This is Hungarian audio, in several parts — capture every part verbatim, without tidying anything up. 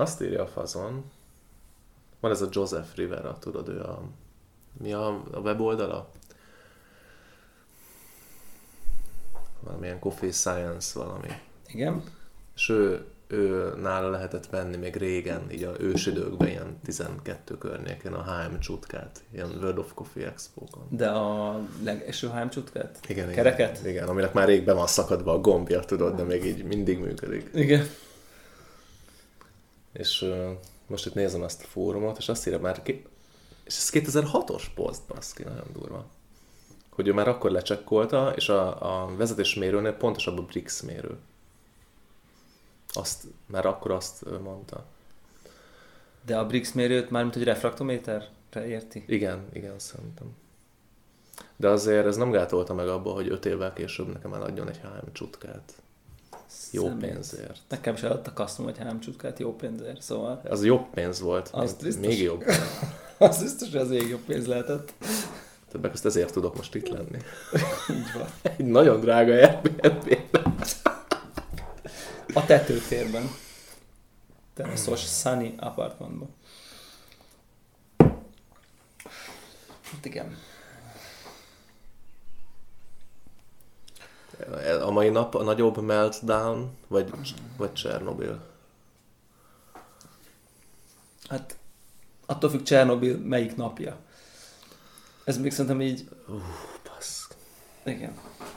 Azt írja a fazon. Van ez a Joseph Rivera, tudod, ő a... Mi a, a weboldala? Valamilyen Coffee Science valami. Igen. És ő, ő nála lehetett venni még régen, így a ősidőkben, ilyen tizenkettő környékén a há em csutkát, ilyen World of Coffee Expo-kon. De a legeső há em csutkát? Igen, Kereket? Igen, igen, aminek már rég be van szakadva a gombja, tudod, de még így mindig működik. Igen. És uh, most itt nézem ezt a fórumot, és azt írja már, ki... és ez kétezer-hatos poszt, baszki, nagyon durva. Hogy ő már akkor lecsekkolta, és a, a vezetésmérőnél pontosabb a Brix mérő. Azt, már akkor azt mondta. De a Brix mérőt már, mint hogy refraktométerre érti? Igen, igen, szerintem. De azért ez nem gátolta meg abba, hogy öt évvel később nekem eladjon egy há em csutkát. Jó Szemét. pénzért. Nekem se adta custom egy há em csutkát jó pénzért, szóval... Az jobb pénz volt, az még jobb. Az biztos, hogy az még jobb pénz lehetett. Többek között ezért tudok most itt lenni. Így van. Egy nagyon drága Airbnb-ben. A tetőtérben. Teraszos Sunny apartmanban. Hát igen. A mai nap a nagyobb meltdown, vagy, vagy Csernobil? Hát attól függ Csernobil melyik napja. Ez még szerintem így... Uh, bassz. Igen.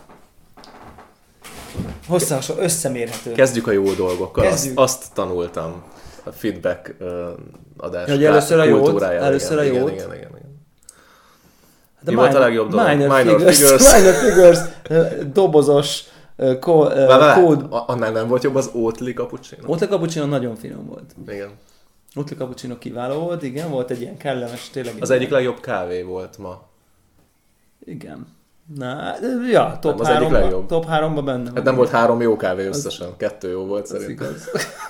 Hosszasan összemérhető. Kezdjük a jó dolgokkal. Azt, Kezdjük. azt tanultam a feedback uh, adás Hogy először a jót, kultúráján. először igen, a jót. Igen, igen, igen, igen. De Mi volt a legjobb dolog? Minor, Minor Figures. Figures. Minor Figures. uh, Dobozos uh, ko, uh, Vá, vá, kód. annál nem volt jobb az Oatly cappuccino? Oatly cappuccino nagyon finom volt. Igen. Oatly cappuccino kiváló volt, igen. Volt egy ilyen kellemes, tényleg. Az egyik legjobb kávé volt ma. Igen. Na, ja, top Nem, az egyik legjobb. háromba, top háromba benne. Hát nem volt három jó kávé összesen, az... kettő jó volt szerintem. Igaz.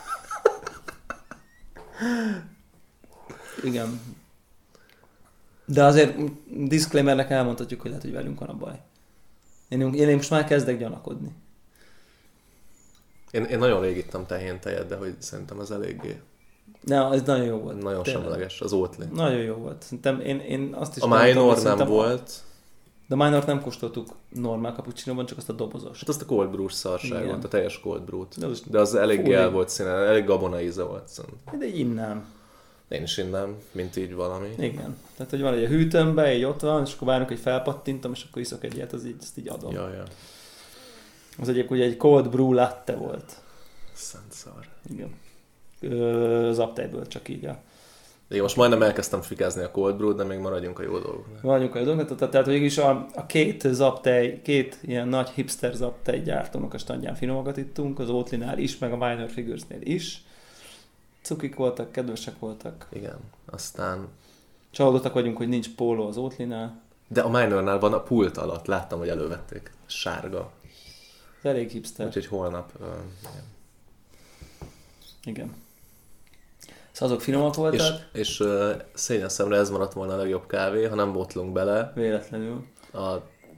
Igen. De azért disclaimernek elmondhatjuk, hogy lehet, hogy velünk van a baj. Én, én most már kezdek gyanakodni. Én, én nagyon rég ittam tehén tejet, de hogy szerintem ez eléggé... Ne, ez nagyon jó volt. Nagyon tényleg. semleges, az Oatly. Nagyon jó volt. Szerintem én, én azt is... A Minor nem a... volt. De a Minort nem kóstoltuk normál cappuccinóban, csak azt a dobozos. Hát azt a cold brew szarság Igen. volt, a teljes cold brew-t. De az, De az eléggé Fú, el volt színe, elég gabona íze volt szerintem. de innám. Én is innám, mint így valami. Igen. Tehát, hogy van egy a hűtőmbe, így ott van, és akkor várunk, hogy felpattintom, és akkor iszok egy ilyet, az így, azt így adom. Ja, ja. Az egyébként ugye egy cold brew latte volt. Szent szar. Igen. Ö, az update-ből csak így a... Igen, most majdnem elkezdtem fikázni a cold brew-t, de még maradjunk a jó dolgoknál. Vagyunk a dolgokat, tehát végülis a, a két zaptej, két ilyen nagy hipster zaptej gyártónak a standján finomakat ittunk, az Oatly-nál is, meg a Minor Figures-nél is. Cukik voltak, kedvesek voltak. Igen, aztán... Csalódottak vagyunk, hogy nincs póló az Oatly-nál. De a Minornál van a pult alatt, láttam, hogy elővették. Sárga. Ez elég hipster. Úgyhogy holnap... Uh, igen. Igen. Szóval azok finomak voltak. És, és uh, szényes szemre ez maradt volna a legjobb kávé, ha nem botlunk bele. Véletlenül. A...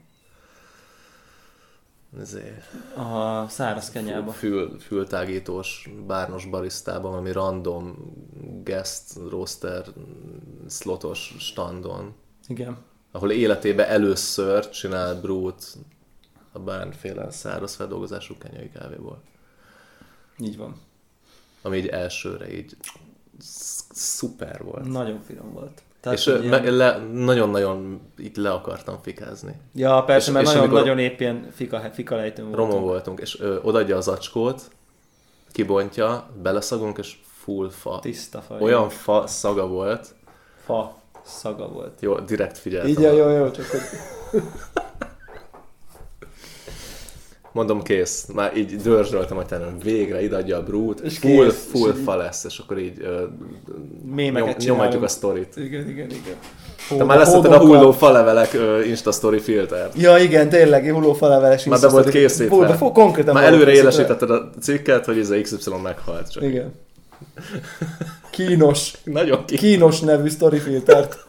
Ezért... A száraz kenyába. Fül, fültágítós, bárnos barisztában, ami random guest roaster slotos standon. Igen. Ahol életében először csinál brewt a bármiféle száraz feldolgozású kenyai kávéból. Így van. Ami így elsőre így szuper volt. Nagyon finom volt. Tehát, és ilyen... le, nagyon-nagyon így le akartam fikázni. Ja, persze, és, mert és nagyon-nagyon épp ilyen fika, fika lejtőn voltunk. Romon voltunk, és ö, odaadja az acskót, kibontja, beleszagunk, és full fa. Tiszta fa. Olyan fa szaga volt. Fa szaga volt. Jó, direkt figyeltem. Így, jó, jó, csak hogy... Mondom, kész. Már így dörzsöltem, hogy tennem végre, ide adja a brút, És full, kész, full és fa lesz, és akkor így uh, mémeket nyom, nyomatjuk a sztorit. Igen, igen, igen. Te már leszetted a hulló falevelek uh, Insta Story filtert. Ja, igen, tényleg, hulló faleveles Már be volt készítve. Fú, konkrétan már előre élesítetted a cikket, hogy ez a iksz ipszilon meghalt csak. Igen. Kínos. Nagyon kínos. Kínos nevű story filtert.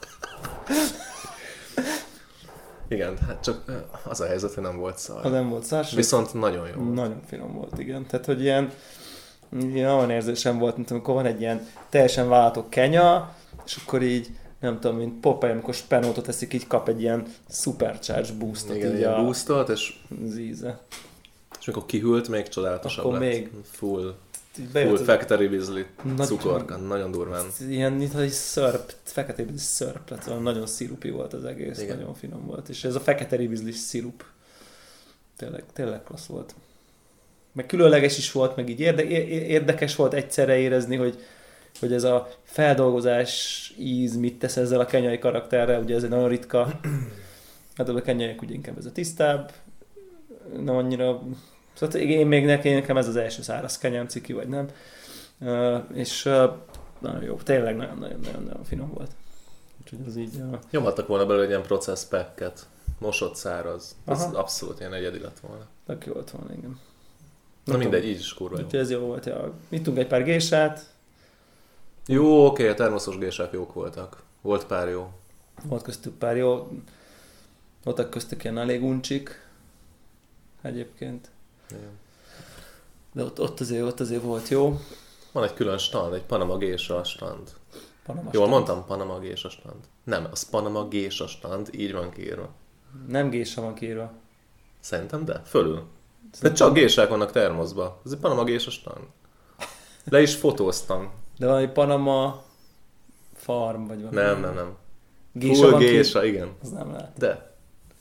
Igen, hát csak az a helyzet, hogy nem volt szar. Ha nem volt szar. Viszont nagyon jó. Nagyon finom volt, igen. Tehát, hogy ilyen Ja, olyan érzésem volt, mint amikor van egy ilyen teljesen váltó kenya, és akkor így, nem tudom, mint Popeye, amikor spenótot eszik, így kap egy ilyen supercharge boostot. Igen, így ilyen a... boostot, és, az íze. és amikor kihűlt, még csodálatosabb Akkor lett. még... Full, Full full fekete ribizli Nagy... cukorka, nagyon durván. Ilyen, mintha egy szörp, fekete ribizli szörp lett, olyan nagyon szirupi volt az egész, igen. nagyon finom volt. És ez a fekete ribizli szirup tényleg, tényleg klassz volt. Meg különleges is volt, meg így érde, érdekes volt egyszerre érezni, hogy, hogy ez a feldolgozás íz mit tesz ezzel a kenyai karakterrel, ugye ez egy nagyon ritka, hát a kenyaiak ugye inkább ez a tisztább, nem annyira, szóval én még nekem ez az első száraz kenyám, ciki vagy nem, uh, és uh, nagyon jó, tényleg nagyon-nagyon finom volt. Úgyhogy az így... Uh... Nyomhattak volna belőle egy ilyen process packet, mosott száraz, ez Aha. abszolút ilyen egyedi lett volna. Tök jó volt volna, igen. Na Nem mindegy, tudom. így is kurva jó. Úgyhogy ez jó volt, ja. Ittunk egy pár gésát. Jó, oké, a termoszos gésák jók voltak. Volt pár jó. Volt köztük pár jó. Voltak köztük ilyen elég uncsik. Egyébként. Igen. De ott, ott, azért, ott azért volt jó. Van egy külön stand, egy Panama gésa stand. Panama Jól stand. mondtam, Panama gésa stand. Nem, az Panama gésa stand, így van kiírva. Nem gésa van kiírva. Szerintem, de fölül. De csak gésák vannak termoszba. Ez egy Panama gésa stand. Le is fotóztam. De valami Panama farm, vagy valami. Nem, nem, nem. Gésa Full van gésa, ki? igen. Az nem lehet. De.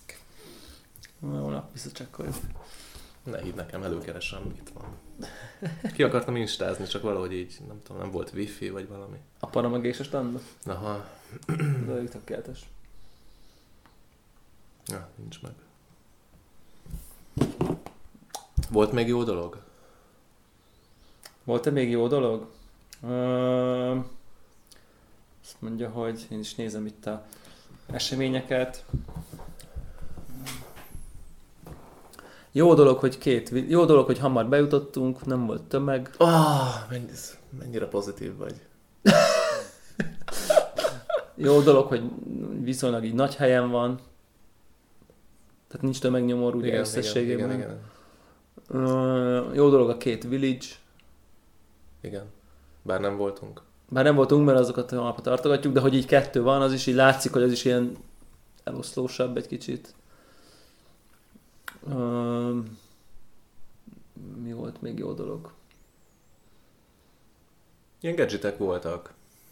Jó nap, visszacsekkoljuk. Ne hidd nekem, előkeresem, itt van. Ki akartam instázni, csak valahogy így, nem tudom, nem volt wifi vagy valami. A Panama gésa standba? Aha. De elég tökéletes. Ja, nincs meg. Volt még jó dolog? Volt-e még jó dolog? Uh, azt mondja, hogy én is nézem itt a eseményeket. Jó dolog, hogy két, jó dolog, hogy hamar bejutottunk, nem volt tömeg. Ah, mennyi, mennyire pozitív vagy. Jó dolog, hogy viszonylag így nagy helyen van. Tehát nincs tömegnyomor ugye Igen, összességében. igen, igen, Uh, jó dolog a két village. igen. Bár nem voltunk. Bár nem voltunk, mert azokat a napot tartogatjuk, de hogy így kettő van, az is így látszik, hogy az is ilyen eloszlósabb egy kicsit. Uh, mi volt még jó dolog? Ilyen gadgetek voltak.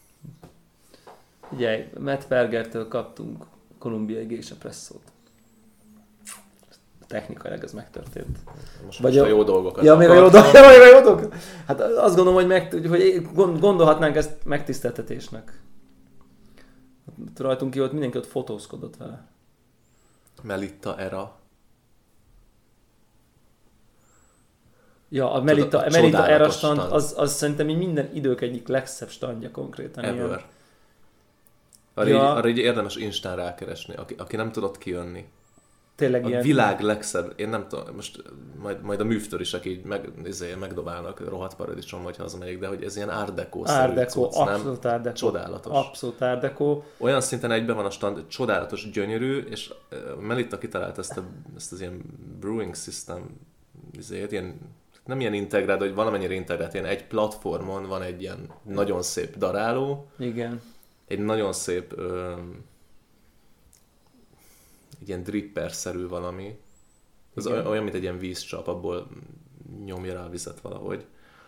Ugye, Matt Bergertől kaptunk kolumbiai geisha presszót. Technikailag ez megtörtént. Most, Vagy most a a- jó dolgokat Ja, még a jó akartam. dolgok. Ja, még a jó dolgok. Hát azt gondolom, hogy, meg, hogy gondolhatnánk ezt megtiszteltetésnek. Rajtunk ki ott mindenki ott fotózkodott vele. Melitta Era. Ja, a Melita, Csoda- a Melita csodálatos Era stand, stand. az, az szerintem így minden idők egyik legszebb standja konkrétan. Ilyen. Ever. Arra, Ja. így, arra így érdemes Instán rákeresni, aki, aki nem tudott kijönni. Tényleg A ilyen. világ legszebb, én nem tudom, most majd, majd a művtörisek így meg, izé, megdobálnak rohadt paradicsom, vagy hazamegyek, de hogy ez ilyen art deco-szerű Art Deco, cucc, nem? abszolút Art Deco. Csodálatos. Abszolút Art Deco. Olyan szinten egyben van a stand, csodálatos, gyönyörű, és uh, Melitta kitalált ezt, a, ezt az ilyen brewing system, izét, ilyen, nem ilyen integrált, hogy valamennyire integrált, ilyen egy platformon van egy ilyen nagyon szép daráló, Igen. egy nagyon szép ö, egy ilyen dripper-szerű valami. Ez Igen. olyan, mint egy ilyen vízcsap, abból nyomja rá a vizet valahogy.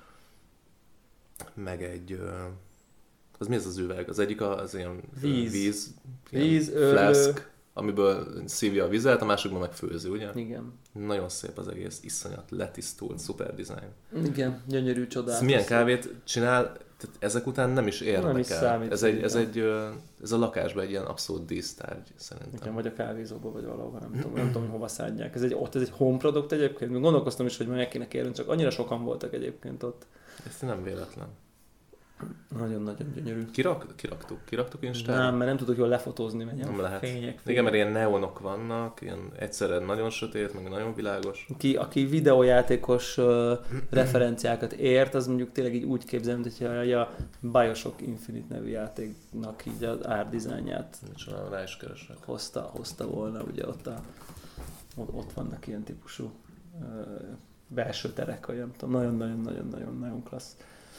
Meg egy... Ö, az mi ez az üveg? Az egyik az ilyen Víz. víz Víz, ilyen öblő. flask, amiből szívja a vizet, a másikban meg főzi, ugye? Igen. Nagyon szép az egész, iszonyat, letisztult, szuper design. Igen, gyönyörű, Ez csodálatos. milyen kávét csinál, tehát ezek után nem is érdekel. Nem is számít, ez, egy, ez, igen. egy, ö, ez a lakásban egy ilyen abszolút dísztárgy, szerintem. Igen, vagy a kávézóba, vagy valahova, nem tudom, nem tudom, hogy hova szádják. Ez egy, ott ez egy home product egyébként. Még gondolkoztam is, hogy meg kéne kérni, csak annyira sokan voltak egyébként ott. Ez nem véletlen. Nagyon-nagyon gyönyörű. Kirak, kiraktuk, kiraktuk Instára? Nem, mert nem tudok jól lefotózni, mert Nem ilyen lehet. fények, fények. Igen, mert ilyen neonok vannak, ilyen egyszerre nagyon sötét, meg nagyon világos. Aki, aki videójátékos uh, referenciákat ért, az mondjuk tényleg így úgy képzelem, hogy a, a Bioshock Infinite nevű játéknak így az árdizájnját Micsoda, rá is keresek. hozta, hozta volna, ugye ott, a, ott, ott vannak ilyen típusú uh, belső terek, vagy nem tudom, nagyon-nagyon-nagyon-nagyon klassz.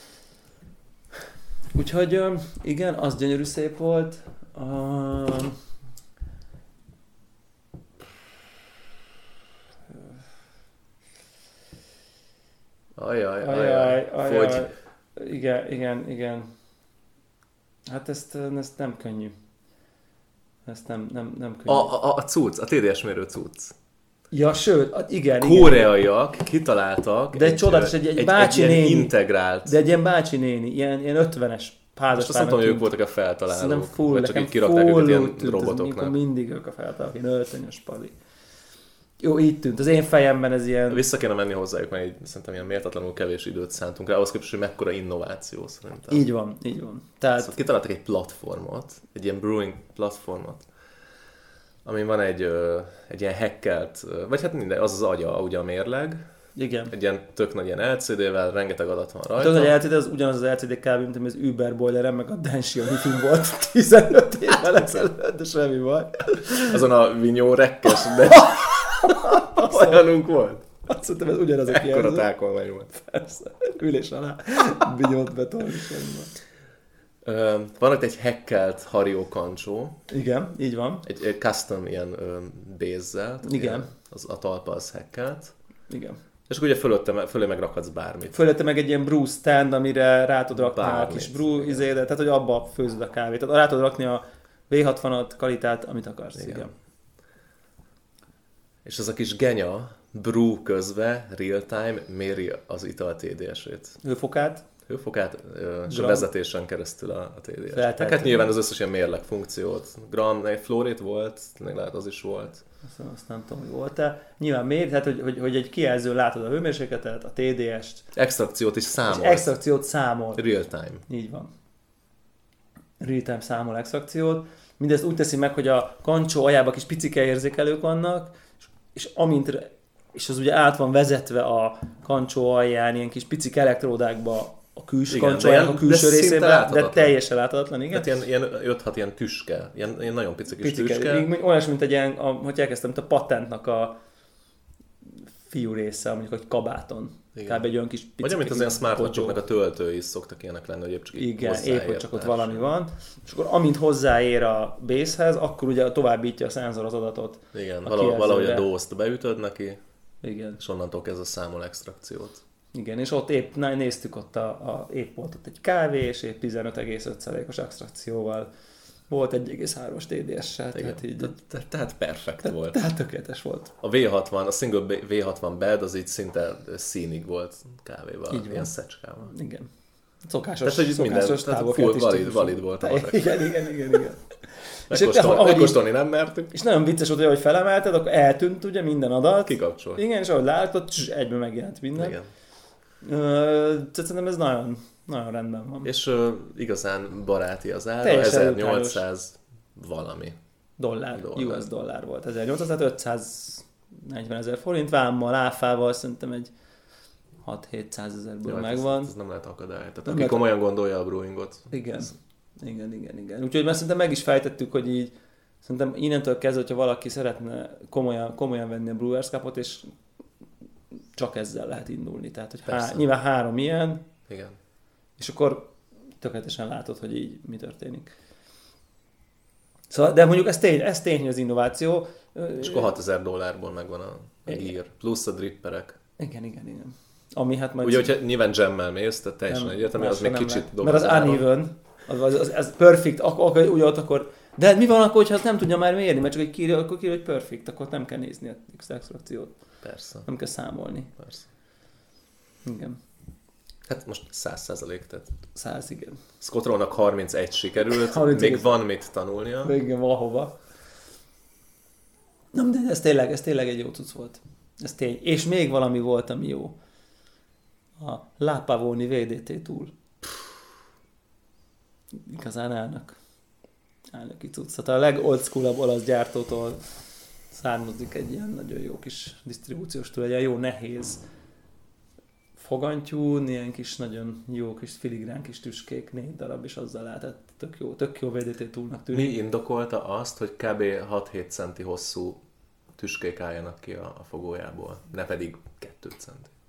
Úgyhogy igen, az gyönyörű szép volt. Uh... Ajaj, ajaj, ajaj. Igen, igen, igen. Hát ezt, ezt nem könnyű. Ezt nem, nem, nem könnyű. A, a, a cucc, a té dé es mérő cucc. Ja, sőt, igen, koreaiak igen. kitaláltak de egy, csodálatos, egy, egy, egy bácsi egy néni. integrált. De egy ilyen bácsi néni, ilyen, ilyen ötvenes házas. Most azt nem tudom, hogy ők voltak a feltalálók. Full, vagy csak így kirakták őket ilyen tűnt, robotoknak. Mindig ők a feltalálók, ilyen öltönyös pali. Jó, így tűnt. Az én fejemben ez ilyen... Vissza kéne menni hozzájuk, mert így, szerintem ilyen méltatlanul kevés időt szántunk rá, ahhoz képest, hogy mekkora innováció szerintem. Így van, így van. Tehát... Szóval kitaláltak egy platformot, egy ilyen brewing platformot, amin van egy, egy ilyen hackelt, vagy hát minden, az az agya, ugye a mérleg. Igen. Egy ilyen tök nagy ilyen el cé dé-vel, rengeteg adat van rajta. Tudod, hogy el cé dé az ugyanaz az el cé dé kb. Mint az Uber boileren, meg a Dansio Wi-Fi volt tizenöt évvel ezelőtt, de semmi baj. Azon a vinyó rekkes, de olyanunk volt. Azt szerintem ez ugyanaz a kijelző. Ekkora tákolmány volt. Persze, ülés alá, vinyót betolni, semmi baj. Van ott egy hackelt Hario kancsó. Igen, így van. Egy, egy custom ilyen base-zel. Igen. Ilyen, az, a talpa az hackelt. Igen. És akkor ugye fölötte, fölé meg rakhatsz bármit. Fölötte meg egy ilyen brew stand, amire rá tud rakni a kis brew izédet, tehát hogy abba főzöd a kávét. Tehát rá tud rakni a vé hatvanat kvalitát, amit akarsz. Igen. Igen. És ez a kis genya brew közben real time méri az ital té dé es-ét. Hőfokát. Hőfokát, és a vezetésen keresztül a, a té dé es. Hát nyilván az összes ilyen mérleg funkciót. Gram, egy flow rate volt, még lehet az is volt. Azt, azt nem tudom, hogy volt-e. Nyilván mér, tehát hogy, hogy, hogy egy kijelző látod a hőmérsékletet, a té dé est. Extrakciót is számol. Extrakciót számol. Real time. Így van. Real time számol extrakciót. Mindezt úgy teszi meg, hogy a kancsó aljában kis picike érzékelők vannak, és, és amint és az ugye át van vezetve a kancsó alján ilyen kis picik elektródákba a külső kancsójának a külső részében, de teljesen láthatatlan, igen. Tehát ilyen, ilyen öt-hat ilyen tüske, ilyen, ilyen nagyon pici kis picike, tüske. Olyan, mint egy ilyen, a, hogy elkezdtem, a patentnak a fiú része, mondjuk egy kabáton. Igen. Kb. Egy olyan kis picike. Vagy amit az ilyen smartwatchoknak a töltői is szoktak ilyenek lenni, hogy épp csak igen, épp hogy csak ott valami van. És akkor amint hozzáér a base-hez, akkor ugye továbbítja a szenzor az adatot. Igen, a valahogy a dószt beütöd neki. Igen. És onnantól kezdve számol extrakciót. Igen, és ott épp na, néztük, ott a, a, épp volt ott egy kávé, és épp tizenöt egész öt százalékos extrakcióval volt egy egész hármas té dé es-sel. Tehát, így, te, te, tehát perfekt te, volt. Tehát tökéletes volt. A vé hatvan, a single vé hatvan bed az így szinte színig volt kávéval, így ilyen szecskával. Igen. Szokásos, tehát, hogy szokásos minden, valid, valid volt a matek. Igen, igen, igen, igen. Megkóstolni nem mertük. És nagyon vicces volt, hogy felemelted, akkor eltűnt ugye minden adat. Kikapcsolt. Igen, és ahogy látod, egyben megjelent minden. Igen. Uh, szerintem ez nagyon, nagyon rendben van. És uh, igazán baráti az ára, ezernyolcszáz valami. Dollár, dollár, u es dollár volt. ezernyolcszáz, tehát ötszáznegyvenezer forint, vámmal, áfával szerintem egy hat-hétszázezerből ja, megvan. Ez, ez nem lehet akadály. Tehát aki lehet... komolyan gondolja a brewingot. Igen. Ez... igen, igen, igen. Úgyhogy már szerintem meg is fejtettük, hogy így szerintem innentől kezdve, hogyha valaki szeretne komolyan, komolyan venni a Brewers Cupot, és csak ezzel lehet indulni. Tehát, hogy há, nyilván három ilyen, igen. És akkor tökéletesen látod, hogy így mi történik. Szóval, de mondjuk ez tény, ez tény, az innováció. És akkor hatezer dollárból megvan a, a gear, plusz a dripperek. Igen, igen, igen. Ami hát majd... Ugye, hogyha nyilván jammel mész, tehát teljesen egyértelmű, az még kicsit dob. Mert az uneven, az, az, az, az perfect, akkor, úgy ott akkor... De hát mi van akkor, hogyha azt nem tudja már mérni, mert csak egy kírja, akkor kírja, hogy perfect, akkor nem kell nézni a extrakciót. Persze. Nem kell számolni. Persze. Igen. Hát most száz százalék, tehát... Száz, igen. Scott Rollnak harmincegy sikerült, harmincegy még van mit tanulnia. Még igen, valahova. Na, de ez tényleg, ez tényleg egy jó cucc volt. Ez tény. És még valami volt, ami jó. A La Pavoni vé dé té túl. Igazán állnak. Elnöki cucc. Tehát a legold school-abb olasz gyártótól származik egy ilyen nagyon jó kis disztribúciós túl, egy ilyen jó nehéz fogantyú, ilyen kis nagyon jó kis filigrán kis tüskék, négy darab, és azzal lehetett tök jó, tök jó vé dé té túlnak tűnik. Mi indokolta azt, hogy kb. hat-hét centi hosszú tüskék álljanak ki a, a fogójából, ne pedig kettő centi?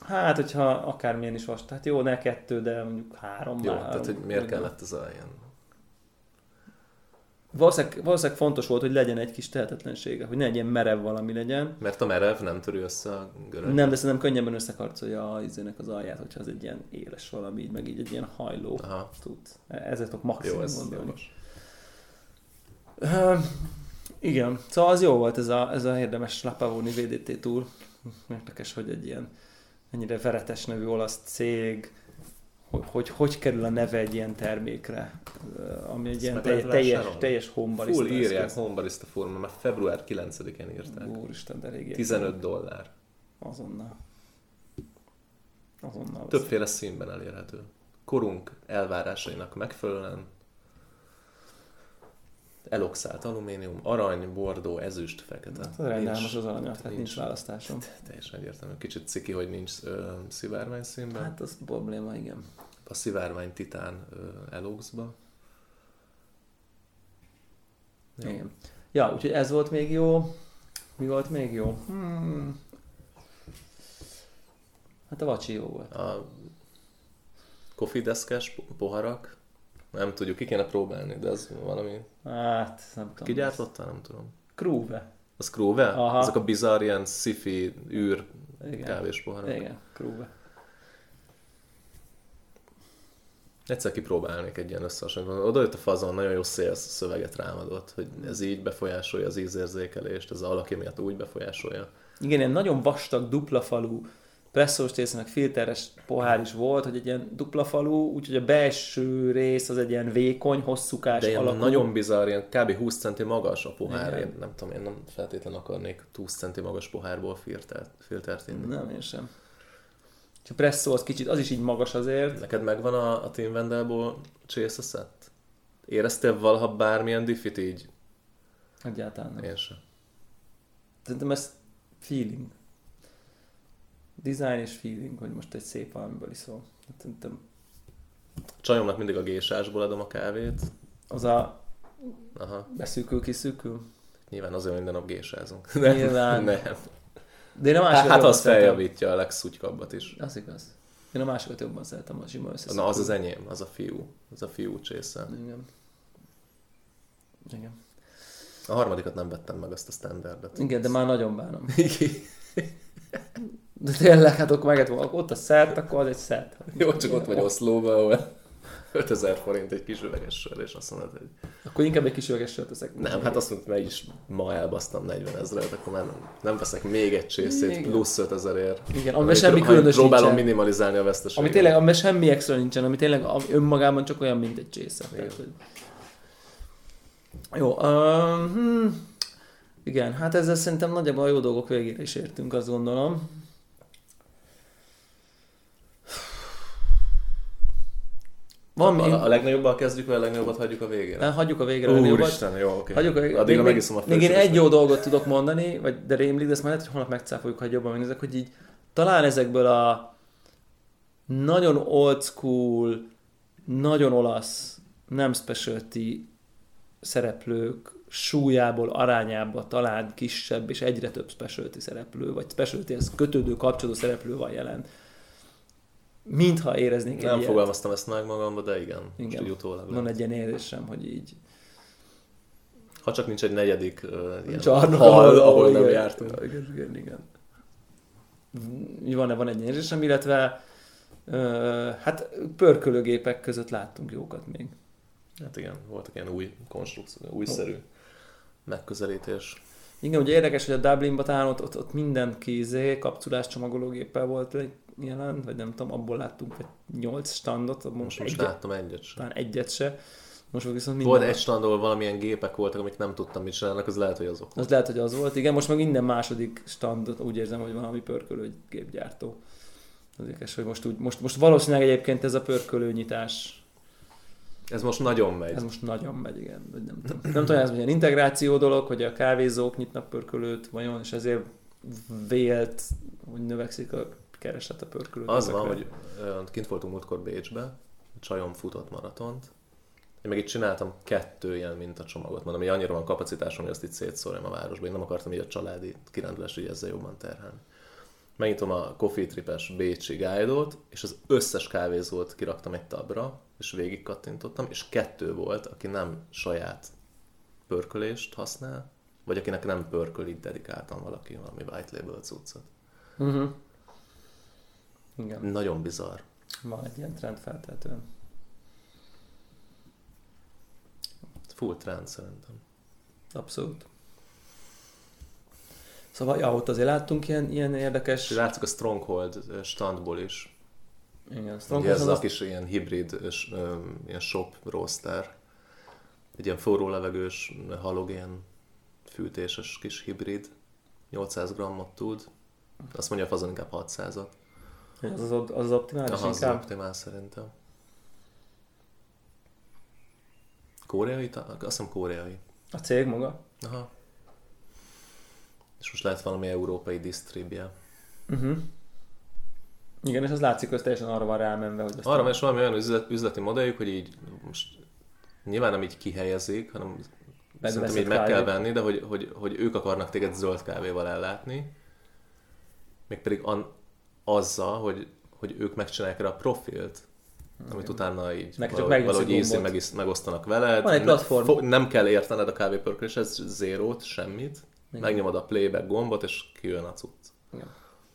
Hát, hogyha akármilyen is vastag. Hát jó, ne kettő, de mondjuk három. Jó, már, tehát hogy miért kellett ez a ilyen... Valószínűleg, valószínűleg fontos volt, hogy legyen egy kis tehetetlensége, hogy ne egy ilyen merev valami legyen. Mert a merev nem törő össze a görög. Nem, de szerintem könnyebben összekarcolja az izének az alját, hogyha az egy ilyen éles valami, így, meg így egy ilyen hajló Aha. tud. Ezért tudok maximum jó, ez gondolni. Uh, igen, szóval az jó volt ez a, ez a érdemes Lapavoni vé dé té túl. Érdekes, hogy egy ilyen ennyire veretes nevű olasz cég, hogy, hogy hogy kerül a neve egy ilyen termékre, ami egy ilyen teljes, teljes, teljes homebarista. Full írják homebarista forma, mert február kilencedikén írták. Úristen, de régiek. tizenöt dollár. Azonnal. Azonnal. Többféle színben elérhető. Korunk elvárásainak megfelelően eloxált alumínium, arany, bordó, ezüst, fekete. Hát rendelmes az aranyat, tehát nincs, nincs választásom. Teljesen egyértelmű. Kicsit ciki, hogy nincs ö, szivárvány színben. Hát az probléma, igen. A szivárvány titán ö, eloxba. Igen. Ja, úgyhogy ez volt még jó. Mi volt még jó? Hmm. Hát a vacsi jó volt. A kofideszkás poharak. Nem tudjuk, ki kéne próbálni, de az valami... Hát, nem tudom. Ki gyártotta? Nem tudom. Krúve. Az Krúve? Aha. Ezek a bizarr ilyen sci-fi űr igen. kávés poharak. Igen, Krúve. Egyszer kipróbálnék egy ilyen összehasonlítót. Oda jött a fazon, nagyon jó szélsz szöveget rámadott, hogy ez így befolyásolja az ízérzékelést, ez a alaki miatt úgy befolyásolja. Igen, ilyen nagyon vastag, dupla falú presszós tészta, meg filteres pohár is volt, hogy egy ilyen dupla falú, úgyhogy a belső rész az egy ilyen vékony, hosszúkás de ilyen alakú. nagyon bizarr, ilyen kb. húsz centi magas a pohár. Igen. Én nem tudom, én nem feltétlenül akarnék húsz centi magas pohárból filtert, filtert inni. Nem, én sem. És a presszó az kicsit, az is így magas azért. Neked megvan a, a Tim Wendelból csésze szett? Éreztél valaha bármilyen diffit így? Egyáltalán nem. Én sem. Szerintem ez feeling. Design és feeling, hogy most egy szép valamiből iszol. Szerintem Csajomnak mindig a gésásból adom a kávét. az a Aha. beszűkül, kiszűkül. Nyilván azért minden nap gésázunk. Nyilván. Nem. De én a másikat Hát jobban az szeretem. feljavítja a legszutykabbat is. Az igaz. Én a másikat jobban szeretem, a sima összeszokul. Na az az enyém, az a fiú. Az a fiú csésze. Igen. Igen. A harmadikat nem vettem meg, azt a standardet. Igen, de már nagyon bánom. De tényleg, hát akkor meget volt. Ott a szert, akkor az egy szert. Jó, csak ott vagy Oszlóban, ahol ötezer forint egy kis üveges sör, és azt mondod, hogy... Akkor inkább egy kis üveges sört veszek. Nem, hát azt mondta, meg is ma elbasztam negyven ezeret, akkor már nem, nem veszek még egy csészét Igen. plusz ötezer-ért. Igen, amiben semmi különös Próbálom nincsen. minimalizálni a veszteséget. Ami tényleg, amiben semmi extra nincsen, ami tényleg ami önmagában csak olyan, mint egy csésze. Igen. Tehát, hogy... Jó, uh, hmm, igen, hát ezzel szerintem nagyjából a jó dolgok végére is értünk, azt gondolom. Van a, még... a legnagyobbal kezdjük, vagy a legnagyobbat hagyjuk a végére? Nem, hagyjuk a végére a legnagyobbat. Úristen, jó, oké. Hagyjuk a végére. Addigra Még- megiszom a Még én főzést. egy jó dolgot tudok mondani, vagy de rémlik, de ezt már lehet, hogy holnap megcáfoljuk, ha jobban megnézek, hogy így talán ezekből a nagyon old school, nagyon olasz, nem specialty szereplők súlyából, arányába talán kisebb és egyre több specialty szereplő, vagy specialtyhez kötődő, kapcsolódó szereplő van jelen. Mintha éreznék egy Nem ilyet. fogalmaztam ezt meg magamba, de igen. Most Igen. így utólag Van lett. egy ilyen érzésem, hogy így Ha csak nincs egy negyedik uh, ilyen csarnok, hal, ahol nem igen, jártunk. Igen, igen, igen. Van-e van egy érzésem, illetve uh, hát pörkölőgépek között láttunk jókat még. Hát igen, voltak ilyen új konstrukció, újszerű megközelítés. Igen, ugye érdekes, hogy a Dublinba talán ott, ott, ott minden kézé kapcsolás csomagológéppel volt jelen, vagy nem tudom, abból láttunk vagy nyolc standot, most, Most, most egyet, láttam egyet sem. talán egyet se. Most meg viszont minden. Volt egy stand, ahol valamilyen gépek voltak, amik nem tudtam mit csinálnak, az lehet, hogy azok. Az lehet, hogy az volt. Igen, most meg minden második standot úgy érzem, hogy valami pörkölő gépgyártó. Az érdekes, hogy most, úgy, most, most valószínűleg egyébként ez a pörkölőnyitás, Ez most nagyon megy. ez most nagyon megy, igen. Vagy nem, tudom. nem tudom, ez egy ilyen integráció dolog, hogy a kávézók nyitnak pörkölőt, vajon, és ezért vélt, hogy növekszik a kereslet a pörkölőt. Az van, hogy ö, kint voltunk múltkor Bécsbe, csajom futott maratont. Én meg itt csináltam kettő ilyen mintacsomagot. Mondom, hogy annyira van kapacitásom, hogy azt itt szétszórjam a városba. Én nem akartam így a családi kirándulás, hogy ezzel jobban terhelni. megnyitom a Coffee Trip-es bécsi guide-ot, és az összes kávézót kiraktam egy tabra, és végig kattintottam, és kettő volt, aki nem saját pörkölést használ, vagy akinek nem pörköl, így dedikáltan valaki valami white label cuccot. Uh-huh. Igen. Nagyon bizarr. Van egy ilyen trend feltétlenül. Full trend szerintem. Abszolút. Szóval, ja, ott azért láttunk ilyen, ilyen érdekes... És látszik a Stronghold standból is. Igen, Stronghold ez a kis ilyen hibrid, ilyen shop roaster. Egy ilyen forró levegős, halogén fűtéses kis hibrid. nyolcszáz grammot tud. Azt mondja a fazon inkább hatszázat. Az az, az, az optimális Aha, inkább? az optimál szerintem. Koreai? Azt hiszem koreai. A cég maga? Aha. És most lehet valami európai disztribje. Uh-huh. Igen, és az látszik, hogy teljesen arra van rámenve, hogy... Arra van, és valami olyan üzlet, üzleti modelljük, hogy így most nyilván nem így kihelyezik, hanem szerintem így meg kell venni, de hogy, hogy, hogy ők akarnak téged zöld kávéval ellátni. Mégpedig an, azzal, hogy, hogy ők megcsinálják rá a profilt, amit okay. utána így valahogy, valahogy easy meg, megosztanak veled. Van egy platform. Nem, nem kell értened a kávépörköléshez, zérót, semmit. Igen. Megnyomod a playback gombot, és kijön a cucc. Igen.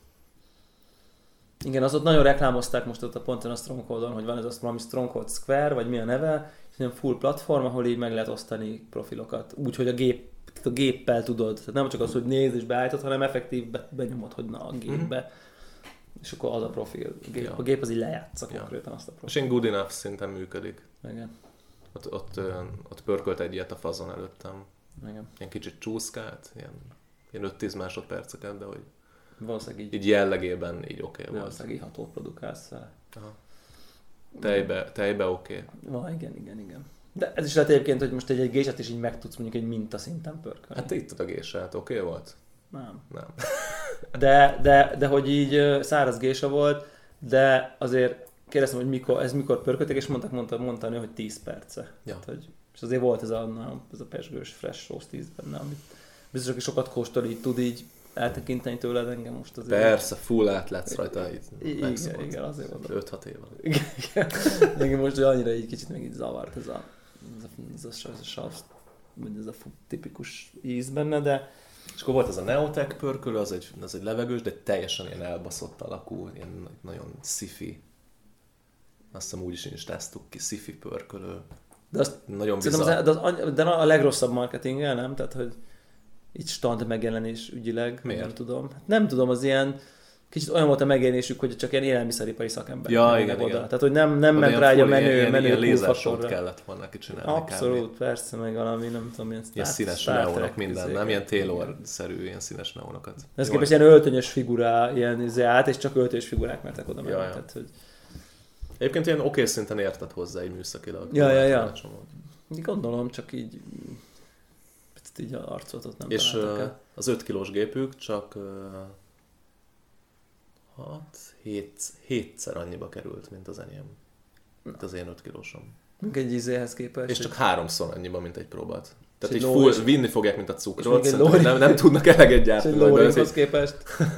Igen, az ott nagyon reklámozták most ott a ponton a Strongholdon, hogy van ez a valami Stronghold Square, vagy mi a neve, és egy full platform, ahol így meg lehet osztani profilokat. Úgy, hogy a gép, a géppel tudod. Tehát nem csak az, hogy nézd és beállítod, hanem effektív be, benyomod, hogy na a gépbe. Mm-hmm. És akkor az a profil. A gép, ja. a gép az így lejátsza ja. konkrétan azt a profilt. És én good enough szinten működik. Igen. Ott, ott, ott pörkölt egy ilyet a fazon előttem. Igen. Ilyen kicsit csúszkált, ilyen, ilyen öt-tíz másodperceket, de hogy valószínűleg így, így jellegében így oké okay volt. Valószínűleg iható produkálsz vele. Aha. Tejbe, tejbe oké. Okay. Va, igen, igen, igen. De ez is lehet egyébként, hogy most egy, egy gésát is így meg tudsz mondjuk egy mintaszinten pörkölni. Hát te ittad a gésát, oké okay volt? Nem. Nem. De, de, de hogy így száraz gésa volt, de azért kérdeztem, hogy mikor, ez mikor pörköltek, és mondtak, mondta, mondta hogy tíz perce. Ja. Hát, hogy, és azért volt ez a, na, ez a pesgős, fresh roast íz benne, amit biztos, aki sokat kóstol, így tud így eltekinteni tőled engem most azért. Persze, full átlátsz rajta, így igen, igen, azért mondom. öt-hat év alatt. Igen, igen. Most annyira így kicsit meg így zavart ez a, ez a, ez a, ez a sav, vagy ez a tipikus íz benne, de és akkor volt ez a Neotech pörkölő, az egy, az egy levegős, de teljesen ilyen elbaszott alakú, ilyen nagyon sci-fi. Azt hiszem úgy is instáztuk ki, sci-fi pörkölő. De azt, nagyon bizarr. Az, de, az, de a legrosszabb marketinggel, nem? Tehát, hogy így stand megjelenés ügyileg, miért? Nem tudom. Hát nem tudom, az ilyen kicsit olyan volt a megjelenésük, hogy csak ilyen élelmiszeripari szakember. Ja, igen, oda. igen. Tehát, hogy nem, nem ment rá egy a menő, ilyen, menő ilyen lézersót kellett volna kicsinálni. Abszolút, kb. Persze, meg valami, nem tudom, ilyen, ilyen színes neonok minden, nem? Ilyen Taylor-szerű, ilyen színes neonokat. Ez képest ilyen öltönyös figurá, ilyen izé át, és csak öltönyös figurák mentek oda. Ja, ja. Tehát, hogy... Egyébként ilyen oké szinten értett hozzá, így műszakilag. Ja, ja, ja. Gondolom, csak így így arcotot nem és uh, az öt kilós gépük csak uh, hat, hét, hétszer annyiba került, mint az enyém. Mint az én öt kilósom. Mink egy izéhez képest. És csak háromszor annyiba, mint egy próbát. Tehát így full, is... vinni fogják, mint a cukrot, lóri... nem, nem tudnak eleget gyártani. És egy Loringhoz képest.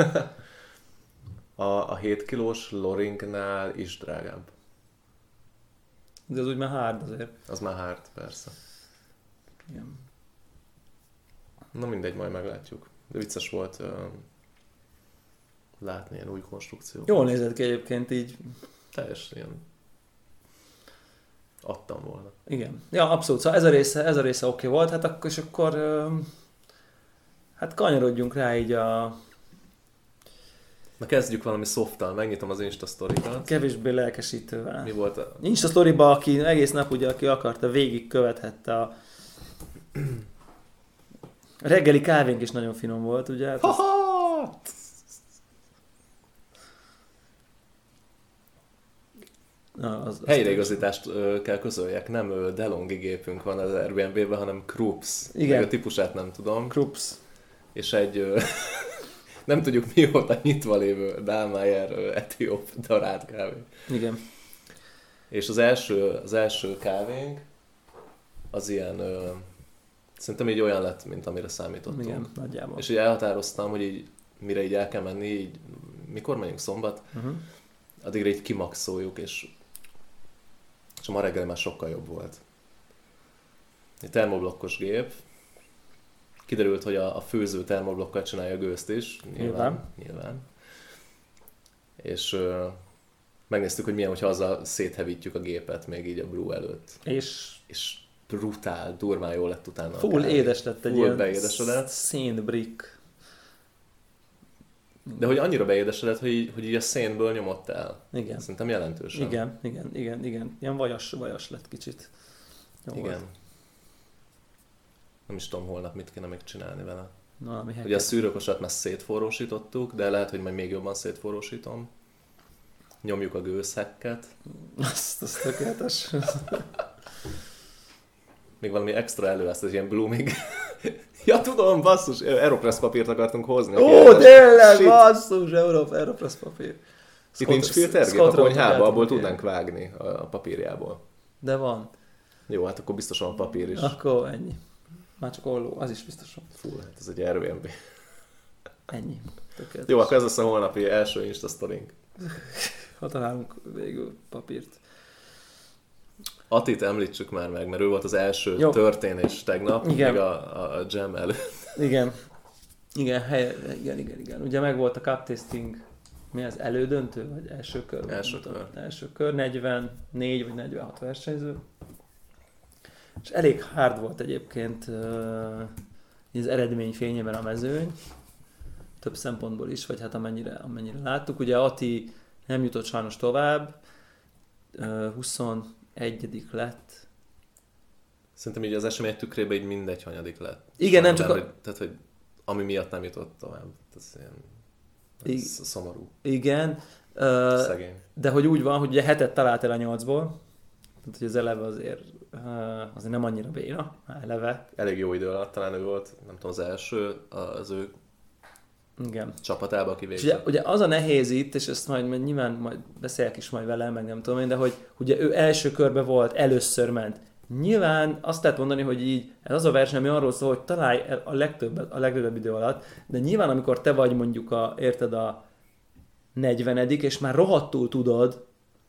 a, a hét kilós Loringnál is drágább. De az úgy már hard azért. Az már hard, persze. Igen. Na mindegy, majd meglátjuk. De vicces volt uh, látni ilyen új konstrukciót. Jól nézett ki egyébként így. Teljesen ilyen adtam volna. Igen. Ja, abszolút. Szóval ez a része, ez a része oké okay volt. Hát akkor, és akkor uh, hát kanyarodjunk rá így a... Na kezdjük valami softal, megnyitom az Insta sztorikat. Kevésbé lelkesítővel. Mi volt a... Insta sztoriba, aki egész nap ugye, aki akarta, végig követhette a... A reggeli kávénk is nagyon finom volt, ugye? Hát azt... Na, az, helyreigazítást ö, kell közöljek, nem ö, DeLonghi gépünk van az Airbnb-ben, hanem Krups. Igen. Meg a típusát nem tudom. Krups. És egy, ö, nem tudjuk mióta nyitva lévő Dallmayr etióp darált kávé. Igen. És az első, az első kávénk az ilyen... Ö, Szerintem így olyan lett, mint amire számítottunk. Igen, nagyjából. És így elhatároztam, hogy így mire így el kell menni, így, mikor megyünk szombat, uh-huh. addigra így kimaxoljuk, és, és a ma reggel már sokkal jobb volt. Egy termoblokkos gép, kiderült, hogy a, a főző termoblokkal csinálja a gőzt is, nyilván. nyilván. nyilván. És ö, megnéztük, hogy milyen, hogyha azzal széthevítjük a gépet még így a brew előtt. És, és brutál, durván jól lett utána. Full édes lett egy full ilyen szénbrick. De hogy annyira beédesedett, hogy így, hogy így a szénből nyomott el. Igen. Szerintem jelentősen. Igen, igen, igen, igen. Ilyen vajas, vajas lett kicsit. Jó igen. Volt. Nem is tudom holnap mit kéne még csinálni vele. Na, ami ugye a szűrőkosat már szétforrósítottuk, de lehet, hogy majd még jobban szétforrósítom. Nyomjuk a gőzhekket. Azt, az tökéletes. Még valami extra elő ezt, ez ilyen blooming. Ja, tudom, basszus, Aeropress papírt akartunk hozni. Ó, tényleg, basszus, Aeropress papír. Itt nincs filtergép a konyhába, abból tudnánk vágni a papírjából. De van. Jó, hát akkor biztosan van papír is. Akkor ennyi. Már csak olló, az is biztosan. Fú, hát ez egy Airbnb. Ennyi. Tökéletes. Jó, akkor ez lesz a holnapi első Insta sztorink. Ha találunk végül papírt. Attit említsük már meg, mert ő volt az első Jó. történés tegnap, igen. még a, a jam előtt. Igen. Igen, hely, igen, igen, igen. Ugye meg volt a cup tasting, mi az elődöntő, vagy első kör? Első kör. Első kör, negyvennégy vagy negyvenhat versenyző. És elég hard volt egyébként uh, az eredmény fényében a mezőny, több szempontból is, vagy hát amennyire, amennyire láttuk. Ugye Ati nem jutott sajnos tovább, uh, huszonegyedik lett. Szerintem így az esemény tükrében így mindegy hanyadik lett. Igen, nem csak nem, a... hogy, tehát, hogy ami miatt nem jutott tovább. Ez ilyen ez I... szomorú. Igen. Uh, Szegény. De hogy úgy van, hogy ugye hetet talált el a nyolcból, tehát hogy az eleve azért, uh, azért nem annyira béna, eleve. Elég jó idő alatt, talán ő volt, nem tudom, az első az ő Igen. csapatába kivégzett. Ugye, ugye az a nehéz itt, és ezt majd, majd nyilván majd beszélek is majd vele, meg nem tudom én, de hogy ugye ő első körbe volt, először ment. Nyilván azt lehet mondani, hogy így, ez az a verseny, ami arról szól, hogy találj el a legtöbbet, a legrövidebb idő alatt, de nyilván amikor te vagy mondjuk a, érted, a negyvenedik, és már rohadtul tudod,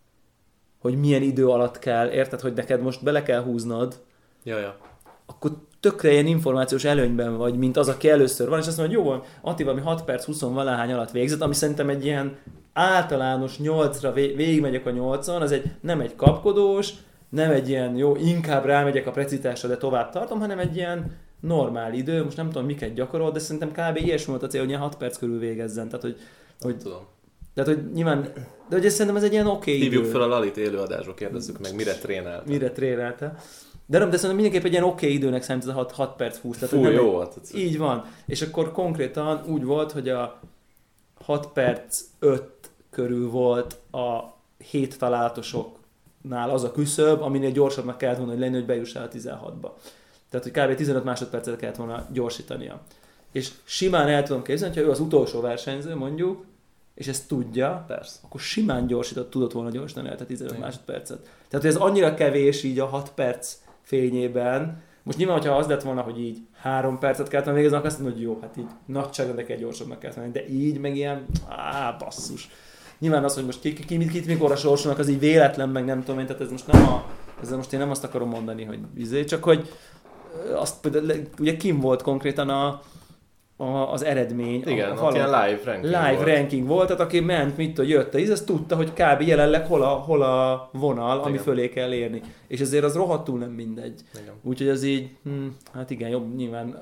hogy milyen idő alatt kell, érted, hogy neked most bele kell húznod, ja, ja. akkor tökre ilyen információs előnyben vagy, mint az, aki először van, és azt mondja, hogy jó van, Atti valami hat perc húsz valahány alatt végzett, ami szerintem egy ilyen általános nyolcra végigmegyek a nyolcon, az egy, nem egy kapkodós, nem egy ilyen jó, inkább rámegyek a precitásra, de tovább tartom, hanem egy ilyen normál idő, most nem tudom, miket gyakorol, de szerintem kb. Ilyesmi volt a cél, hogy ilyen hat perc körül végezzen, tehát hogy, hogy tudom. Tehát, hogy nyilván, de hogy szerintem ez egy ilyen oké okay Hívjuk idő. fel a Lalit élőadásba, kérdezzük meg, mire trénált. Mire trénált. De nem, de szerintem mindenképp egy ilyen oké okay időnek számít ez a hat perc húsz. Tehát, Fú, nem jó egy, volt. Így van. És akkor konkrétan úgy volt, hogy a hat perc öt körül volt a hét találatosoknál az a küszöb, aminél gyorsabbnak kellett volna, hogy lenni, hogy bejuss el a tizenhatba. Tehát, hogy kb. tizenöt másodpercet kellett volna gyorsítania. És simán el tudom képzelni, hogyha ő az utolsó versenyző, mondjuk, és ezt tudja, persze, akkor simán gyorsított, tudott volna gyorsítani el, tehát tizenöt Igen. másodpercet. Tehát, hogy ez annyira kevés így a hat perc fényében. Most nyilván, hogyha az lett volna, hogy így három percet kellett volna végezni, akkor azt mondom, hogy jó, hát így nagyságrendek egy gyorsabbnak kellett volna, de így meg ilyen, á, basszus. Nyilván az, hogy most ki, ki, ki, ki mikorra sorsolnak, az így véletlen, meg nem tudom én, tehát ez most nem a, ezzel most én nem azt akarom mondani, hogy izé, csak hogy azt például, ugye kim volt konkrétan a A, az eredmény. Igen, a, ott ilyen live ranking live volt. ranking volt, tehát aki ment, mit tudom, jött a íz, az tudta, hogy kb. Jelenleg hol a, hol a vonal, igen. ami fölé kell érni. És ezért az rohadtul nem mindegy. Úgyhogy az így, hm, hát igen, jobb nyilván,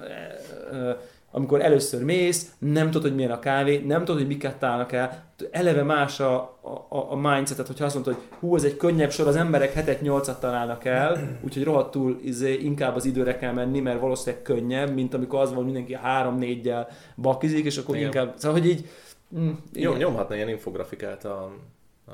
amikor először mész, nem tudod, hogy milyen a kávé, nem tudod, hogy miket találnak el, eleve más a, a, a mindsetet, hogyha azt mondod, hogy hú, ez egy könnyebb sor, az emberek hetet nyolcat találnak el, úgyhogy rohadtul izé, inkább az időre kell menni, mert valószínűleg könnyebb, mint amikor az van, mindenki három-négyel bakizik, és akkor igen. inkább, szóval, hogy így... Mm, Nyom, nyomhatna ilyen infografikát a, a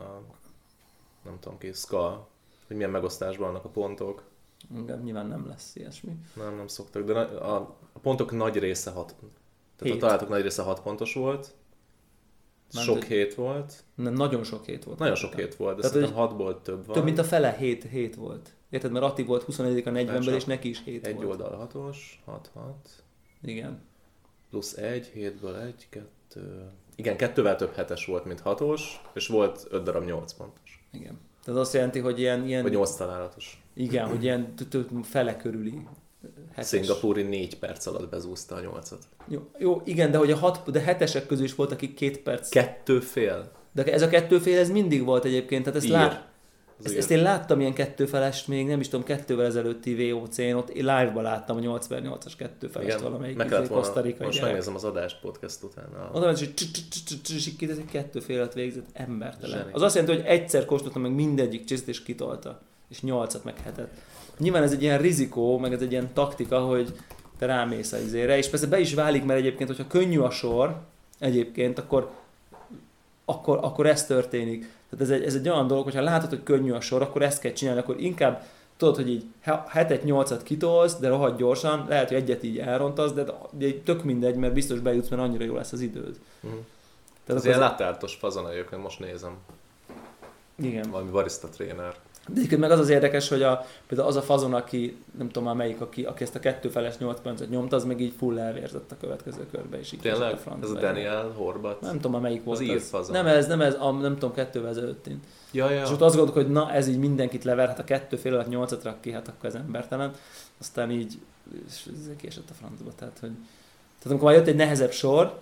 nem tudom ki, Ska, hogy milyen megosztásban vannak a pontok. Igen, nyilván nem lesz ilyesmi. Nem, nem szoktak, de a, a pontok nagy része hat. Tehát a találatok nagy része hat pontos volt. Nem, sok hogy... hét volt. Nem, nagyon sok hét volt. Nagyon sok hét volt, de tehát, szerintem hatból több van. Több mint a fele hét, hét volt. Érted, mert Atti volt huszonegyedik a negyvenből, és neki is hét egy volt. Egy oldal hatos, hat hat. Igen. Plusz egy, hétből egy, kettő. kettő... Igen, kettővel több hetes volt, mint hatos, és volt öt darab nyolc pontos. Igen. Tehát azt jelenti, hogy ilyen... ilyen vagy nyolc találatos. Igen, hogy ilyen fele körüli hetes. Szingapúri négy perc alatt bezúzta a nyolcat. Jó, jó, igen, de hogy a hat, de hetesek közül is volt, akik két perc... Kettő fél. De ez a kettő fél, ez mindig volt egyébként, tehát ezt, lát, ezt, ezt én láttam ilyen kettőfelest még, nem is tudom, kettővel ezelőtti vé o cén, ott én live-ba láttam a nyolc per nyolcas kettőfelest valamelyik kosztarikai. Most megnézem az adást podcast után. Oda ment, és így egy kettő félet végzett, embertelen. Az azt jelenti, hogy egyszer kóstoltam meg mindegyik csizt, és kitolta, és nyolcat meg hetet. Nyilván ez egy ilyen rizikó, meg ez egy ilyen taktika, hogy te rámész a izére, és persze be is válik, mert egyébként, hogyha könnyű a sor, egyébként, akkor Akkor, akkor ez történik. Tehát ez egy, ez egy olyan dolog, hogyha látod, hogy könnyű a sor, akkor ezt kell csinálni, akkor inkább tudod, hogy így hetet, nyolcat kitolsz, de rohadt gyorsan, lehet, hogy egyet így elrontasz, de tök mindegy, mert biztos bejutsz, mert annyira jó lesz az időd. Uh-huh. Tehát ez ilyen láttáltos fazon egyébként, most nézem. Igen. Valami barista tréner. De egyébként meg az az érdekes, hogy a, például az a fazon, aki, nem tudom már melyik, aki, aki ezt a kettőfeles nyolc percet nyomta, az meg így full elvérzett a következő körbe, és így tényleg? A francba. Ez a Daniel Horvat? Nem tudom már melyik volt. Az ír fazon. Nem ez, nem ez, a, nem tudom, kettővel ezelőttén. Ja, ja. És ott azt gondolok, hogy na ez így mindenkit lever, hát a kettő fél alatt nyolcat rak ki, hát akkor ez embertelen. Aztán így, és ez késett a francba, tehát hogy... Tehát amikor már jött egy nehezebb sor,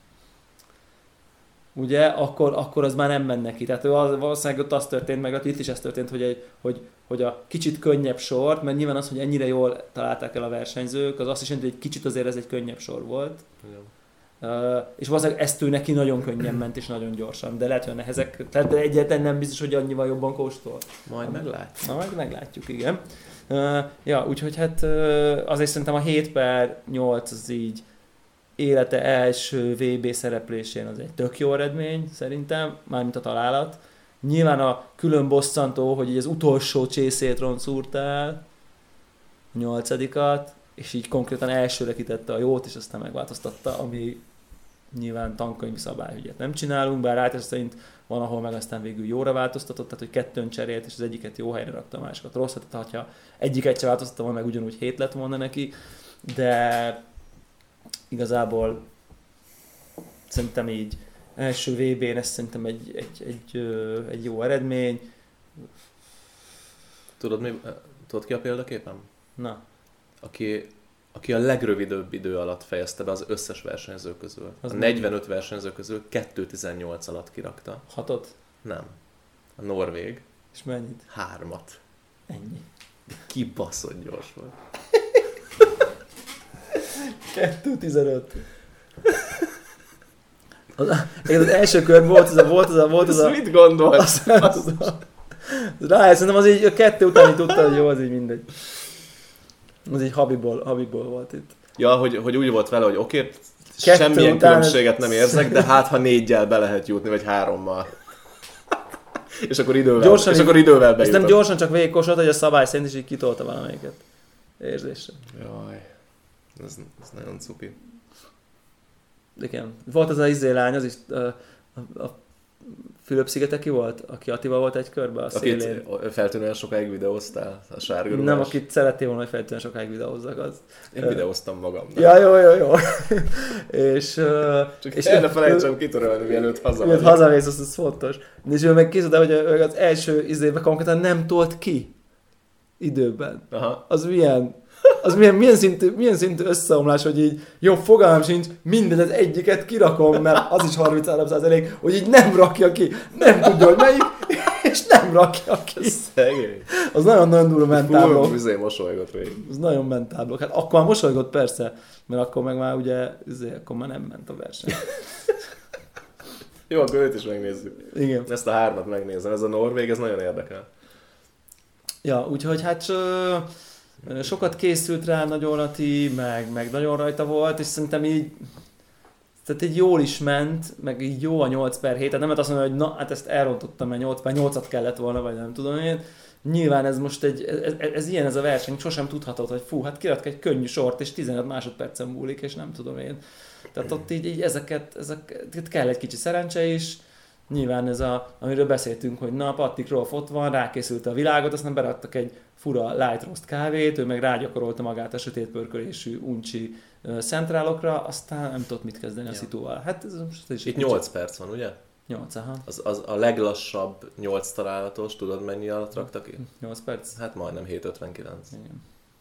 ugye, akkor, akkor az már nem menne ki. Tehát valószínűleg ott az történt, meg itt is ez történt, hogy, egy, hogy, hogy a kicsit könnyebb sort, mert nyilván az, hogy ennyire jól találták el a versenyzők, az azt is jelenti, hogy egy kicsit azért ez egy könnyebb sor volt. Uh, és valószínűleg ezt ő neki nagyon könnyen ment, és nagyon gyorsan, de lehet, hogy a nehezek, tehát egyáltalán nem biztos, hogy annyival jobban kóstol. Majd meglátjuk. Na, majd meglátjuk, igen. Uh, ja, úgyhogy hát uh, azért szerintem a hét per nyolc az így élete első vé bé szereplésén az egy tök jó eredmény, szerintem, mármint a találat. Nyilván a külön bosszantó, hogy így az utolsó csészétron szúrtál, a nyolcadikat, és így konkrétan elsőre kitette a jót, és aztán megváltoztatta, ami nyilván tankönyvi szabály, hogy ilyet nem csinálunk, bár rátes szerint van, ahol meg aztán végül jóra változtatott, tehát hogy kettőn cserélt, és az egyiket jó helyre rakta, a másikat rosszat, tehát ha egyiket se változtatta volna, meg ugyanúgy hét lett volna neki, de igazából szerintem így első vé bén ez szerintem egy, egy, egy, egy jó eredmény. Tudod, mi, tudod ki a példaképem? Na. Aki, aki a legrövidebb idő alatt fejezte be az összes versenyző közül. Az a negyvenöt versenyző közül kettő tizennyolc alatt kirakta. Hatot? Nem. A norvég. És mennyit? Hármat. Ennyi. Kibaszott gyors volt. kettő tizenöt. Az, az első kör volt az a... Volt az a, volt az a mit gondolsz? Az, az, az, rá, szerintem az így a kettő után így tudta, hogy jó, az így mindegy. Az így habiból, habiból volt itt. Ja, hogy, hogy úgy volt vele, hogy oké, okay, semmilyen különbséget nem érzek, de hát ha négyel be lehet jutni, vagy hárommal. és akkor idővel, gyorsan és így, akkor idővel bejutott. Ezt nem gyorsan csak végigkosolt, hogy a szabály szerint is így kitolta valamelyiket. Érzésre. Jaj, ez, ez nagyon cuki. Igen. Volt az a izé lány, az is a, a, a Fülöp-szigeteki volt, aki Attival volt egy körbe a szélén. Akit feltűnően sokáig videóztál, a sárga ruhás. Nem, akit szerettél volna, hogy feltűnően sokáig videózzak az. Én videóztam magam. Ja, jó, jó, jó. és... Csak és én ne felejtsem kitörölni, mielőtt hazamész. Mielőtt hazamész, az, az fontos. És ő meg készült, hogy az első izébe konkrétan nem tolt ki időben. Aha. Az milyen... Az milyen, milyen, szintű, milyen szintű összeomlás, hogy így jó, fogalmam sincs, mindent egyiket kirakom, mert az is harminchárom százalék, hogy így nem rakja ki, nem tudja, hogy melyik, és nem rakja ki. Szegény. Az nagyon-nagyon durva mentálblok. Fú, üzé mosolygott végig. Az nagyon mentálblok. Hát akkor már mosolygott persze, mert akkor meg már ugye, üzé, akkor már nem ment a verseny. Jó, akkor őt is megnézzük. Igen. Ezt a hármat megnézem, ez a norvég, ez nagyon érdekel. Ja, úgyhogy hát... sokat készült rá nagyon Ati, meg, meg nagyon rajta volt, és szerintem így, tehát így jól is ment, meg így jó a nyolc per hét, tehát nem lehet azt mondani, hogy na, hát ezt elrontottam, mert nyolc per nyolcat kellett volna, vagy nem tudom én. Nyilván ez most egy, ez, ez ilyen ez a verseny, sosem tudhatod, hogy fú, hát kiraktak egy könnyű sort, és tizenöt másodpercen múlik, és nem tudom én. Tehát ott így, így ezeket, ezeket kell egy kicsi szerencse is, nyilván ez a, amiről beszéltünk, hogy na, Patrick Rolf ott van, rákészült a világot, aztán beraktak egy fura light roast kávét, ő meg rágyakorolta magát a sötét pörkölésű uncsi uh, centrálokra, aztán nem tudott mit kezdeni ja. a szitúval. Hát ez, ez is itt nyolc perc van, ugye? nyolc, aha. Az, az a leglassabb nyolc találatos, tudod mennyi alatt raktak ki? nyolc perc? Hát majdnem hét ötvenkilenc. Igen.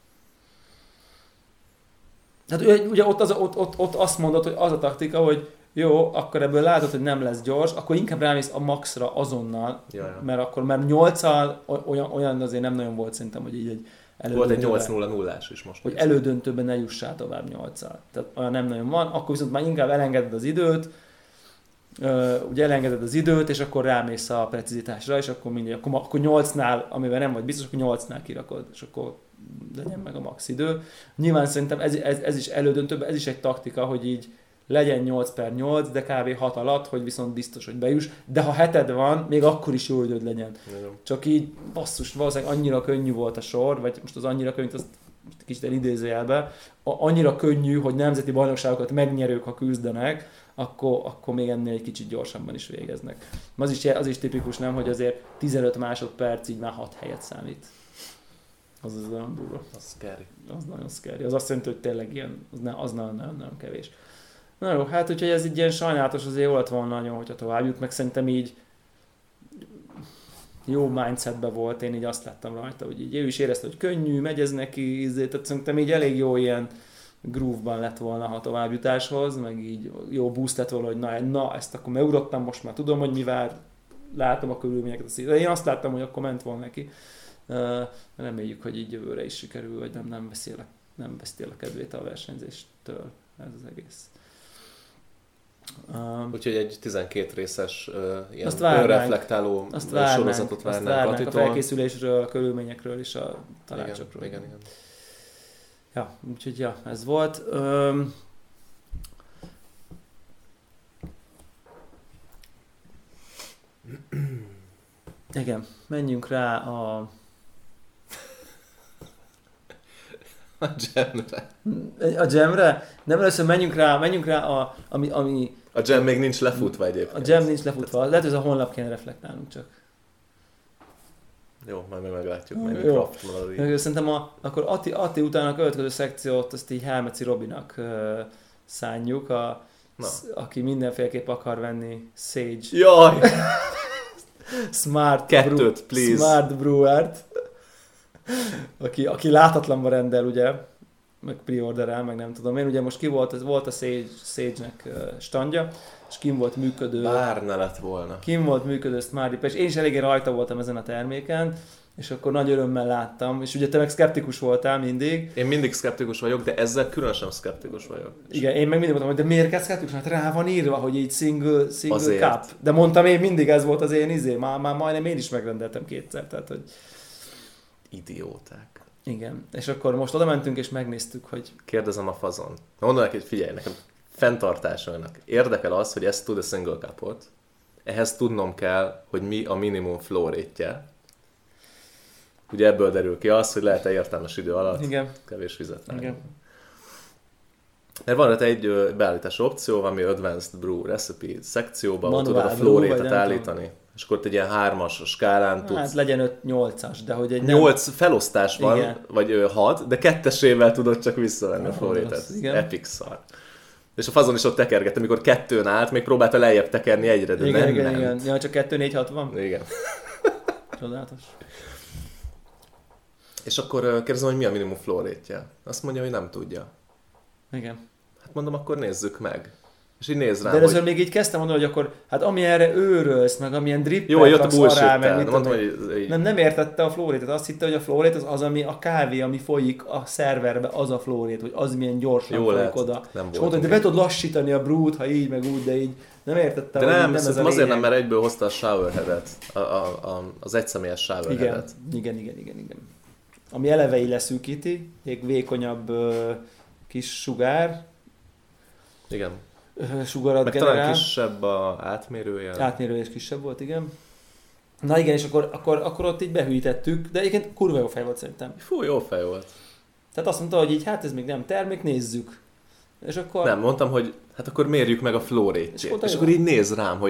Hát ugye ott, az, ott, ott, ott azt mondod, hogy az a taktika, hogy jó, akkor ebből látod, hogy nem lesz gyors, akkor inkább rámész a maxra azonnal, ja, mert akkor már nyolccal olyan, olyan azért nem nagyon volt szerintem, hogy így egy volt egy nyolc nulla nullás is most. Hogy elődöntőben ne jussál tovább nyolccal. Tehát olyan nem nagyon van, akkor viszont már inkább elengeded az időt, ugye elengeded az időt, és akkor rámész a precizitásra, és akkor mindegy, akkor, akkor nyolcnál, amivel nem vagy biztos, akkor nyolcnál kirakod, és akkor legyen meg a max idő. Nyilván szerintem ez, ez, ez is elődöntőben, ez is egy taktika, hogy így legyen nyolc per nyolc, de kb. hat alatt, hogy viszont biztos, hogy bejuss, de ha heted van, még akkor is jó időd legyen. Igen. Csak így basszus, valószínűleg annyira könnyű volt a sor, vagy most az annyira könnyű, azt kicsit elidézőjelbe, annyira könnyű, hogy nemzeti bajnokságokat megnyerők, ha küzdenek, akkor, akkor még ennél egy kicsit gyorsabban is végeznek. Az is, az is tipikus, nem, hogy azért tizenöt másodperc így már hat helyet számít. Az az nagyon durva. Az scary. Az nagyon scary. Az azt jelenti, hogy tényleg ilyen, az, ne, az nagyon, nagyon, nagyon kevés. Na jó, hát úgyhogy ez egy ilyen sajnálatos, azért volt volna nagyon, hogyha tovább jut, meg szerintem így jó mindsetben volt, én így azt láttam rajta, hogy így ő is érezte, hogy könnyű, megy ez neki, ízé, tehát szerintem így elég jó ilyen groove-ban lett volna a továbbjutáshoz, meg így jó boost lett volna, hogy na, na ezt akkor megugrottam, most már tudom, hogy mi vár, látom a körülményeket. De én azt láttam, hogy akkor ment volna neki. Uh, reméljük, hogy így jövőre is sikerül, vagy nem, nem veszi el, nem veszi el a kedvét a versenyzéstől ez az egész. Um, Úgyhogy egy tizenkét részes uh, ilyen önreflektáló sorozatot várnánk Patitól. A felkészülésről, a körülményekről és a tanácsokról. Igen, igen, igen. Ja, úgyhogy ja, ez volt. Um, igen, menjünk rá a... A jamre. A jamre? Nem, először menjünk rá, menjünk rá a, ami, ami... A jam még nincs lefutva egyébként. A jam nincs lefutva. Lehet, hogy ez a honlap kéne reflektálnunk csak. Jó, majd meg meglátjuk, majd Craft Mallory. Szerintem a, akkor Ati, Ati után a következő szekciót azt így Helmeci Robinak uh, szánjuk, a, sz, aki mindenféleképp akar venni Sage. Jaj! Smart, Kettőt, brew, please. Smart Brewert, aki, aki látatlanban rendel, ugye, meg preorderel, meg nem tudom én. Ugye most ki volt, ez volt a Sage, Sage-nek uh, standja, és kim volt működő... Bár ne lett volna. Kim volt működő Smart, és én is eléggé rajta voltam ezen a terméken, és akkor nagy örömmel láttam, és ugye te meg szkeptikus voltál mindig. Én mindig szkeptikus vagyok, de ezzel különösen szkeptikus vagyok. Igen, én meg mindig mondtam, hogy de miért kell szkeptikus? Hát rá van írva, hogy így single, single cup. De mondtam én, mindig ez volt az én izé, már, már majdnem én is megrendeltem kétszer, tehát hogy... Idióták. Igen, és akkor most oda mentünk és megnéztük, hogy... Kérdezem a fazon. Mondom neki, hogy figyelj, nekem fenntartásainak érdekel az, hogy ezt tud a single cupot. Ehhez tudnom kell, hogy mi a minimum flow rate-je. Ugye ebből derül ki az, hogy lehet-e értelmes idő alatt igen. kevés vizet venni. Mert van egy beállítási opció, ami Advanced Brew Recipe szekcióban, ahol tudod a flow rate-et állítani. Tudom. És akkor ott egy ilyen hármas skálán hát tudsz... Hát legyen öt-nyolcas, de hogy egy nem... nyolc felosztás van, igen. Vagy hat, de kettesével tudod csak visszavenni a flow rate-et. Epic szar. És a fazon is ott tekergett, amikor kettőn állt, még próbálta lejjebb tekerni egyre, de igen, nem igen, ment. igen. Ja, csak kettő négy hat van? Igen. Csodálatos. És akkor kérdezem, hogy mi a minimum flow rate-je. Azt mondja, hogy nem tudja. Igen. Hát mondom, akkor nézzük meg. És így néz rám, de először hogy... még így kezdtem mondani, hogy akkor, hát ami erre őrölsz, meg amilyen drippet jó, jött a bullshit-tel. Nem, mondom, hogy... így... nem, nem értette a flow rate-et. Azt hitte, hogy a flow rate az az, ami a kávé, ami folyik a szerverbe, az a flow rate, hogy az milyen gyorsan jó folyik lehet. oda. Nem és mondta, hogy de be tudod lassítani a brewt, ha így, meg úgy, de így nem értette. De nem, nem ez azért lényeg. Nem, mert egyből hozta a showerheadet, a, a, a, az egyszemélyes showerheadet. Igen, igen, igen, igen, igen. Ami elevei leszűkíti, még vékonyabb uh, kis sugár. Igen. Sugarat meg generál. Talán kisebb a átmérője. Átmérője is kisebb volt, igen. Na igen, és akkor, akkor, akkor ott így behűítettük, de egyébként kurva jó fej volt szerintem. Fú, jó fej volt. Tehát azt mondta, hogy így hát ez még nem termék, nézzük. És akkor... Nem, mondtam, hogy hát akkor mérjük meg a flow rate-jét. És, és akkor így néz rám, hogy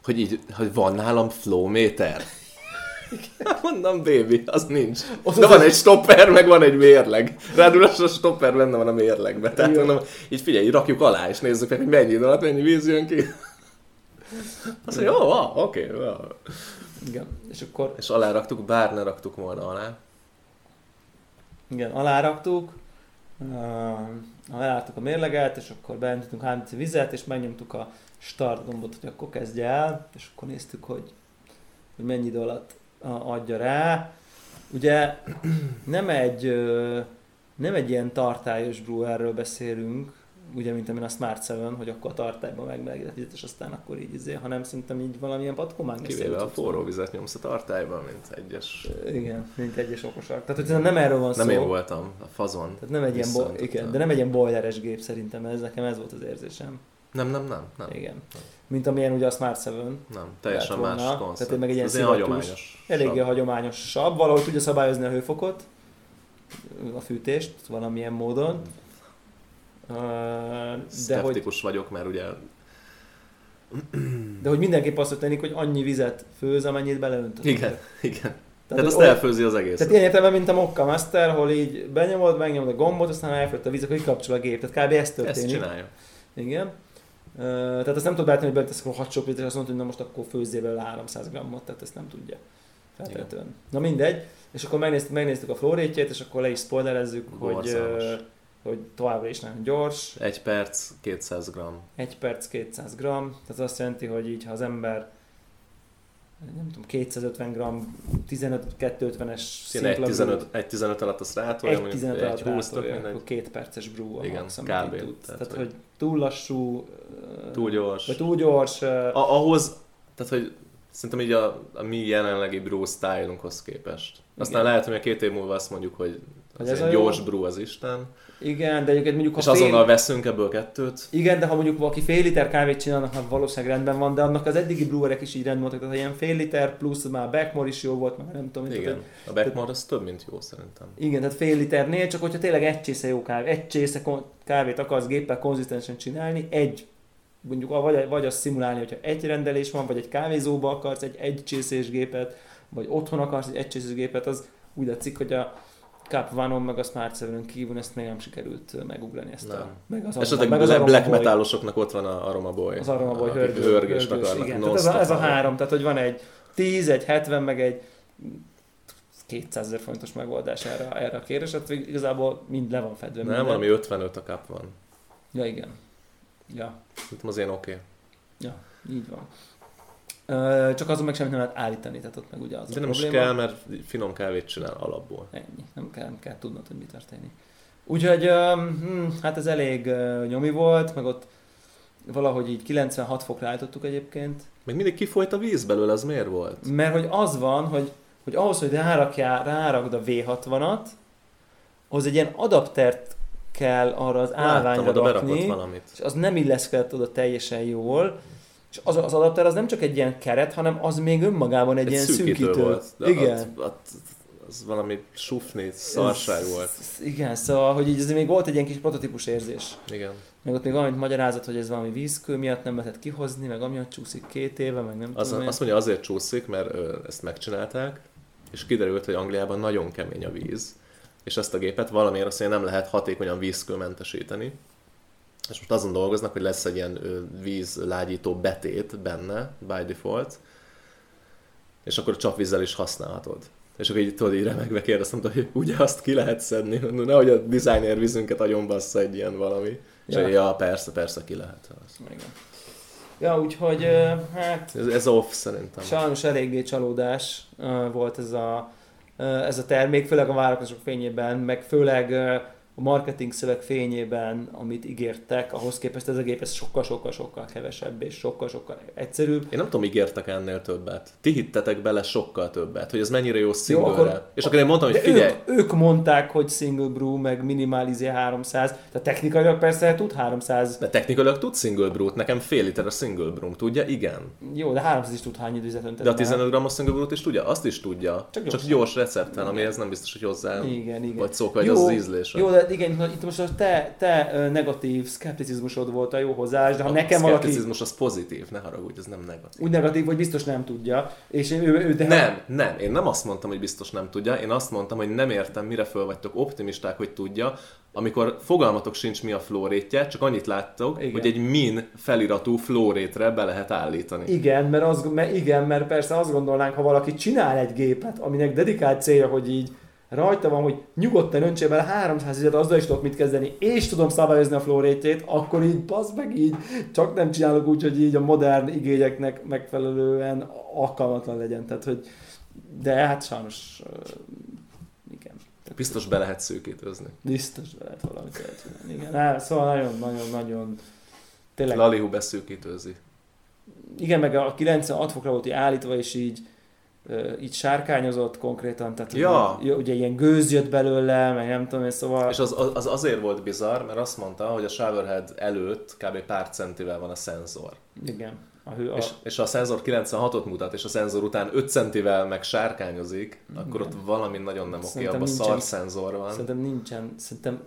Hogy így, hogy van nálam flowméter. Mondom, baby, az nincs. Ott de van egy stopper, meg van egy mérleg. Ráadásul a stopper benne van a mérlegben. Tehát mondom, így figyelj, így rakjuk alá, és nézzük meg, hogy mennyi idő alatt, mennyi víz jön ki. Azt mondja, jó, oh, oké. Okay, oh. Igen, és akkor... És aláraktuk, bár ne raktuk volna alá. Igen, aláraktuk, uh, aláraktuk a mérleget, és akkor beöntöttünk három deci vizet, és megnyomtuk a start gombot, hogy akkor kezdje el, és akkor néztük, hogy, hogy mennyi idő alatt adja rá. Ugye nem egy, nem egy ilyen tartályos brewerről beszélünk, ugye, mint amin a Smart Seven, hogy akkor a tartályban megmelegített vizet, és aztán akkor így izé, hanem szerintem így valamilyen patkomágnes. Kivéve a forró vizet nyomsz a tartályban, mint egyes... Igen, mint egyes okosak. Tehát, hogy nem erről van nem szó. Nem én voltam a fazon. Tehát nem egy ilyen, bo- igen, de nem egy ilyen boileres gép szerintem ez, nekem ez volt az érzésem. Nem, nem, nem. nem. Igen. Nem. Mint amilyen ugye a Smart Seven. Nem, teljesen más koncept. Tehát meg egy ilyen hagyományos. Eléggé hagyományosabb, valahogy tudja szabályozni a hőfokot, a fűtést valamilyen módon. De szkeptikus hogy, vagyok, mert ugye... De hogy mindenképp azt történik, hogy annyi vizet főz, amennyit beleöntött. Igen, igen. Tehát, tehát azt olyan, elfőzi az egész. Tehát ilyen értelemben, mint a Mokka Master, hol így benyomod, megnyomod a gombot, aztán elfőtt a víz, akkor kikapcsol a gép. Tehát kb. Ez történik. Ezt csinálja. Igen. Uh, tehát azt nem tudod beállítani, hogy beleteszek a hat soplit, és azt mondod, hogy na most akkor főzzél belőle háromszáz grammot, tehát ezt nem tudja. Feltétlenül. Na mindegy. És akkor megnéztük, megnéztük a flow rate-jét, és akkor le is spoilerezzük, hogy, uh, hogy továbbra is nagyon gyors. Egy perc, kétszáz gramm. Egy perc, kétszáz gramm. Tehát azt jelenti, hogy így, ha az ember nem tudom, kétszázötven gramm, tizenöt kétszázötvenes szimpla egy tizenöt alatt azt rátolja, egy tizenöt alatt rátolja, mindegy. akkor két perces brew a igen, max, amit kb. tud. Tehát, tehát, hogy túl lassú, túl gyors, vagy túl gyors. A, ahhoz, tehát, hogy szerintem így a, a mi jelenlegi brew style-unkhoz képest. Aztán igen. Lehet, hogy a két év múlva azt mondjuk, hogy az ez egy gyors brew az Isten. Igen, de egyébként mondjuk... És fél... azonnal veszünk ebből kettőt. Igen, de ha mondjuk valaki fél liter kávét csinálnak, hát valószínűleg rendben van, de annak az eddigi brewerek is így rendben voltak, tehát ilyen fél liter plusz már Backmore is jó volt, már nem tudom. Igen, tehát, a Backmore az több, mint jó szerintem. Igen, tehát fél liternél, csak hogyha tényleg egy csésze jó kávé, egy csésze kávét akarsz géppel konzisztensen csinálni, egy, mondjuk vagy, vagy azt szimulálni, hogyha egy rendelés van, vagy egy kávézóba akarsz egy egy csészés gépet, vagy otthon akarsz egy egy csészés gépet, az úgy látszik, hogy a Cup One-on meg a Smart Seven-ön kívül ezt még nem sikerült megugrani ezt nem. a... Meg az esetleg meg az black metalosoknak ott van a Aroma Boy. Az Aroma Boy hörgős, hörgést akarnak. Igen, tehát ez a, ez a három, tehát hogy van egy tíz, egy hetven, meg egy kétszázezer forintos megoldás erre, erre a kérésre, tehát igazából mind le van fedve. Nem, valami ötvenöt a Cup van. Ja, igen. Ja. Szerintem az ilyen oké. Okay. Ja, így van. Csak azon meg semmit nem lehet állítani, tehát ott meg ugye az de a nem probléma. is kell, mert finom kávét csinál alapból. Ennyi, nem kell, nem kell tudnod, hogy mi történik. Úgyhogy hm, hát ez elég nyomi volt, meg ott valahogy így kilencvenhat fokra állítottuk egyébként. Meg mindig kifolyt a víz belőle, az miért volt? Mert hogy az van, hogy, hogy ahhoz, hogy rárakjál, rárakd a vé hatvanat, ahhoz egy ilyen adaptert kell arra az állványra Láttam, rakni, és az nem illeszkedett oda teljesen jól. És az, az adapter az nem csak egy ilyen keret, hanem az még önmagában egy, egy ilyen szűkítő. szűkítő. Volt. De igen. Ott, ott, az valami sufni, szarság ez, volt. Igen, szóval, hogy így ez még volt egy ilyen kis prototípus érzés. Igen. Meg ott még valamit magyarázat, hogy ez valami vízkő miatt nem lehetett kihozni, meg amiatt csúszik két éve, meg nem az, tudom. Azt mondja, azért csúszik, mert ö, ezt megcsinálták, és kiderült, hogy Angliában nagyon kemény a víz, és ezt a gépet valamiért azt mondja, nem lehet hatékonyan vízkőmentesíteni. És most azon dolgoznak, hogy lesz egy ilyen vízlágyító betét benne, by default, és akkor csapvízzel is használhatod. És akkor így tudod, így remegve kérdeztem, hogy ugye azt ki lehet szedni, nehogy a designer vízünket agyon bassza egy ilyen valami. Ja. És ja, persze, persze ki lehet. Igen. Ja, úgyhogy hát... Ez, ez off szerintem. Sajnos eléggé csalódás volt ez a, ez a termék, főleg a várakozások fényében, meg főleg a marketing szöveg fényében, amit ígértek, ahhoz képest ez a gép ez sokkal-sokkal-sokkal kevesebb és sokkal-sokkal egyszerűbb. Én nem tudom, ígértek ennél többet. Ti hittetek bele sokkal többet, hogy ez mennyire jó single-re. És akkor én mondtam, hogy figyelj... Ők, ők mondták, hogy single brew, meg minimalizé háromszáz, tehát technikailag persze tud háromszáz. De technikailag tud single brew-t, nekem fél liter a single brew, tudja? Igen. Jó, de háromszáz is tud hány időzet öntetni. De a tizenöt grammos single brew-t is tudja? Azt is tudja. Csak gyors, Csak gyors recepten, amihez nem biztos, hogy hozzá igen, igen. vagy szók, vagy jó, az az ízlés. Jó, de de igen, itt most a te, te negatív szkepticizmusod volt a jó hozzáállás, de ha a nekem valaki... szkepticizmus az pozitív, ne haragudj, ez nem negatív. Úgy negatív, hogy biztos nem tudja. És ő, ő, de nem, ha... nem, én nem azt mondtam, hogy biztos nem tudja, én azt mondtam, hogy nem értem, mire föl vagytok optimisták, hogy tudja, amikor fogalmatok sincs, mi a flow rate-je, csak annyit láttok, igen. hogy egy min feliratú flow rate-re be lehet állítani. Igen mert, az, mert, igen, mert persze azt gondolnánk, ha valaki csinál egy gépet, aminek dedikált célja, hogy így rajta van, hogy nyugodtan öntsél bele háromszáz ezret, azzal is tudok mit kezdeni, és tudom szabályozni a flow rate-jét, akkor így bassz meg így, csak nem csinálok úgy, hogy így a modern igényeknek megfelelően alkalmatlan legyen. Tehát, hogy, de hát sajnos igen. Biztos be lehet szűkítőzni. Biztos be lehet valamit lehet csinálni. Igen, hát, szóval nagyon-nagyon-nagyon tényleg... Lalihu beszűkítőzi. Igen, meg a kilencvenhat fokra volt így állítva, és így így sárkányozott konkrétan, tehát ja. ugye, ugye ilyen gőz jött belőle, meg nem tudom, és szóval... És az, az azért volt bizarr, mert azt mondta, hogy a showerhead előtt kb. Pár centivel van a szenzor. Igen. A hő, a... És, és a szenzor kilencvenhatot mutat, és a szenzor után öt centivel meg sárkányozik, akkor igen. ott valami nagyon nem oké, abban szar szenzor van. Szerintem nincsen, szerintem...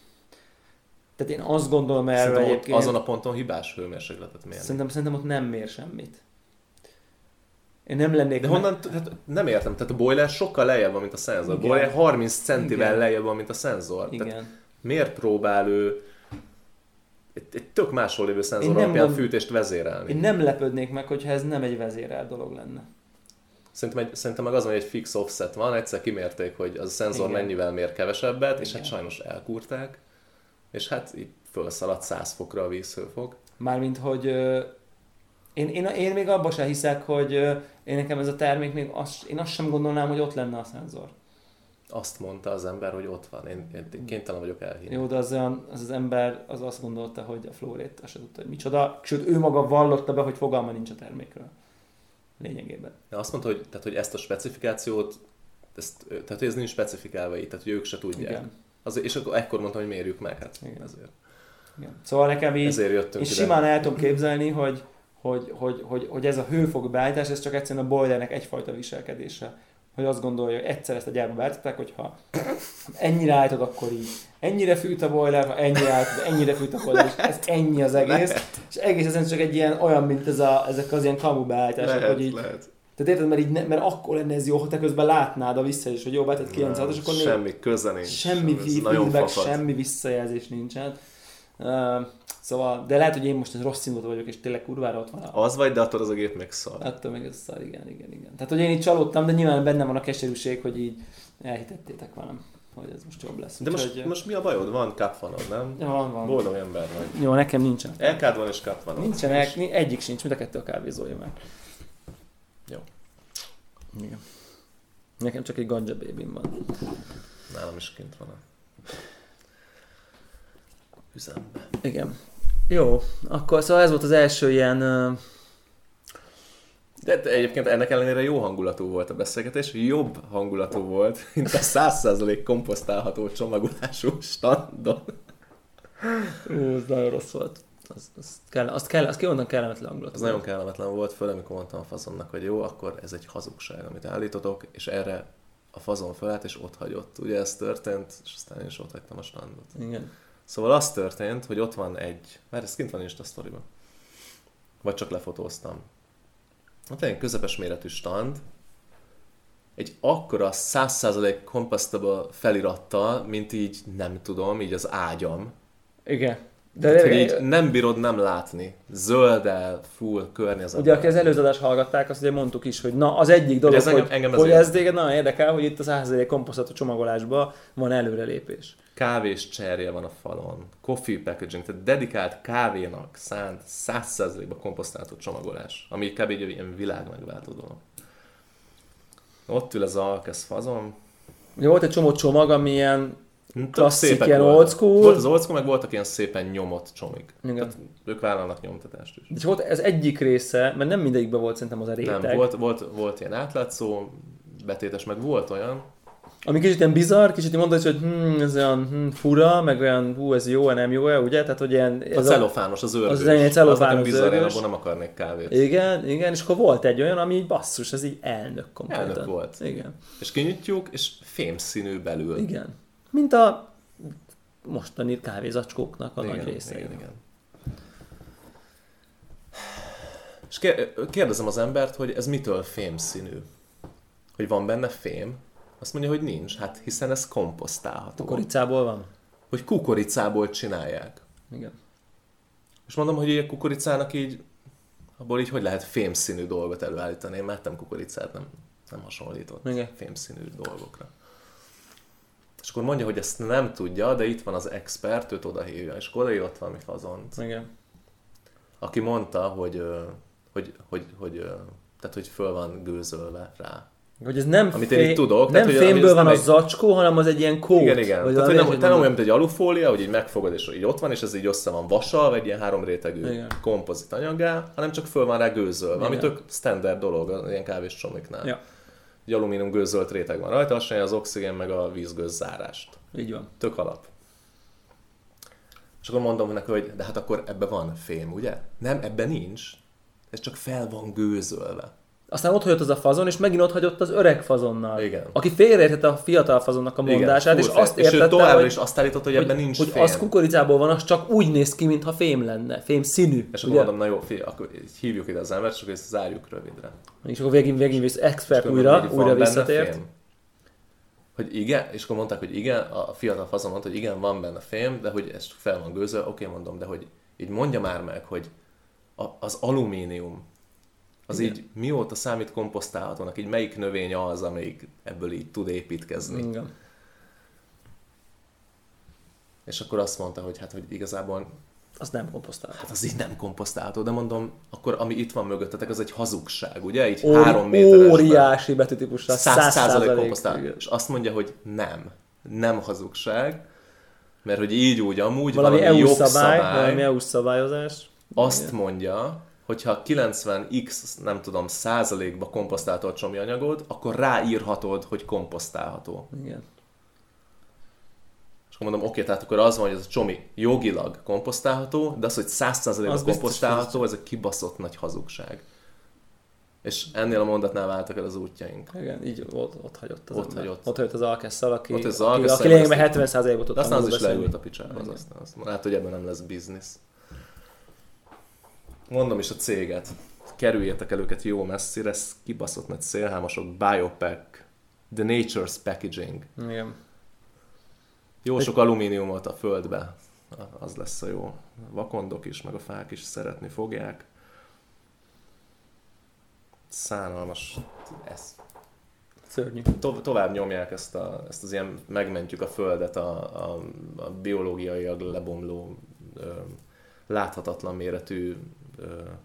Tehát én azt gondolom erről egyébként... azon a ponton hibás hőmérsékletet mérni. Szerintem, szerintem ott nem mér semmit. Én nem lennék... De honnan, hát nem értem, tehát a boiler sokkal lejjebb van, mint a szenzor. A boiler harminc centivel igen. lejjebb van, mint a szenzor. Igen. Tehát miért próbál ő egy, egy tök máshol lévő szenzor alapján mond... fűtést vezérelni? Én nem lepődnék meg, hogyha ez nem egy vezérelt dolog lenne. Szerintem, egy, szerintem meg az van, hogy egy fix offset van, egyszer kimérték, hogy az a szenzor igen. mennyivel mér kevesebbet, igen. és hát sajnos elkúrták, és hát így felszaladt száz fokra a vízhőfok. Mármint, hogy... Én, én, én még abban sem hiszek, hogy én nekem ez a termék még azt, én azt sem gondolnám, hogy ott lenne a szenzor. Azt mondta az ember, hogy ott van. Én, én kénytelen vagyok elhinni. Jó, de az, olyan, az az ember az azt gondolta, hogy a flow rate, azt se tudta, hogy micsoda. Sőt, ő maga vallotta be, hogy fogalma nincs a termékről. Lényegében. De azt mondta, hogy, tehát, hogy ezt a specifikációt, ezt, tehát hogy ez nincs specifikálva így, tehát hogy ők se tudják. Igen. Azért, és akkor ekkor mondtam, hogy mérjük meg, hát igen. ezért. Igen. Szóval nekem így, ezért jöttünk én simán el tudom képzelni, hogy Hogy, hogy, hogy, hogy ez a hőfok beállítás, ez csak egyszerűen a boilernek egyfajta viselkedése. Hogy azt gondolja, hogy egyszer ezt a gyárba beállították, hogyha ennyire állítod, akkor így. Ennyire fűt a boiler, ha ennyire állítod, ennyire fűt a boiler, és ez ennyi az egész. Lehet. És egész ezen csak egy ilyen olyan, mint ez a, ezek az ilyen kamu beállítások, lehet, hogy így. Lehet. Tehát érted, mert, így ne, mert akkor lenne ez jó, ha te közben látnád a visszajelzés, hogy jó, beállítod kilencvenhat, és akkor semmi köze nincs. Semmi feedback, semmi visszajelzés nincsen. Uh, Szóval, de lehet, hogy én most rossz indulatú vagyok, és tényleg kurvára ott van. A... Az vagy, de attól az a gép meg szar. Attól meg ez szar, igen, igen, igen. Tehát, hogy én így csalódtam, de nyilván bennem van a keserűség, hogy így elhitettétek velem, hogy ez most jobb lesz. De most, hogy... most mi a bajod? Van kapvanod, nem? Ja, van, van. Boldog ember vagy. Jó, nekem nincsen. el ká-d van és kapvanod. Nincsenek, és... egyik sincs, mind a kettő a kávézója már. Jó. Igen. Nekem csak egy ganja babym van. Nálam is kint van a üzembe. Igen. Jó, akkor szóval ez volt az első ilyen... De egyébként ennek ellenére jó hangulatú volt a beszélgetés, jobb hangulatú volt, mint a száz százalék komposztálható csomagolású standon. Ú, ez nagyon rossz volt. Az, az kell, azt, kell, azt kimondom kellemetlen hangulatú. Az nagyon kellemetlen volt, főleg amikor mondtam a fazonnak, hogy jó, akkor ez egy hazugság, amit állítotok, és erre a fazon felállt, és ott hagyott. Ugye ez történt, és aztán én is ott hagytam a standot. Igen. Szóval az történt, hogy ott van egy... Már ez kint van Insta sztoriban. Vagy csak lefotóztam. Ott egy közepes méretű stand, egy akkora száz százalék compostable felirattal, mint így nem tudom, így az ágyam. Igen. De tehát, így nem bírod nem látni. Zölddel, full környezetben. Ugye, aki az előző adást hallgatták, azt ugye mondtuk is, hogy na, az egyik dolog, ez hogy, engem, engem hogy ez téged nagyon érdekel, hogy itt a száz százalék komposztálható csomagolásban van előrelépés. Kávés cserje van a falon, coffee packaging, tehát dedikált kávénak szánt száz százalékban komposztálható csomagolás, ami kb. Egy ilyen világmegváltó dolog. Ott ül ez a ez fazon. Ugye volt egy csomó csomag, ami ilyen klasszik, ilyen old school. Volt az old school, meg voltak ilyen szépen nyomott csomig. Tehát ők vállalnak nyomtatást is. És volt ez egyik része, mert nem mindegyikben volt szerintem az a réteg. Nem, volt, volt, volt ilyen átlátszó, betétes, meg volt olyan. Ami kicsit ilyen bizarr, kicsit mondod, hogy hm, ez olyan hm, fura, meg olyan hú, ez jó-e, nem jó-e, ugye? Tehát, hogy ilyen... Ez a celofános, az örgős. Az egy celofános, az bizarr, én abban nem akarnék kávét. Igen, igen, és akkor volt egy olyan, ami így basszus, ez így elnök kompletten. Elnök volt. Igen. És kinyitjuk, és fémszínű belül. Igen. Mint a mostani kávézacskóknak a igen, nagy része. Igen, igen. És kérdezem az embert, hogy ez mitől fémszínű? Hogy van benne fém? Azt mondja, hogy nincs. Hát hiszen ez komposztálható. Kukoricából van? Hogy kukoricából csinálják. Igen. És mondom, hogy a kukoricának így, abból így hogy lehet fémszínű dolgot előállítani. Én már ettem kukoricát, nem, nem hasonlított Igen. fémszínű dolgokra. És akkor mondja, hogy ezt nem tudja, de itt van az expert, őt odahívja. És akkor odaírott valami fazont. Igen. Aki mondta, hogy, hogy, hogy, hogy, tehát, hogy föl van gőzölve rá. Hogy ez nem, Amit fém, én tudok, nem tehát, fémből van nem a egy... zacskó, hanem az egy ilyen kód. Igen, igen. Vagy Tehát, hogy nem, hogy nem olyan, mint egy alufólia, hogy így megfogod, és így ott van, és ez így össze van vasalva, egy ilyen három rétegű igen. kompozit anyaggá, hanem csak föl van rá gőzölve, ami tök standard dolog az ilyen kávés csomiknál. Ja. Egy alumínium gőzölt réteg van rajta, azt az oxigén meg a vízgőz zárást. Így van. Tök alap. És akkor mondom neki, hogy de hát akkor ebben van fém, ugye? Nem, ebben nincs. Ez csak fel van gőzölve. Aztán ott hagyott az a fazon, és megint ott hagyott az öreg fazonnal. Igen. Aki félreértette a fiatal fazonnak a mondását, igen, és azt értette, és ő továbbra hogy, is azt állított, hogy, hogy ebben nincs hogy fém. az kukoricából van, az csak úgy néz ki, mintha fém lenne, fém színű. És akkor mondom, na jó, fél, akkor hívjuk ide az embert, és akkor ezt zárjuk rövidre. És akkor végén, végén visz expert újra, újra visszatért. Hogy igen, és akkor mondták, hogy igen, a fiatal fazon mondta, hogy igen, van benne fém, de hogy ez fel van gőzölve, oké, mondom, de hogy így mondja már meg, hogy a, az alumínium, az igen. így mióta számít komposztálhatónak, így melyik növény az, amelyik ebből így tud építkezni. Igen. És akkor azt mondta, hogy hát, hogy igazából az nem komposztálható. Hát az így nem komposztálható, de mondom, akkor ami itt van mögöttetek, az egy hazugság, ugye? Így Óri, három méteresben. Óriási betűtípusra, száz százalék komposztálható. És azt mondja, hogy nem. Nem hazugság, mert hogy így úgy amúgy valami, valami é u jogszabály, szabály, valami é u szabályozás. Azt igen. mondja, hogyha kilencven x, nem tudom, százalékba komposztálható a csomi anyagod, akkor ráírhatod, hogy komposztálható. Igen. És akkor mondom, oké, tehát akkor az van, hogy ez a csomi jogilag komposztálható, de az, hogy száz százalékban komposztálható, ez egy kibaszott nagy hazugság. És ennél a mondatnál váltak el az útjaink. Igen, így ott, ott hagyott az ott hagyott. Ott hagyott az Alkesszal, aki, aki, az aki, aki lényegben hetven százalékot ott aztán az is leült a picsába, az aztán azt mondta, hát, hogy ebben nem lesz biznisz. Mondom is a céget, kerüljétek el őket jó messzire, ez kibaszott nagy szélhámosok, Biopack, The Nature's Packaging. Igen. Jó sok alumíniumot a földbe, az lesz a jó. A vakondok is, meg a fák is szeretni fogják. Szánalmas ez. Szörnyű. To- tovább nyomják ezt, a, ezt az ilyen, megmentjük a földet a, a, a biológiailag lebomló, ö, láthatatlan méretű ö,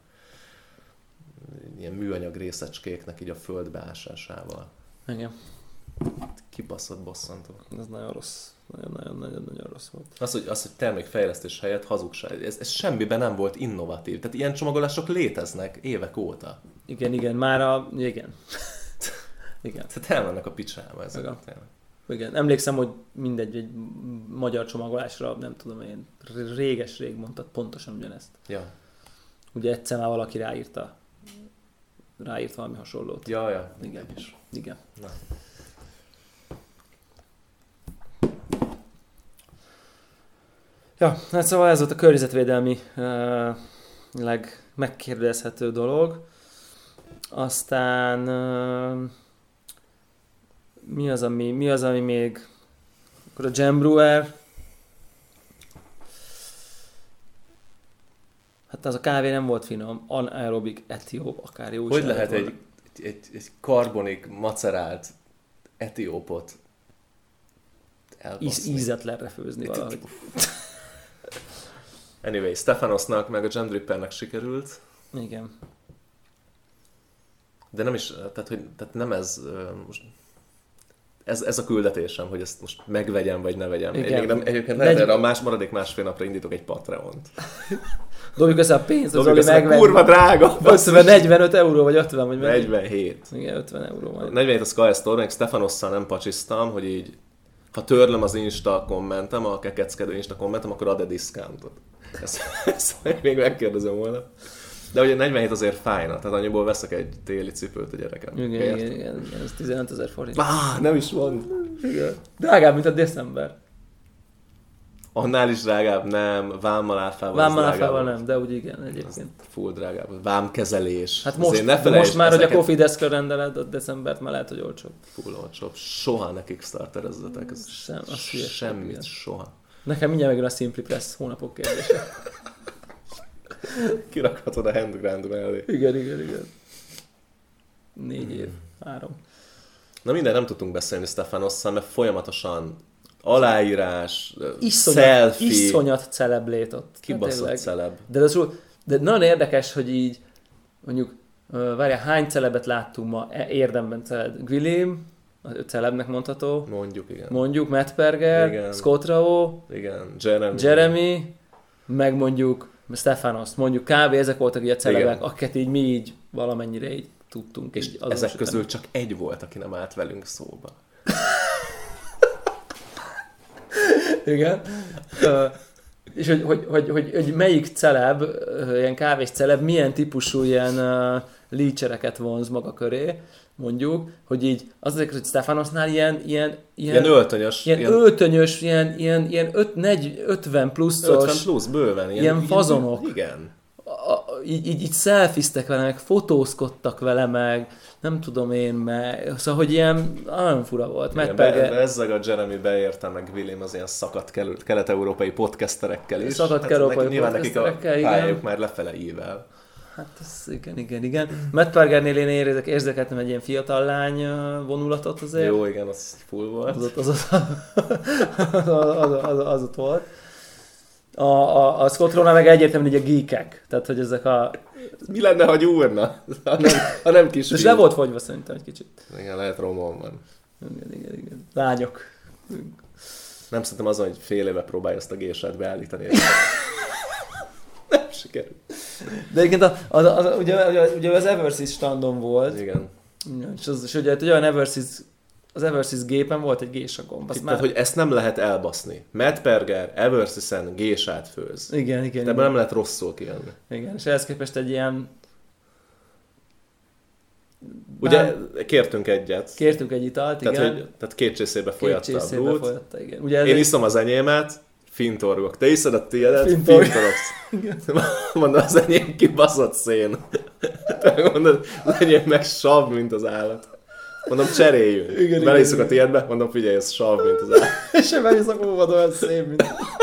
ilyen műanyag részecskéknek így a földbe ásásával. Igen. Kibaszott bosszantó. Ez nagyon rossz. Nagyon-nagyon-nagyon rossz volt. Az, hogy, az, hogy termékfejlesztés helyett hazugság. Ez, ez semmiben nem volt innovatív. Tehát ilyen csomagolások léteznek évek óta. Igen, igen, már a... Igen. Igen. Tehát elmennek a picsába ezek. Igen. Igen. Emlékszem, hogy mindegy, egy magyar csomagolásra, nem tudom én, réges-rég mondtad pontosan ugyanezt. Ja. Ugye egyszer már valaki ráírta, ráírt valami hasonlót. Ja, ja. Igen. Is. Igen. Na. Ja, hát szóval ez volt a környezetvédelmi uh, legmegkérdezhető dolog. Aztán uh, mi az, ami, mi az, ami még... Akkor a Jam Brewer. Hát az a kávé nem volt finom. Anaerobic etióp, akár jó is. Hogy lehet egy, egy, egy karbonik, macerált etiópot elbaszni? Ízetlenre főzni valahogy. Anyway, Stefanosnak meg a Jam Drippernek sikerült. Igen. De nem is, tehát, hogy, tehát nem ez, most, ez, ez a küldetésem, hogy ezt most megvegyem, vagy ne vegyem. Egyébként, egyébként lehet erre a más, maradék másfél napra indítok egy Patreont. Dobjuk össze a pénzt, az Dobjuk Zoli megvenni. Kurva drága! negyvenöt euró, vagy ötven, vagy mennyi? negyvenhét. Igen, ötven euró. Majd. negyvenhét a Sky Store, még Stefanosszal nem pacsiztam, hogy így, ha törlöm az Insta kommentem, a kekeckedő Insta kommentem, akkor ad-e diszkántot. Ezt, ezt még megkérdezem volna. De ugye negyvenhét azért fájna, tehát annyiból veszek egy téli cipőt a gyerekem. Igen, igen, igen, igen, ez tizenötezer forint. Ah, nem is van. Igen. Drágább, mint a december. Annál is drágább nem, vámmal áfával Vámmal áfával nem, de úgy igen egyébként. Full drágább. Vámkezelés. Hát most, most már, ezeket... hogy a Coffee Deskra rendeled a decembert, már lehet, hogy olcsóbb. Full olcsóbb. Soha ne Kickstarterezzetek. Ez Sem, semmit, igen. Soha. Nekem mindjárt megjön a Simply Press hónapok kérdése. Kirakhatod a handground mellé. Igen, igen, igen. Négy év. Három. Na minden, nem tudtunk beszélni Stefanosszal, mert folyamatosan aláírás, iszonyat, selfie. Iszonyat celeblét ott. Kibaszott celeb. De, az, de nagyon érdekes, hogy így mondjuk, várjál, hány celebet láttunk ma érdemben celeb? Gwilym, celebnek mondható. Mondjuk, igen. Mondjuk, Matt Perger, igen. Scott Rao, igen. Jeremy. Jeremy, meg mondjuk Stefanos. Mondjuk kb. Ezek voltak így a celebek, akiket így mi így valamennyire így tudtunk. És ezek közül csak egy volt, aki nem állt velünk szóba. Igen. Uh, és hogy, hogy, hogy, hogy, hogy melyik celeb, uh, ilyen kávés celeb, milyen típusú ilyen uh, leachereket vonz maga köré, mondjuk, hogy így azért, hogy Stefanosnál ilyen ilyen, ilyen, ilyen öltönyös, ilyen, ilyen öltönyös, ilyen, ilyen, ilyen öt, negy, ötven pluszos, ötven plusz, bőven, ilyen, ilyen fazonok. Ilyen, igen. A, így, így, így szelfiztek vele, meg fotózkodtak vele, meg nem tudom én, meg szóval, hogy ilyen nagyon fura volt. Igen, be, be, ezzel a Jeremy beérte, meg Gwilym az ilyen szakadt kelet-európai podcasterekkel is. Szakadt hát kelet-európai nyilván nekik a pályájuk már lefele ível. Hát ez igen, igen, igen. Matt Pergernél én érzek, érzékeltem egy ilyen fiatal lány vonulatot azért. Jó, igen, az full volt. Az ott, az, az, az, az, az, az ott volt. A, a, a Scott Rowna meg egyértelműen így a geekek. Tehát, hogy ezek a... Mi lenne, ha gyúrna? Ha nem, ha nem kis és le volt fogyva szerintem egy kicsit. Igen, lehet romon van. Igen, igen, igen. Lányok. Nem szerintem azon, hogy fél éve próbálja azt a gésát beállítani. Nem sikerült. De egyébként a, a, a, a, ugye, ugye az Eversys standon volt. Igen. És, az, és ugye egy olyan Eversys, az Eversys gépen volt egy gésa gomb. Tehát, már... hogy ezt nem lehet elbaszni. Matt Perger Eversysen gésát főz. Igen, igen. Tehát nem lehet rosszul kijönni. Igen, és ehhez képest egy ilyen... Ugye Bár... kértünk egyet. Kértünk egy italt, tehát, igen. Hogy, tehát két csészébe folyatta a brút. Folyatta, igen. Ugye ez Én egy... iszom az enyémet, fintorgok. Te iszod a tiédet, fintorogsz. Mondom, az enyém kibaszott szén. Te mondod, az enyém meg sav, mint az állat. Mondom, cseréljünk. Beleiszok a tiédbe, mondom, figyelj, ez sav, mint az állat. És sem beiszok, ó, olyan szén, mint...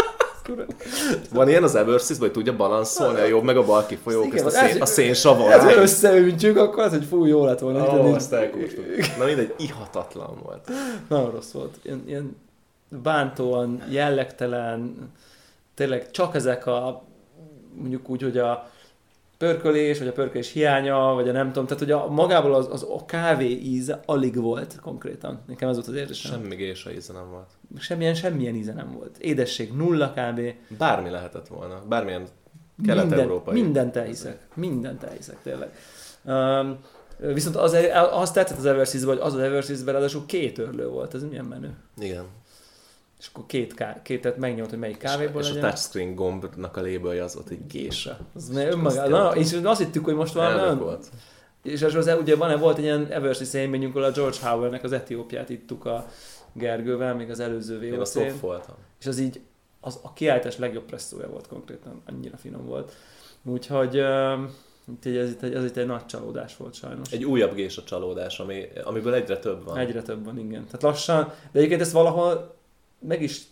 Van ilyen az Eversys-ben, hogy tudja balanszolni a jobb meg a bal kifolyók, ezt a, szén, a szénsavar. Ez összeöntjük, akkor az, hogy fú, jó lett volna. Ó, oh, azt elkúrtuk. Na mindegy, ihatatlan volt. Nagyon rossz volt. Ilyen, ilyen bántóan, jellegtelen, tényleg csak ezek a, mondjuk úgy, hogy a pörkölés, vagy a pörkölés hiánya, vagy a nem tudom, tehát hogy a, magából az, az a kávé íze alig volt konkrétan. Nekem ez volt az érzésem. Semmi gésa íze nem volt. Semmilyen, semmilyen íze nem volt. Édesség nulla kávé. Bármi lehetett volna. Bármilyen kelet-európai. Minden, mindent elhiszek. Mindent elhiszek, tényleg. Um, viszont az, az tetszett az Eversys-ben, hogy az az Eversys-ben ráadásul két örlő volt. Ez milyen menő. Igen. És akkor két, ká- két tehát megnyomott, hogy melyik kávéból és, legyen. És a touchscreen gombnak a labelje az ott egy gésa. Az önmagában. Na, és azt hittük, hogy most van nem. Volt. És az, az ugye van, volt egy ilyen Eversys élményünk, ahol a George Howellnek az Etiópiát ittuk a Gergővel, még az előző vé o cén. Én a voltam. És az így, az a kiállítás legjobb presszója volt konkrétan, annyira finom volt. Úgyhogy uh, ez, itt egy, ez itt egy nagy csalódás volt sajnos. Egy újabb gésa csalódás, ami, amiből egyre több van. Egyre több van, igen. Tehát lassan, de egyébként ezt valahol meg is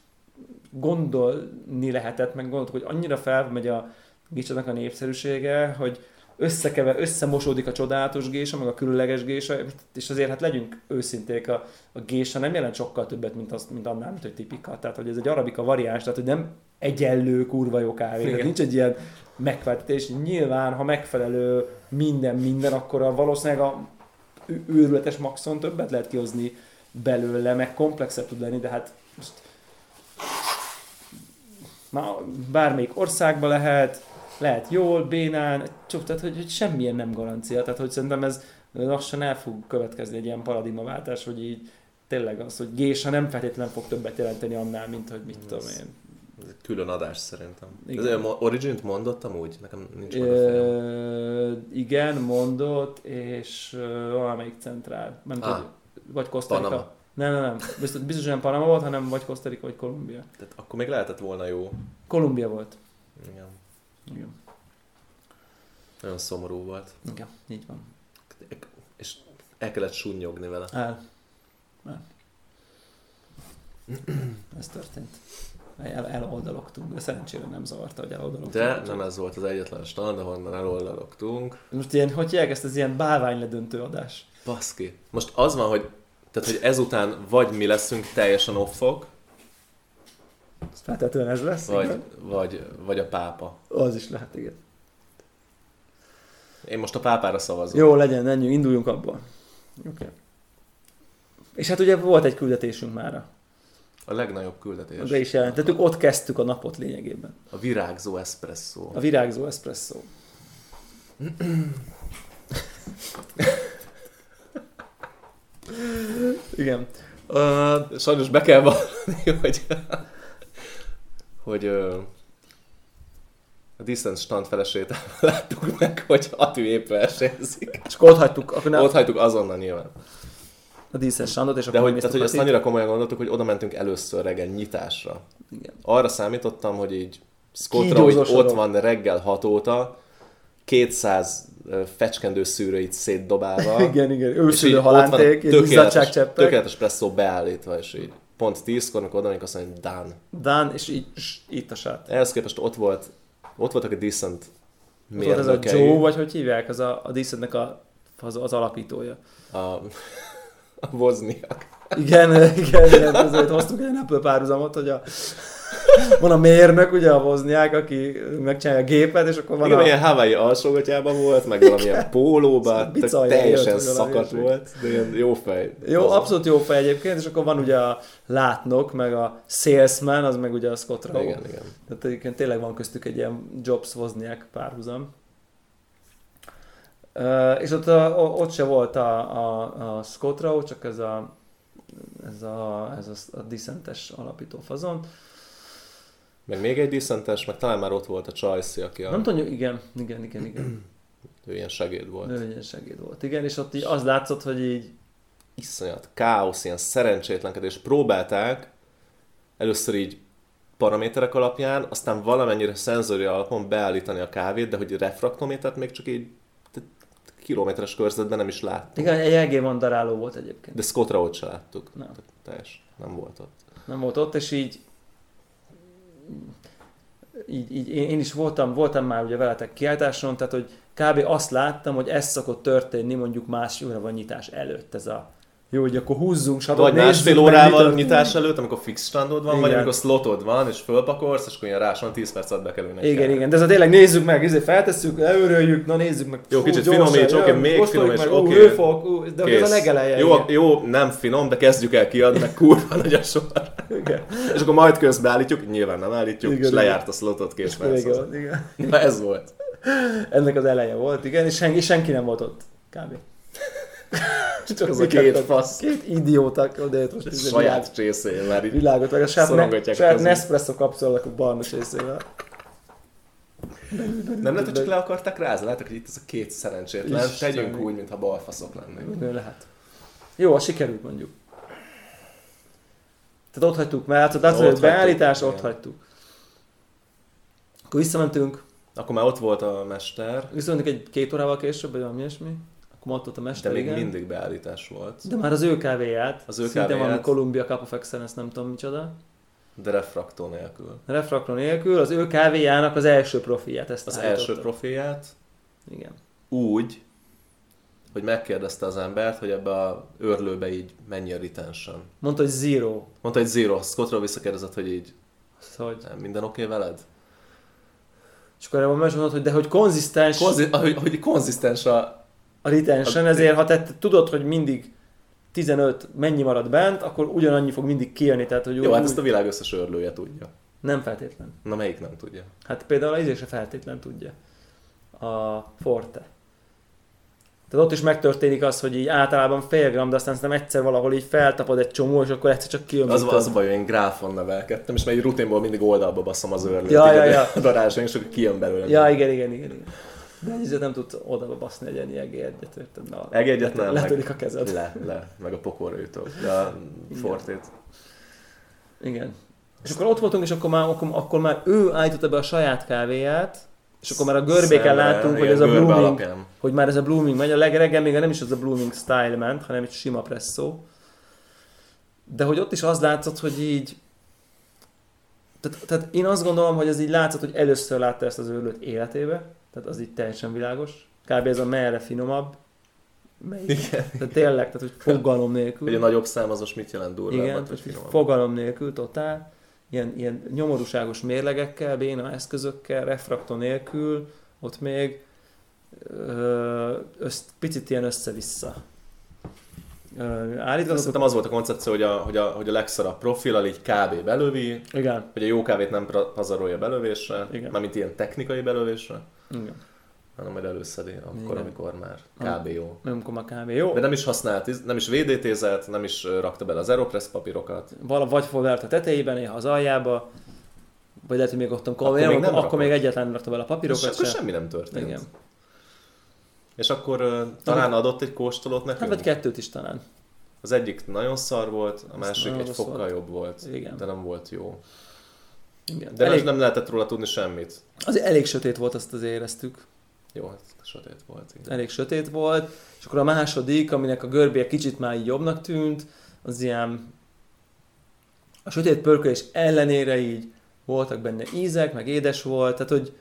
gondolni lehetett, meg gondoltuk, hogy annyira felmegy a gésának a népszerűsége, hogy összekever, összemosódik a csodálatos gésa, meg a különleges gésa, és azért hát legyünk őszinték, a, a gésa nem jelent sokkal többet, mint, az, mint annál, mint hogy tipika. Tehát, hogy ez egy arabika variáns, tehát, hogy nem egyenlő kurva jó kávé. Tehát nincs egy ilyen megfeleltetés. Nyilván, ha megfelelő minden, minden, akkor a valószínűleg a őrületes maxon többet lehet kihozni belőle, meg komplexebb tud lenni, de hát most már bármelyik országban lehet, lehet jól, bénán, csak tehát, hogy, hogy semmilyen nem garancia. Tehát, hogy szerintem ez lassan el fog következni egy ilyen paradigmaváltás, hogy így tényleg az, hogy gésa nem feltétlenül fog többet jelenteni annál, mint hogy mit ez, tudom én. Ez egy külön adás szerintem. Igen. Ez Origin-t mondott amúgy? Nekem nincs meg a fejem. Igen, mondott, és uh, valamelyik centrál. Nem ah, vagy Costa Rica. Nem, nem, nem. Biztos, biztos nem Panama volt, hanem vagy Costa Rica, vagy Kolumbia. Tehát akkor még lehetett volna jó. Kolumbia volt. Igen. Igen. Nagyon szomorú volt. Igen, így van. És el kellett sunnyogni vele. El. El. Ez történt. El, eloldalogtunk, de szerencsére nem zavarta, hogy eloldalogtunk. De nem ez volt az egyetlen stand, ahonnan eloldalogtunk. Most ilyen, hogy hívják ezt az ilyen bálványledöntő adás? Baszki. Most az van, hogy, tehát, hogy ezután vagy mi leszünk teljesen offok, feltétlenül ez lesz. vagy, vagy, vagy a pápa. Az is lehet, igen. Én most a pápára szavazok. Jó, legyen, menjünk, induljunk abból. Oké. Okay. És hát ugye volt egy küldetésünk mára. A legnagyobb küldetés. Be is jelentettük, ott kezdtük a napot lényegében. A virágzó eszpresszó. A virágzó eszpresszó. Igen. Uh, sajnos be kell vallani, hogy, hogy uh, a Decent stand felesét láttuk meg, hogy Atű épp versenyzik. És akkor ott hagytuk. Akkor nem... Ott hagytuk azonnal nyilván. A Decent standot, és de akkor hogy, tehát, hogy ezt annyira komolyan gondoltuk, hogy oda mentünk először reggel nyitásra. Igen. Arra számítottam, hogy így Scottra, hogy ott van reggel hat óta, kétszáz fecskendő szűrőit szétdobálva. Igen, igen, őszülő halánték, egy izzadságcseppek. Tökéletes presszó beállítva, és így pont tízkor, amikor oda megyünk, azt mondja, done. Done, és így itt a sát. Ehhez képest ott volt, ott voltak a Decent mérnökei. Ott volt ez a Joe, vagy hogy hívják, az a, a Decentnek a, az, az alapítója. A, a Wozniak. Igen, igen, igen, azért hoztuk egy Apple párhuzamot, hogy a, van a mérnök, ugye a Wozniak, aki megcsinálja a gépet, és akkor van igen, a... ilyen Hawaii alsógatyában volt, meg valamilyen pólóban, szóval teljesen szakadt volt, de ilyen jó fej. Jó, az abszolút jó fej egyébként, és akkor van ugye a látnok, meg a salesman, az meg ugye a Scott Rowe. Igen, igen. Tehát egyébként tényleg van köztük egy ilyen Jobs-Wozniak párhuzam. Uh, és ott, a, ott se volt a, a, a Scott Rowe, csak ez a, ez a, ez a, a Decentes alapító fazon. Meg még egy Decentes, meg talán már ott volt a Csajci, aki a... Nem tudom, igen, igen, igen, igen. Ő ilyen segéd volt. Ő ilyen segéd volt, igen, és ott így az látszott, hogy így... Iszonyat, káosz, ilyen szerencsétlenkedés. Próbálták először így paraméterek alapján, aztán valamennyire szenzori alapon beállítani a kávét, de hogy refraktométert még csak így kilométeres körzetben nem is láttuk. Igen, egy eléggé mandaráló volt egyébként. De Scott Rowe-t se láttuk. Nem. Teljes, nem volt ott. Nem volt ott, és így így, így én is voltam, voltam már ugye veletek kiáltáson, tehát hogy kb. Azt láttam, hogy ez szokott történni mondjuk másfél óra van nyitás előtt, ez a jó, hogy akkor húzzunk, stb. Vagy másfél órával nyitás előtt, amikor fix standod van, igen. Vagy amikor slotod van, és fölpakolsz, és akkor ilyen ráson tíz perc alatt bekerülnek. Igen, kell. igen, de ez a tényleg nézzük meg, ezért feltesszük, leőröljük, na nézzük meg. Jó, kicsit finomíts, oké, még finom, és oké. Okay. De kész. Ez a legeleje. Jó, jó, nem finom, de kezdjük el kiadni, meg kurva nagy a sor. Igen. És akkor majd közben állítjuk, nyilván nem állítjuk, igen, és igen. Lejárt a slotot, kész perc. Igen, igen. Na ez volt. Ennek az eleje volt, igen, és senki, senki nem volt ott, kb. Csak az a két fasz. Két idiótak, de most ez saját csészével már így világot, meg a saját, saját Nespresso kapszolnak a barna csészével. Nem lehet, hogy csak le akarták rázni? Láttak, hogy itt ez a két szerencsétlen. Tegyünk úgy, mintha balfaszok lennénk. Lehet. Jó, sikerült mondjuk. Tehát ott hagytuk, mert látszott, hogy beállítás, ott hagytuk. Akkor visszamentünk. Akkor már ott volt a mester. Visszamentünk egy két órával később, vagy valami ilyesmi. Akkor ott a mester, de még igen. mindig beállítás volt. De már az ő kávéját. Az ő szinte kávéját. valami Columbia Cup of Excellence, nem tudom micsoda. De refraktó nélkül. Refraktó nélkül, az ő kávéjának az első profilját. Ezt az első profilját. Igen. Úgy, hogy megkérdezte az embert, hogy ebbe a őrlőbe így mennyi a retention. Mondta, hogy zero. Mondta, hogy zero. Scottról visszakérdezett, hogy így hogy... nem, minden oké okay veled? És akkor ebben mondod, hogy de hogy konzisztens... Konzi- hogy, hogy konzisztens a... A retention, a... ezért ha te tudod, hogy mindig tizenöt mennyi marad bent, akkor ugyanannyi fog mindig kijönni. Tehát, hogy jó, úgy, hát ezt a világ összes őrlője tudja. Nem feltétlen. Na melyik nem tudja? Hát például az se feltétlen tudja. A Forte. Tehát ott is megtörténik az, hogy így általában fél gram, de aztán szerintem egyszer valahol így feltapad egy csomó, és akkor egyszer csak kijön. Az, az a baj, hogy én gráfon nevelkedtem, és már egy rutinból mindig oldalba basszom az őrlőt. Ja, ja, ja. A darázsán, és akkor kijön belőle. Ja, igen, igen, igen. igen. De ezért nem tudsz oda baszni egy ilyen egé egyet, érted? Na, egé egyet nem, letörik a kezed. Le, le, meg a pokolra jutok. De a Fortét. Igen. És akkor ott voltunk, és akkor már, akkor, akkor már ő állította be a saját kávéját, és akkor már a görbéken láttunk, hogy ez a blooming, alapján. Hogy már ez a blooming megy. A legreggel még nem is az a blooming style ment, hanem egy sima presszó. De hogy ott is az látszott, hogy így... Tehát, tehát én azt gondolom, hogy ez így látszott, hogy először látta ezt az őrlőt életébe. Tehát az így teljesen világos. Kb. Ez a merre finomabb. Igen. Tehát tényleg, tehát hogy fogalom nélkül. Hogy a nagyobb szám az most mit jelent durvább? Igen, vagy finomabb? Fogalom nélkül, totál. Ilyen, ilyen nyomorúságos mérlegekkel, béna eszközökkel, refraktor nélkül, ott még össz, picit ilyen össze-vissza. Állítva szerintem az volt a koncepció, hogy a, hogy a, hogy a legszarabb profillal így kb. Belövi, igen. Hogy a jó kávét nem pazarolja belövésre, mármint ilyen technikai belövésre, igen. hanem majd előszedi, akkor, igen. Amikor már kb. Jó. Amikor már kb. Jó. De nem is használt, nem is vé dé té-zett, nem is rakta bele az Aeropress papírokat. Vala vagy foglalta a tetejében, néha az aljába, vagy lehet, hogy még ott akkor, még, nem akkor még egyáltalán nem rakta bele a papírokat. És akkor semmi nem történt. Igen. És akkor uh, talán adott egy kóstolót nekünk? Hát vagy kettőt is talán. Az egyik nagyon szar volt, a másik egy fokkal volt. Jobb volt, igen. De nem volt jó. Igen. De elég... nem lehetett róla tudni semmit. Az elég sötét volt, azt azért éreztük. Jó, hát sötét volt. Igen. Elég sötét volt, és akkor a második, aminek a görbéje kicsit már így jobbnak tűnt, az ilyen a sötét pörkölés ellenére így voltak benne ízek, meg édes volt, tehát hogy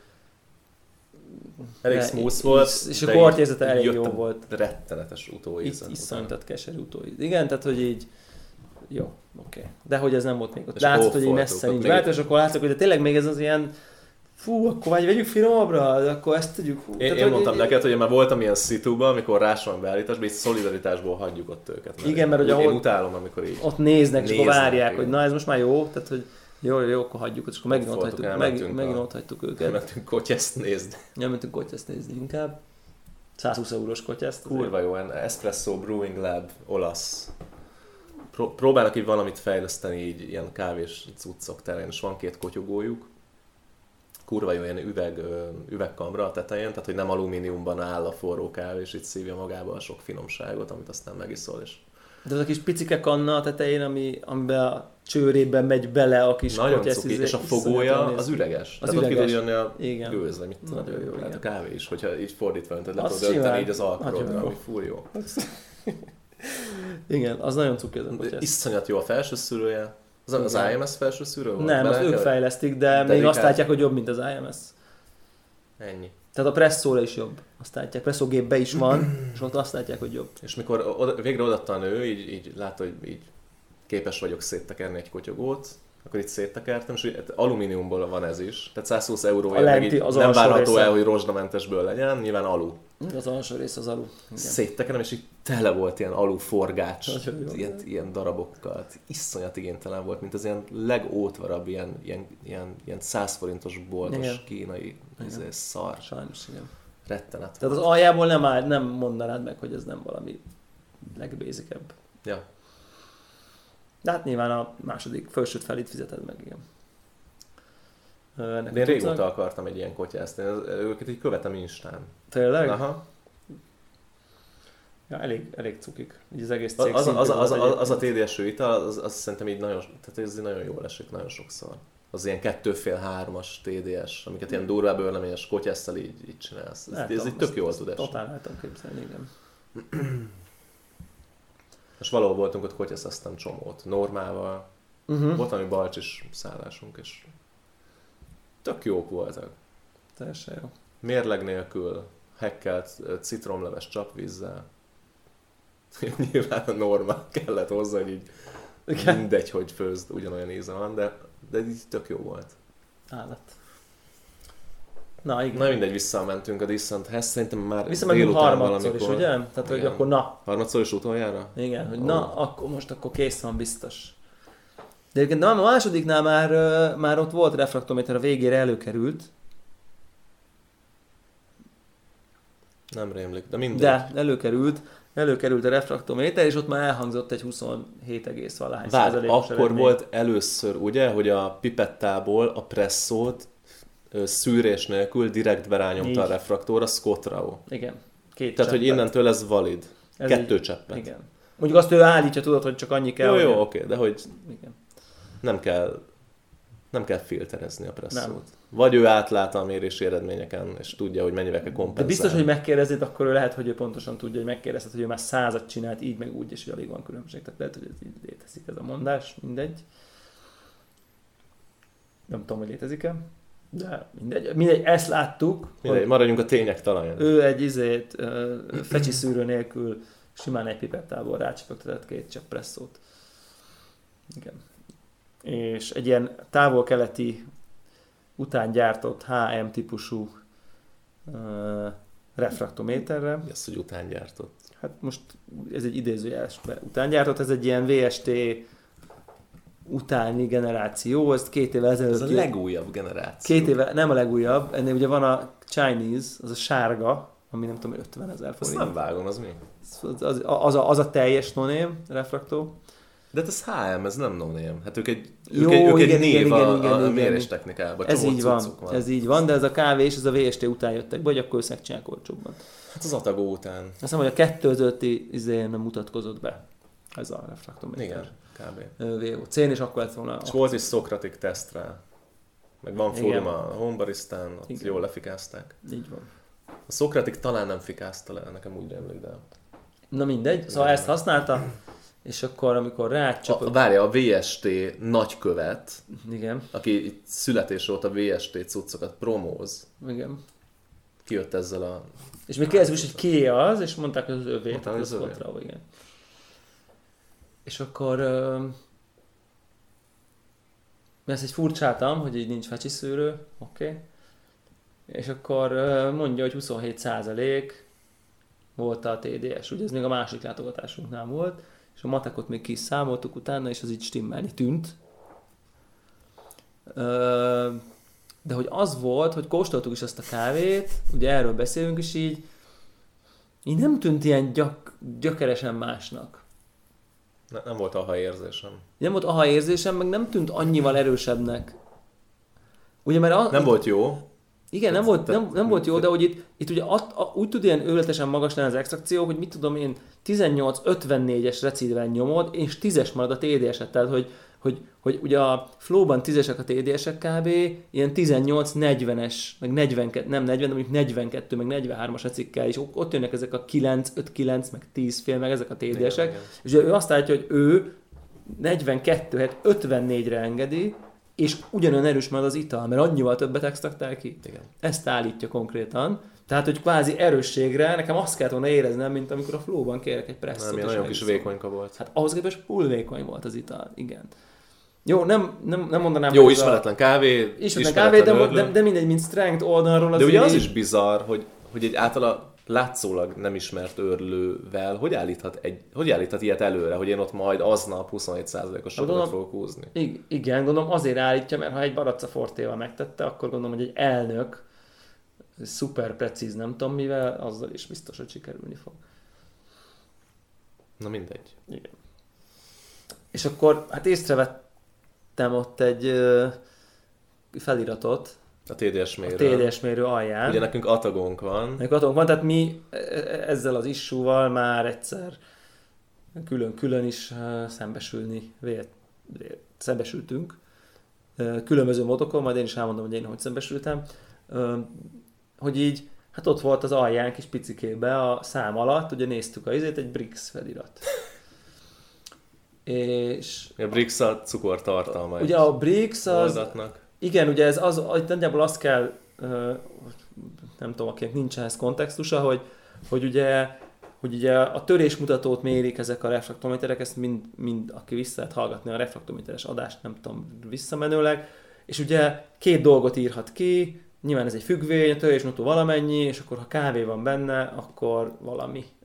elég smooth volt, és a kortyérzete elég jó volt. Rettenetes utóíz. Iszonytat keserű utóíz. Igen, tehát hogy így jó, oké. Okay. De hogy ez nem volt még ott. Látszott, hogy így messze nincs változás, és akkor látszott, hogy de tényleg még ez az ilyen fú, akkor vagy vegyük finomabbra, akkor ezt tegyük. Fú. Én, Tehát, én hogy mondtam neked, hogy én már voltam ilyen szitúban, amikor rás van beállításban, és szolidaritásból hagyjuk ott őket. Mert igen, mert hogy ahol én utálom, amikor így ott néznek, néznek és akkor várják, igen. Hogy na ez most már jó, tehát hogy jó, jó, akkor hagyjuk, és akkor megint ott hagytuk, meg, megint ott hagytuk őket. Elmentünk kotyeszt nézni. Elmentünk kotyeszt nézni inkább. százhúsz eurós kotyeszt. Kurva jó, Espresso Brewing Lab, olasz. Pró- próbálnak így valamit fejleszteni így ilyen kávés cuccok terén, és van két kotyogójuk. Kurva jó ilyen üveg, üvegkamra a tetején, tehát hogy nem alumíniumban áll a forró kávé, és itt szívja magába a sok finomságot, amit aztán megiszol. És... De az a kis picike kanna a tetején, ami, amiben a csőrében megy bele a kis nagyon cuki, és a fogója az üreges. Az tehát üreges. Ott ki tud jönni a gőz, vagy mit tudom, jó, lehet a kávé is, hogyha így fordítva öntöd, le tudod dönteni így az alkoholra, ami fúr jó. Igen, az nagyon cuki ez a kotyesz. Iszonyat jó a felső szűrője. Az, az i em es felső szűrő volt? Nem, azt ők fejlesztik, de dedikált. Még azt látják, hogy jobb, mint az i em es. Ennyi. Tehát a presszóra is jobb. Azt látják, presszógépbe is van, és ott azt látják, hogy jobb. És mikor oda, végre odaadta a nő, így, így látta, hogy így képes vagyok széttekerni egy kotyogót, akkor itt széttekertem, és alumíniumból van ez is. Tehát százhúsz euróért meg így nem várható el, hogy rozsdamentesből legyen, nyilván alu. Az alsó rész az alu. Igen. Széttekerem, és így tele volt ilyen alu forgács, ilyen, ilyen darabokkal. Iszonyat igénytelen volt, mint az ilyen legótvarabb, ilyen, ilyen, ilyen, ilyen száz forintos boltos igen. Kínai izé, szar. Sajnos, igen. Rettenet. Tehát az aljából nem, áll, nem mondanád meg, hogy ez nem valami legbézikebb. Ja. De hát nyilván a második felsőt felét fizeted meg, igen. Ennek én régóta tudsz? Akartam egy ilyen kotyászt, én őket így követem Instán. Tényleg? Aha. Ja, elég, elég cukik. Így az egész cég az, az, az, az, az, az a té dé es-ű ital, az, az szerintem így nagyon, tehát ez nagyon jól esik nagyon sokszor. Az ilyen kettő-fél-hármas té dé es, amiket ilyen durvább örleményes kotyásszal így, így csinálsz. Ez, ez így tök jól tud esni. Totál lehetem képzelni, igen. És valahol voltunk ott kotyaszasztani csomót, Normával, uh-huh. Volt valami balcsis szállásunk, és tök jók voltak. Teljesen jó. Mérleg nélkül, hekkelt citromleves csapvízzel. Nyilván a Normál kellett hozzá, hogy így igen. Mindegy, hogy főzd, ugyanolyan íze van, de, de így tök jó volt. Állat. Na, igen. Na mindegy, visszamentünk a Dissenthez, szerintem már visszamentünk harmadszor is, ugye? Tehát, igen. Hogy akkor na. Harmadszor is utoljára? Igen, hogy oh. na, akkor most akkor kész van biztos. De egyébként a másodiknál már, már ott volt refraktométer, a végére előkerült. Nem rémlik, de mindegy. De előkerült, előkerült a refraktométer, és ott már elhangzott egy huszonhét egész valahány százalékos akkor eredmény. Volt először, ugye, hogy a pipettából a presszót szűrés nélkül direkt berányomta Így. a refraktor, a Scott Rao. Igen. Két Tehát, hogy cseppet. innentől ez valid. Ez Kettő így- cseppet. Igen. Mondjuk azt ő állítja, tudod, hogy csak annyi kell. Jó, hogy- jó, oké, de hogy Igen. nem kell, nem kell filterezni a presszót. Nem. Vagy ő átlátta a mérési eredményeken, és tudja, hogy mennyivel kell De kompenzálni. biztos, hogy megkérdezed, akkor ő lehet, hogy ő pontosan tudja, hogy megkérdezted, hogy ő már százat csinált, így meg úgy, és hogy alig van különbség. Tehát lehet, hogy ez így létezik ez a mondás, mindegy. Nem tudom, hogy létezik-e, de mindegy. Mindegy, ezt láttuk, Mindegy, hogy maradjunk a tények talaján. ő egy izét ö, fecsi szűrő nélkül simán egy pipettából rácsipogtatott két csepp presszót. Igen. És egy ilyen távol-keleti után gyártott há em típusú uh, refraktométerre. Mi az, hogy után gyártott? Hát most ez egy idézőjelesben után gyártott, ez egy ilyen vé es té utáni generáció, ezt két évvel ezelőtt... Ez a legújabb generáció. Két éve, nem a legújabb, ennél ugye van a Chinese, az a sárga, ami nem tudom, ötven ezer Azt forint. nem vágom, az mi? Az, az, az, a, az a teljes no-name refraktó. De hát ez há em, ez nem no-name. Hát ők egy, Jó, ők egy, ők igen, egy név igen, a, igen, a, igen, a igen. méréstechnikában. Ez Csomó így van, cuccuk van. ez így van, de ez a kávé és ez a vé es té után jöttek be, vagy akkor ők megcsinálják olcsóbban. Hát az Atagó után. Azt hiszem, hogy a kettőzötti izén nem mutatkozott be ez a refraktométer. Igen, kb. vé o cén, és akkor lett volna... És volt is Socratic teszt rá. Meg van Igen. fórum a Homebaristán, ott Igen. jól lefikázták. Így van. A Socratic talán nem fikázta le, nekem úgy emlék, de... Na mindegy, szóval ezt használta, és akkor amikor A, rácsapott... várja, a vé es té nagykövet, Igen, aki itt születés óta vé es té cuccokat promóz, igen. kijött ezzel a... És még kérdezzük is, hogy ki az, és mondták, hogy az övé. Mondták, tehát hogy az az övé. volt rá, igen. És akkor... Uh, ezt egy furcsáltam, hogy így nincs fecsi szűrő, oké. Okay. És akkor uh, mondja, hogy huszonhét százalék volt a té dé es. Ugye ez még a másik látogatásunknál volt, és a matekot még ki is számoltuk utána, és az így stimmelni tűnt. Uh, de hogy az volt, hogy kóstoltuk is azt a kávét, ugye erről beszélünk is így, így nem tűnt ilyen gyak, gyökeresen másnak. Ne, nem volt aha érzésem. Nem volt aha érzésem, meg nem tűnt annyival erősebbnek. Ugye, mert a, Nem volt jó. igen, nem volt, nem, nem volt jó, de hogy itt, itt ugye at, a, úgy tud ilyen őletesen magas lenni az extrakció, hogy mit tudom én, tizennyolc ötvennégyes recidben nyomod, és tízes marad a té dé es-et, tehát hogy, hogy, hogy ugye a flowban tízesek a té dé es-ek kb. Ilyen tizennyolc negyvenes, meg negyvenkettő, nem negyven, de mondjuk negyvenkettő, meg negyvenhármas recikkel, és ott jönnek ezek a kilenc, öt kilenc, meg tíz fél, meg ezek a té dé es-ek, Igen, igen. és ugye ő azt állítja, hogy ő negyvenkettő helyett ötvennégyre engedi, és ugyanolyan erős marad az ital, mert annyival többet extraktál ki. Igen. Ezt állítja konkrétan. Tehát, hogy kvázi erősségre nekem azt kellett volna éreznem, mint amikor a flowban kérek egy presszót. Nem, ilyen és nagyon kis megiszom. vékonyka volt. Hát ahhoz képest full vékony volt az ital, igen. Jó, nem, nem, nem mondanám, Jó, hogy ez ismeretlen kávé, a... Ismeretlen kávé, de, örlő. de, de mindegy, mint strength oldalról az De ugye az így- is bizarr, hogy, hogy egy általa látszólag nem ismert örlővel, hogy állíthat, egy, hogy állíthat ilyet előre, hogy én ott majd aznap huszonhét százalékos Hát sokat gondolom- fogok húzni. I- igen, gondolom azért állítja, mert ha egy Barazza Fortéval megtette, akkor gondolom, hogy egy elnök szuper precíz, nem tudom mivel, azzal is biztos, hogy sikerülni fog. Na mindegy. Igen. És akkor hát észrevettem ott egy ö, feliratot A té dé es a mérő. té dé es mérő alján. Ugye nekünk atagónk van. Nekünk atomunk van, tehát mi e- ezzel az issúval már egyszer külön-külön is ö, szembesülni, vélt, vélt, szembesültünk. Ö, Különböző módokon, majd én is elmondom, hogy én hogy szembesültem. Ö, Hogy így, hát ott volt az alján kis picikébe a szám alatt, ugye néztük a izét, egy Brix felirat. És A Brix a cukortartalma ugye a Brix az, oldatnak. igen, ugye ez az, nagyjából azt kell, ö, nem tudom, akinek nincs ehhez kontextusa, hogy, hogy ugye, hogy ugye a törésmutatót mérik ezek a refraktométerek, ezt mind, mind aki vissza lehet hallgatni a refraktométeres adást, nem tudom, visszamenőleg, és ugye két dolgot írhat ki, nyilván ez egy függvény, a törésmutató valamennyi, és akkor ha kávé van benne, akkor valami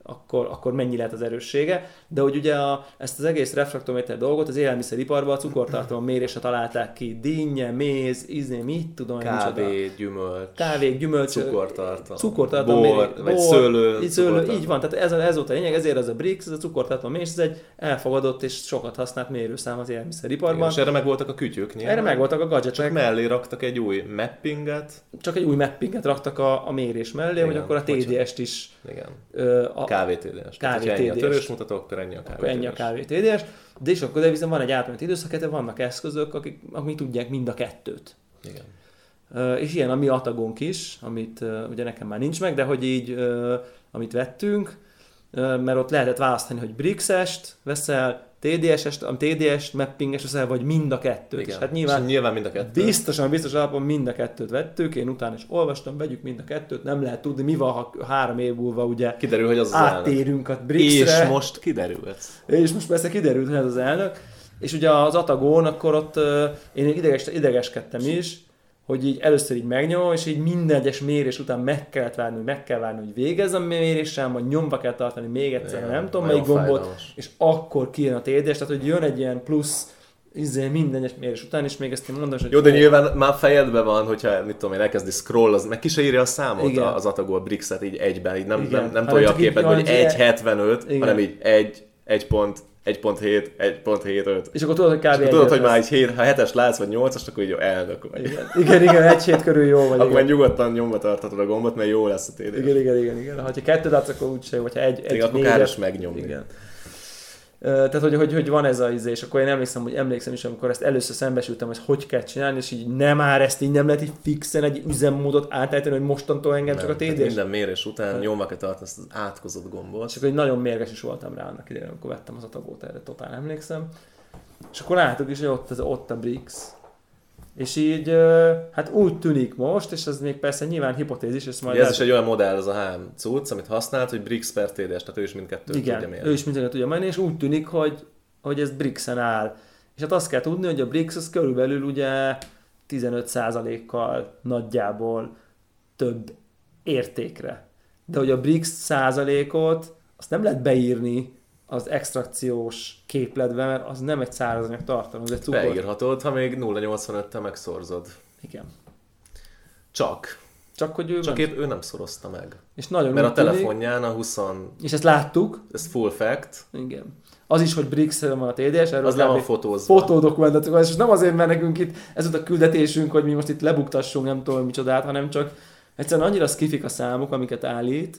akkor, akkor mennyi lehet az erőssége. De hogy ugye a, ezt az egész refraktométer dolgot az élelmiszeriparban a cukortartalom mérésre találták ki. Dinnye, méz, izé, mit tudom én, Kávé, gyümölcs, kávé, gyümölcs, cukortartalom, cukortartalom bor, mérés, vagy szőlő, így, szőlő, így van, tehát ez, ez volt a lényeg, ezért az a BRICS, ez a cukortartalom mérés, ez egy elfogadott és sokat használt mérőszám az élelmiszeriparban. Igen, és erre meg voltak a kütyük nyilván. Erre meg voltak a gadgetek. Csak mellé raktak egy új mappinget. Csak egy új mappinget raktak a, a mérés mellé, igen, hogy akkor a té dé es-t is... Igen. Ö, a kávé té dé es. Kávé Tehát, ennyi a té dé es. törős mutató, akkor ennyi a kávé akkor ennyi a kávé té dé es. De és akkor de viszont van egy átmeneti időszak, de vannak eszközök, akik, akik tudják mind a kettőt. Igen. Uh, és ilyen a mi atagónk is, amit uh, ugye nekem már nincs meg, de hogy így, uh, amit vettünk, uh, mert ott lehetett választani, hogy BRICS-est veszel, té dé es-est, a té dé es mappinges veszel, vagy mind a kettőt. Igen. És hát nyilván, és nyilván mind a kettőt. Biztosan, biztos alapon mind a kettőt vettük, én utána is olvastam, vegyük mind a kettőt, nem lehet tudni, mi van, ha három év múlva ugye kiderül, hogy az az áttérünk a BRICS-re. És most kiderült. És most persze kiderült, hogy ez az elnök. És ugye az Atagón, akkor ott uh, én ideges, idegeskedtem is, hogy így először így megnyomom, és így minden egyes mérés után meg kellett várni, hogy meg kell várni, hogy végezz a méréssel, majd nyomva kell tartani még egyszer, ja, nem tudom melyik gombot, fájdalmas. És akkor kijön a té dé es, tehát hogy jön egy ilyen plusz izé, minden egyes mérés után, és még ezt én mondom, hogy... Jó, de nyilván már fejedben van, hogyha mit tudom én, elkezdi scrollozni, meg ki se írja a számot. Igen. Az Atagó a BRICS-et így egyben, így nem, nem, nem, nem tolja a képet, hogy egy hetvenöt, hanem így egy, egy pont, egy pont hét, egy pont hetvenöt. És akkor tudod, hogy kb. Tudod, hogy már egy hét, ha hetes látsz, vagy nyolcas, akkor így jó, elnök vagy. Igen, igen, igen, egy hét körül jó vagy. Akkor már nyugodtan nyomva tartatod a gombot, mert jó lesz a té dé es. Igen, igen, igen, igen. Ha kettőt látsz, akkor úgyse jó, vagy ha egy, egy igen, akkor kár is megnyomni. Igen. Tehát, hogy, hogy, hogy van ez a izé, és akkor én emlékszem, hogy emlékszem is, amikor ezt először szembesültem, hogy hogy kell csinálni, és így nem már ezt így nem lehet így fixen egy üzemmódot átállítani, hogy mostantól engem nem, csak a té dé es. Minden mérés után nyomva kell tartani ezt az átkozott gombot. És akkor egy nagyon mérges is voltam rá annak idején, amikor vettem az Atagót, erre totál emlékszem. És akkor láttuk is, hogy ott, az, ott a BRICS. És így, hát úgy tűnik most, és ez még persze nyilván hipotézis, és majd... Ez is egy olyan modell, az a há em cucc, amit használt, hogy BRICS per té dé es, tehát ő is mindkettőt igen, tudja mérni. ő is mindkettőt tudja mérni, és úgy tűnik, hogy, hogy ez BRICS-en áll. És hát azt kell tudni, hogy a BRICS az körülbelül ugye tizenöt százalékkal nagyjából több értékre. De hogy a BRICS százalékot, azt nem lehet beírni az extrakciós képletben, mert az nem egy szárazanyag tartalom, ez egy cukor. Beírhatod, ha még nulla egész nyolcvanöttel megszorzod. Igen. Csak. Csak, hogy ő Csak nem... épp ő nem szorozta meg. És nagyon mert a tűnik, telefonján a húsz... És ezt láttuk. Ez full fact. Igen. Az is, hogy BRICS-en van a té dé es, erről az nem van fotózva. Fotódokumentáció, és nem azért, mert nekünk itt ez volt a küldetésünk, hogy mi most itt lebuktassunk, nem tudom micsodát, hanem csak egyszerűen annyira skifik a számok, amiket állít,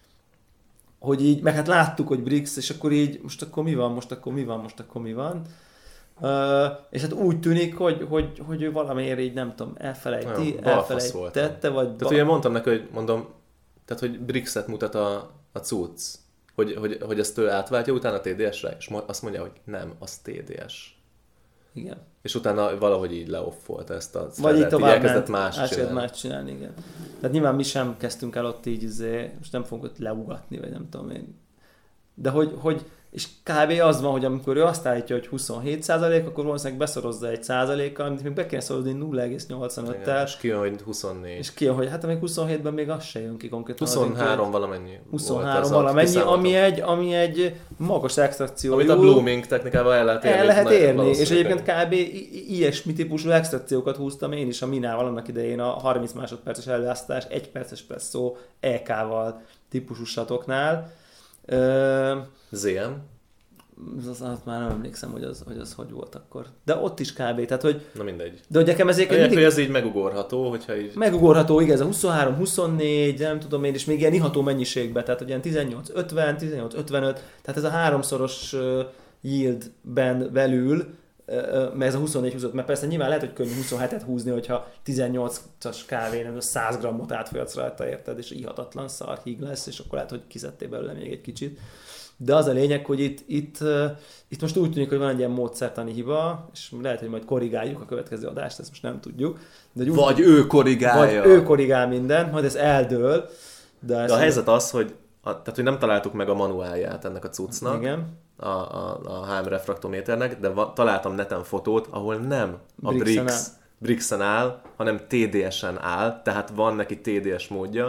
hogy így, meg hát láttuk, hogy BRICS, és akkor így, most akkor mi van, most akkor mi van, most akkor mi van. Uh, és hát úgy tűnik, hogy, hogy, hogy ő valamiért így nem tudom, elfelejti, elfelejtette, vagy... Tehát ba... ugye mondtam neki, hogy mondom, tehát hogy BRICS-et mutat a, a cucc, hogy, hogy, hogy ezt ő átváltja utána a té dé es-re, és azt mondja, hogy nem, az té dé es. Igen. És utána valahogy így leoffolta ezt a vagy így tovább így elkezdett ment, más csinálni. más csinálni, igen. Tehát nyilván mi sem kezdtünk el ott így, izé, most nem fogunk ott leugatni, vagy nem tudom én. De hogy, hogy és kb. Az van, hogy amikor ő azt állítja, hogy huszonhét százalék, akkor valószínűleg beszorozza egy százalékkal, amit még be kéne szorozni nulla egész nyolcvanöttel. És kijön, hogy huszonnégy. És kijön, hogy hát még huszonhétben még az se jön ki konkrétan. huszonhárom az, valamennyi. huszonhárom valamennyi, ami egy, ami egy magas extrakciójú. Amit a blooming technikával el lehet érni. El lehet érni, és egyébként kb. ilyesmi típusú extrakciókat húztam én is a Minával annak idején a harminc másodperces előállítás, egy perces presszó é ká-val típusú satoknál. Ö... zé em? Az, az, az már nem emlékszem, hogy az, hogy az hogy volt akkor. De ott is kb. Tehát, hogy... Na mindegy. De hogy nekem ezért... Mindig... hogy ez így megugorható, hogyha így... Megugorható, igen, ez a huszonhárom huszonnégy, nem tudom én, és még ilyen iható mennyiségben, tehát hogy ilyen tizennyolc ötven, tizennyolc ötvenöt, tehát ez a háromszoros uh, yieldben belül, uh, mert ez a huszonnégy húzott, mert persze nyilván lehet, hogy könnyű huszonhetet húzni, hogyha tizennyolcas kávé, nem, száz grammot átfolyatsz rajta, érted, és ihatatlan szar híg lesz, és akkor lehet, hogy kiszedtél belőle még egy kicsit. De az a lényeg, hogy itt, itt, itt most úgy tűnik, hogy van egy ilyen módszertani hiba, és lehet, hogy majd korrigáljuk a következő adást, ezt most nem tudjuk. De úgy, vagy ő korrigálja. Vagy ő korrigál mindent, majd ez eldől. De, de a helyzet az, hogy, a, tehát, hogy nem találtuk meg a manuálját ennek a cuccnak, igen. A, a, a há em refraktométernek, de va, találtam neten fotót, ahol nem a BRICS, BRICS-en áll, hanem té dé es-en áll, tehát van neki té dé es módja,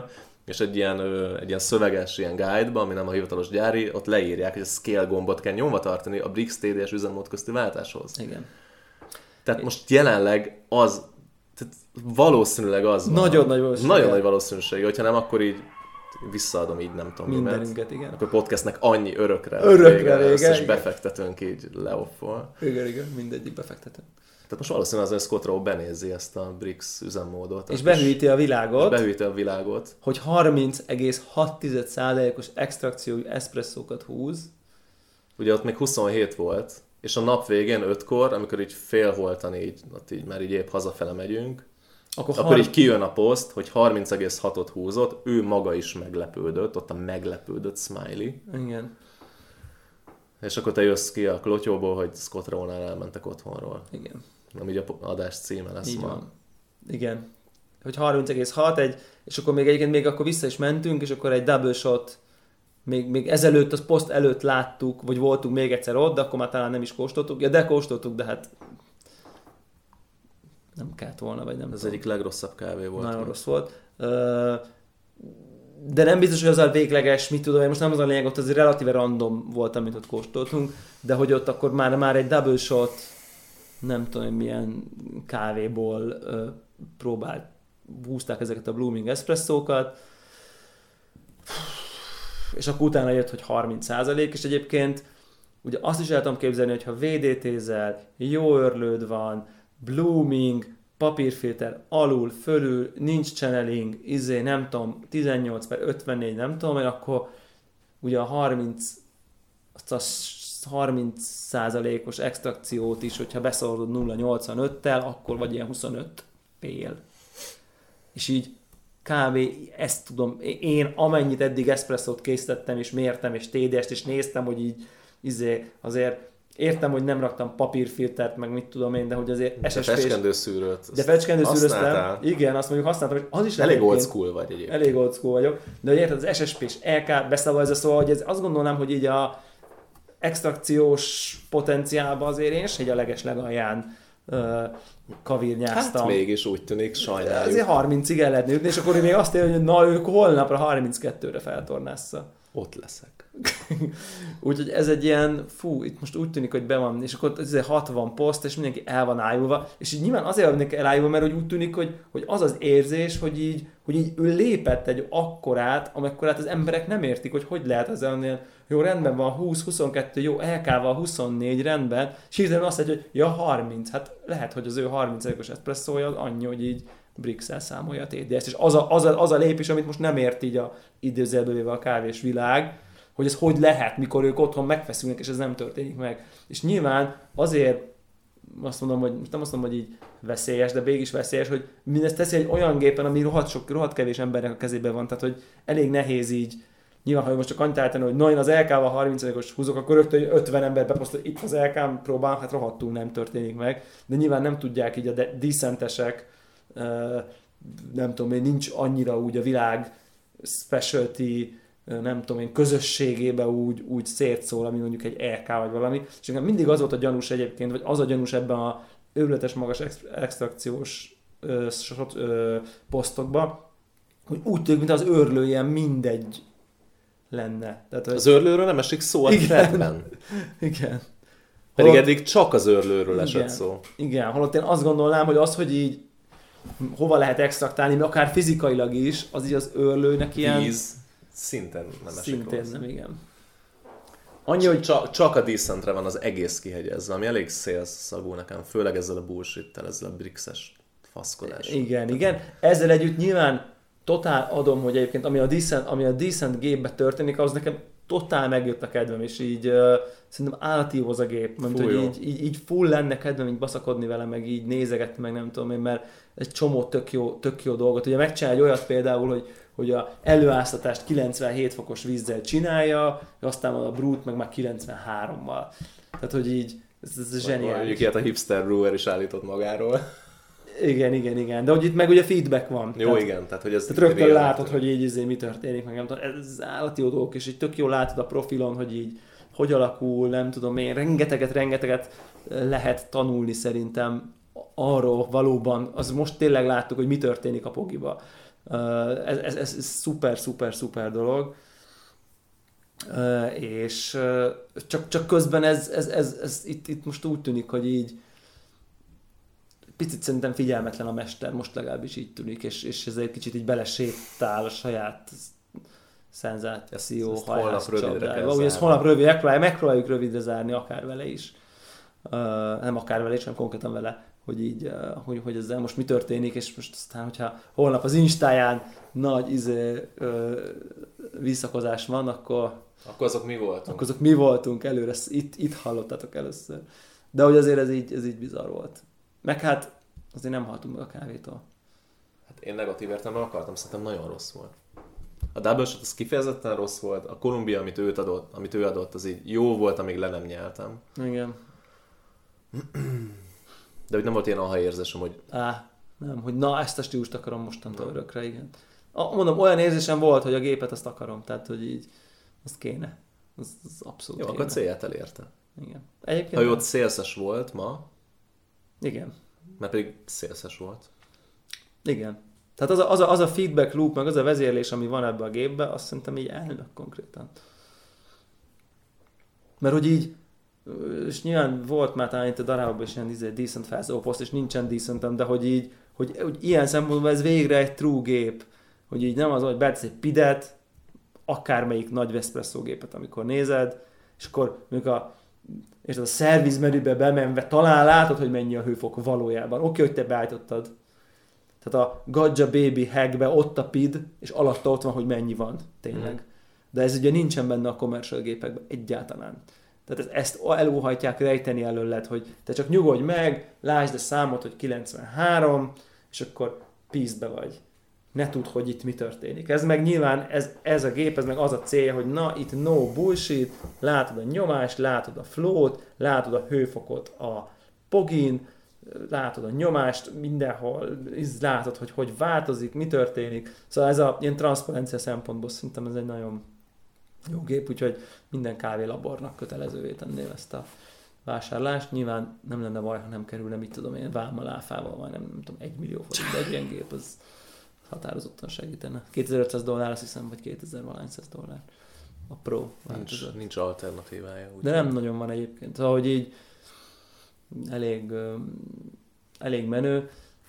és egy ilyen, egy ilyen szöveges ilyen guide-ba, ami nem a hivatalos gyári, ott leírják, hogy a scale gombot kell nyomva tartani a Brix té dé es üzemmód közti váltáshoz. Igen. Tehát é. most jelenleg az, tehát valószínűleg az van. Nagyon nagy valószínűség. Nagyon nagy valószínűség, hogyha nem, akkor így visszaadom így, nem tudom. Mindenünket, igen. Akkor podcastnek annyi örökre. Örökre vége, összes igen. befektetőnk így leoffol. Igen, igen, mindegyik befektető. Tehát most valószínűleg az, hogy Scott Rowe benézi ezt a Brix üzemmódot. És behűíti a világot. És behűíti a világot. Hogy harminc egész hat százalékos extrakciói eszpresszókat húz. Ugye ott még huszonhét volt, és a nap végén ötkor, amikor így félholtan így, ott így már így épp hazafele megyünk, akkor, akkor így kijön a poszt, hogy harminc egész hatot húzott, ő maga is meglepődött, ott a meglepődött smiley. Igen. És akkor te jössz ki a klotyóból, hogy Scott Rowe-nál elmentek otthonról. Igen. Nem így a adás címe lesz így ma. Van. Igen. Hogy harminc egész hat, egy, és akkor még egyébként még akkor vissza is mentünk, és akkor egy double shot, még, még ezelőtt, az poszt előtt láttuk, vagy voltunk még egyszer ott, de akkor már talán nem is kóstoltuk. Ja, de kóstoltuk, de hát nem kellett volna, vagy nem Ez tudom. egyik legrosszabb kávé volt. Nagyon rossz volt. De nem biztos, hogy az a végleges, mit tudom, most nem az a lényeg, ott azért relatíve random volt, amit ott kóstoltunk, de hogy ott akkor már, már egy double shot, nem tudom, milyen kávéból próbált, húzták ezeket a blooming eszpresszókat, és akkor utána jött, hogy harminc százalék, és egyébként ugye azt is el tudom képzelni, hogy ha vé dé té-zel, jó örlőd van, blooming, papírfilter, alul, fölül, nincs channeling, izé, nem tudom, tizennyolc per ötvennégy, nem tudom, mert akkor ugye a harminc, azt a harminc százalékos extrakciót is, hogyha beszorod nulla egész nyolcvanöttel, akkor vagy ilyen huszonöt pél. És így kb. Ezt tudom, én amennyit eddig eszpresszót készítettem, és mértem, és té dé est, és néztem, hogy így izé, azért értem, hogy nem raktam papírfiltert, meg mit tudom én, de hogy azért es es pés... De fecskendőszűrőt. De fecskendőszűröztem. Igen, azt mondjuk használtam, hogy az is elég old school vagy egyébként. Elég old school vagyok. De hogy érted, az es es pés el ká beszavazza, szóval, hogy ez, azt gondolom, hogy így a extrakciós potenciálban azért én se egy a leges legalján uh, kavírnyáztam. Hát mégis úgy tűnik, sajnáljuk. Azért harmincig el lehetne ütni, és akkor még azt érni, hogy na ők holnapra harminckettőre feltornásza. Ott leszek. Úgyhogy ez egy ilyen, fú, itt most úgy tűnik, hogy be van, és akkor ez hatvan poszt, és mindenki el van ájulva, és így nyilván azért van mindenki elájulva, mert hogy úgy tűnik, hogy, hogy az az érzés, hogy így, hogy így ő lépett egy akkorát, amekkorát az emberek nem értik, hogy hogy lehet az olyan, jó, rendben van húsz, huszonkettő, jó, el ká-val huszonnégy, rendben, és hirtelen azt mondja, hogy ja, harminc, hát lehet, hogy az ő harminc százalékos eszpresszója az annyi, hogy így Brix-el számolja a té dé est, és az a, az, a, az a lépés, amit most nem ért így a időzőjelből véve a kávés világ, hogy ez hogy lehet, mikor ők otthon megfeszülnek, és ez nem történik meg. És nyilván azért azt mondom, hogy most nem azt mondom, hogy így veszélyes, de mégis veszélyes, hogy mindezt teszi egy olyan gépen, ami rohadt, sok, rohadt kevés embernek a kezében van, tehát hogy elég nehéz így, nyilván, ha most csak annyit állítani, hogy na, én az el ká-val harminc százalékos húzok, akkor rögtön ötven ember beposztol, itt az el ká-n próbál, hát rohadtul nem történik meg, de nyilván nem tudják így a de- decentesek, nem tudom én, nincs annyira úgy a világ specialty, nem tudom én, közösségében úgy, úgy szétszól, ami mondjuk egy el ká vagy valami. És nekem mindig az volt a gyanús egyébként, vagy az a gyanús ebben a őrületes magas extrakciós ö, ö, posztokban, hogy úgy tűnik, mint az őrlő ilyen mindegy lenne. Tehát, hogy... Az őrlőről nem esik szó a threadben. Igen. Pedig holott... eddig csak az őrlőről esett igen. szó. Igen, holott én azt gondolnám, hogy az, hogy így hova lehet extraktálni, akár fizikailag is, az így az őrlőnek ilyen... Víz szinten nem esik Szintén rossz. nem, igen. Annyi, hogy csak, csak a decentre van az egész kihegyezve, ami elég szélszagú nekem, főleg ezzel a bullshit-tel, ezzel a brixes faszkodással. Igen, igen. Ezzel együtt nyilván totál adom, hogy egyébként ami a decent, ami a decent gépbe történik, az nekem totál megjött a kedvem, és így uh, szerintem állati jó az a gép, mert hogy így, így, így full lenne kedvem így baszakodni vele, meg így nézegetni, meg nem tudom én, mert egy csomó tök jó, tök jó dolgot. Ugye megcsinál egy olyat például, hogy hogy a előáztatást kilencvenhét fokos vízzel csinálja, aztán a brút meg már kilencvenhárommal. Tehát, hogy így, ez, ez zseniális. Mondjuk ilyet a hipster brewer is állított magáról. Igen, igen, igen. De hogy itt meg ugye feedback van. Jó, tehát, igen. Tehát, hogy ez tehát rögtön látod, hogy így izé, mi történik, meg nem tudom. Ez állati jó dolgok, és így tök jól látod a profilon, hogy így hogy alakul, nem tudom én. Rengeteget, rengeteget lehet tanulni szerintem arról valóban. Az most tényleg láttuk, hogy mi történik a pogiba. Ez, ez, ez, ez szuper, szuper, szuper dolog. És csak, csak közben ez, ez, ez, ez itt, itt most úgy tűnik, hogy így picit szerintem figyelmetlen a mester, most legalábbis így tűnik, és, és ezért kicsit így belesétál a saját szenzáció hajház csapdájába. Ugye ezt holnap rövid, megpróbáljuk, megpróbáljuk rövidre zárni, akár vele is. Uh, nem akár vele is, hanem konkrétan vele, hogy így, uh, hogy, hogy ezzel most mi történik, és most aztán, hogyha holnap az Instáján nagy izé, uh, visszakozás van, akkor Akkor azok mi voltunk. Akkor azok mi voltunk előre, itt, itt hallottátok először. De hogy azért ez így, ez így bizarr volt. Meg hát azért nem haltunk meg a kávétól. Hát én negatív értelemben akartam, szerintem nagyon rossz volt. A double shot az kifejezetten rossz volt, a Kolumbia, amit, őt adott, amit ő adott, az így jó volt, amíg le nem nyeltem. Igen. De hogy nem volt ilyen aha érzésem, hogy... Á, nem, hogy na ezt a stílust akarom mostantól örökre, igen. A, mondom, olyan érzésem volt, hogy a gépet azt akarom, tehát hogy így azt kéne. Az, az abszolút jó, kéne. akkor célját elérte. Igen. Egyébként ha ő ott szélszes volt ma, igen. mert pedig szélszes volt. Igen. Tehát az a, az, a, az a feedback loop, meg az a vezérlés, ami van ebbe a gépbe, azt szerintem így elnök konkrétan. Mert hogy így, és nyilván volt már talán itt a darabban is ilyen izé, decent fast poszt, és nincsen decentem, de hogy így, hogy, hogy ilyen szempontból ez végre egy true gép, hogy így nem az, hogy betesz egy pidet, akármelyik nagy Vespresso gépet, amikor nézed, és akkor mondjuk a, és a szervizmenübe bemenve talán látod, hogy mennyi a hőfok valójában. Oké, okay, hogy te beállítottad. Tehát a Gadja Baby hackbe ott a pid, és alatta ott van, hogy mennyi van tényleg. Mm. De ez ugye nincsen benne a commercial gépekben egyáltalán. Tehát ezt elóhajtják rejteni előled, hogy te csak nyugodj meg, lásd a számot, hogy kilencvenhárom, és akkor peace-be vagy. Ne tudd, hogy itt mi történik. Ez meg nyilván, ez, ez a gép, ez meg az a cél, hogy na, itt no bullshit, látod a nyomást, látod a flow-t, látod a hőfokot a pogin, látod a nyomást mindenhol, látod, hogy hogy változik, mi történik. Szóval ez a ilyen transzparencia szempontból szerintem ez egy nagyon jó gép, úgyhogy minden kávélabornak kötelezővé tenném ezt a vásárlást. Nyilván nem lenne baj, ha nem kerülne, mit tudom én, vámmal, áfával, vagy nem, nem tudom, egy millió forint, de egy ilyen gép, az határozottan segítene. kétezer-ötszáz dollár, azt hiszem, vagy kétezer-valányszáz dollár a Pro változat. Nincs, nincs alternatívája. De nem van. Nagyon van egyébként. Szóval, hogy így elég, elég menő.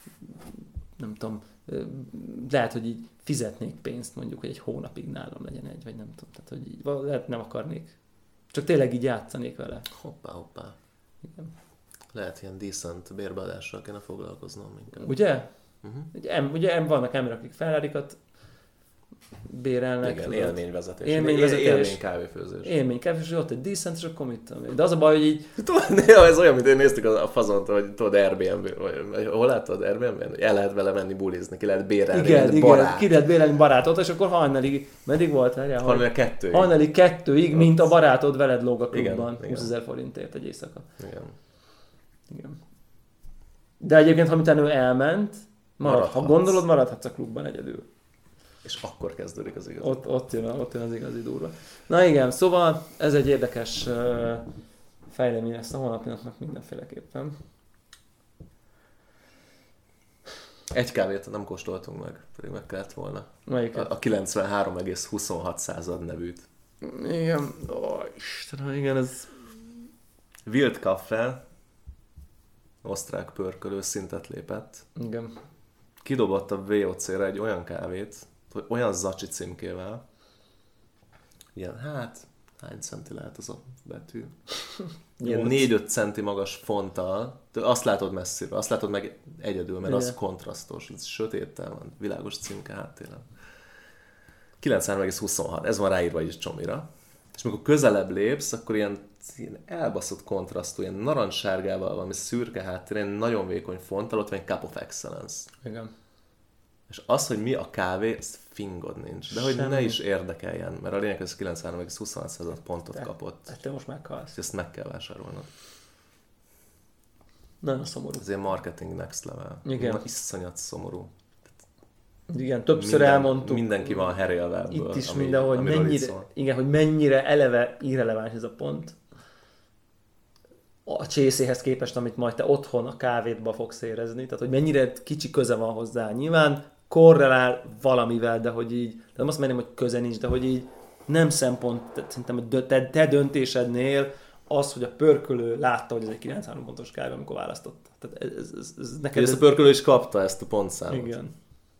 Nem tudom, lehet, hogy így fizetnék pénzt mondjuk, hogy egy hónapig nálam legyen egy, vagy nem tudom. Tehát, hogy így lehet nem akarnék. Csak tényleg így játszanék vele. Hoppá, hoppá. Igen. Lehet ilyen decent bérbeadással kéne foglalkoznom inkább. Ugye? Uh-huh. Ugye, ugye vannak emberek, akik Ferrarikat bérelnek. Igen, tudod? élményvezetés. Élményvezetés. Élmény kávéfőzés. Élmény kávéfőzés, ott egy decent, és akkor mit tudom. De az a baj, hogy így... Néha ez olyan, mint én néztük a fazont, hogy tudod Airbnb, vagy hol láttad Airbnb-n? Hogy el lehet vele menni bulizni, ki lehet bérelni. Igen, igen, barát. ki lehet bérelni barátot, és akkor hajnalig, meddig volt? Hajnalig kettőig. Hajnalig kettőig, mint a barátod veled lóg a klubban. Igen, húszezer forintért egy éjszaka. Igen. Igen. De egyébként, ha utána ő elment, marad, ha gondolod, maradhatsz a klubban egyedül. És akkor kezdődik az igazi. Ott, ott, jön, ott jön az igazi durva. Na igen, szóval ez egy érdekes uh, fejlemény lesz a holnapnak mindenféleképpen. Egy kávét nem kóstoltunk meg, pedig meg kellett volna. Melyiket? A, a kilencvenhárom egész huszonhat század nevűt. Igen, ó, Istenem, igen, ez... Wild Kaffel, osztrák pörkölő szintet lépett. Igen. Kidobott a vé o cé-re egy olyan kávét, hogy olyan zacsi címkével, ilyen, hát, hány centi lehet az a betű? Ilyen négy-öt centi magas fonttal, azt látod messziről, azt látod meg egyedül, mert igen. Az kontrasztos, ez sötéttel van, világos címke háttéren. kilencvenhárom egész huszonhat, ez van ráírva is csomira. És amikor közelebb lépsz, akkor ilyen, ilyen elbaszott kontrasztú, ilyen narancssárgával valami szürke háttéren, nagyon vékony fonttal, ott van egy Cup of Excellence. Igen. És az, hogy mi a kávé, ez fingod nincs. De hogy Semmi. ne is érdekeljen, mert a lényeg, hogy kilencvenhárom egész huszonhat pontot te, kapott. Te most meghalsz. Ezt meg kell vásárolnod. Nagyon szomorú. Ez ilyen marketing next level. Igen. Na, iszonyat szomorú. Igen, többször Minden, elmondtuk. Mindenki van herélve ebből. Itt is ami, mindenhol, hogy mennyire, igen, hogy mennyire eleve irreleváns ez a pont. A csészéhez képest, amit majd te otthon a kávédba fogsz érezni. Tehát, hogy mennyire kicsi köze van hozzá. Nyilván korrelál valamivel, de hogy így, nem azt mondom, hogy köze nincs, de hogy így nem szempont, szerintem te, te döntésednél az, hogy a pörkölő látta, hogy ez egy kilencvenhárom pontos kávé, amikor választott. Tehát ez, ez, ez, ez neked... Ez, ez a pörkölő is kapta ezt a pontszámot. Igen.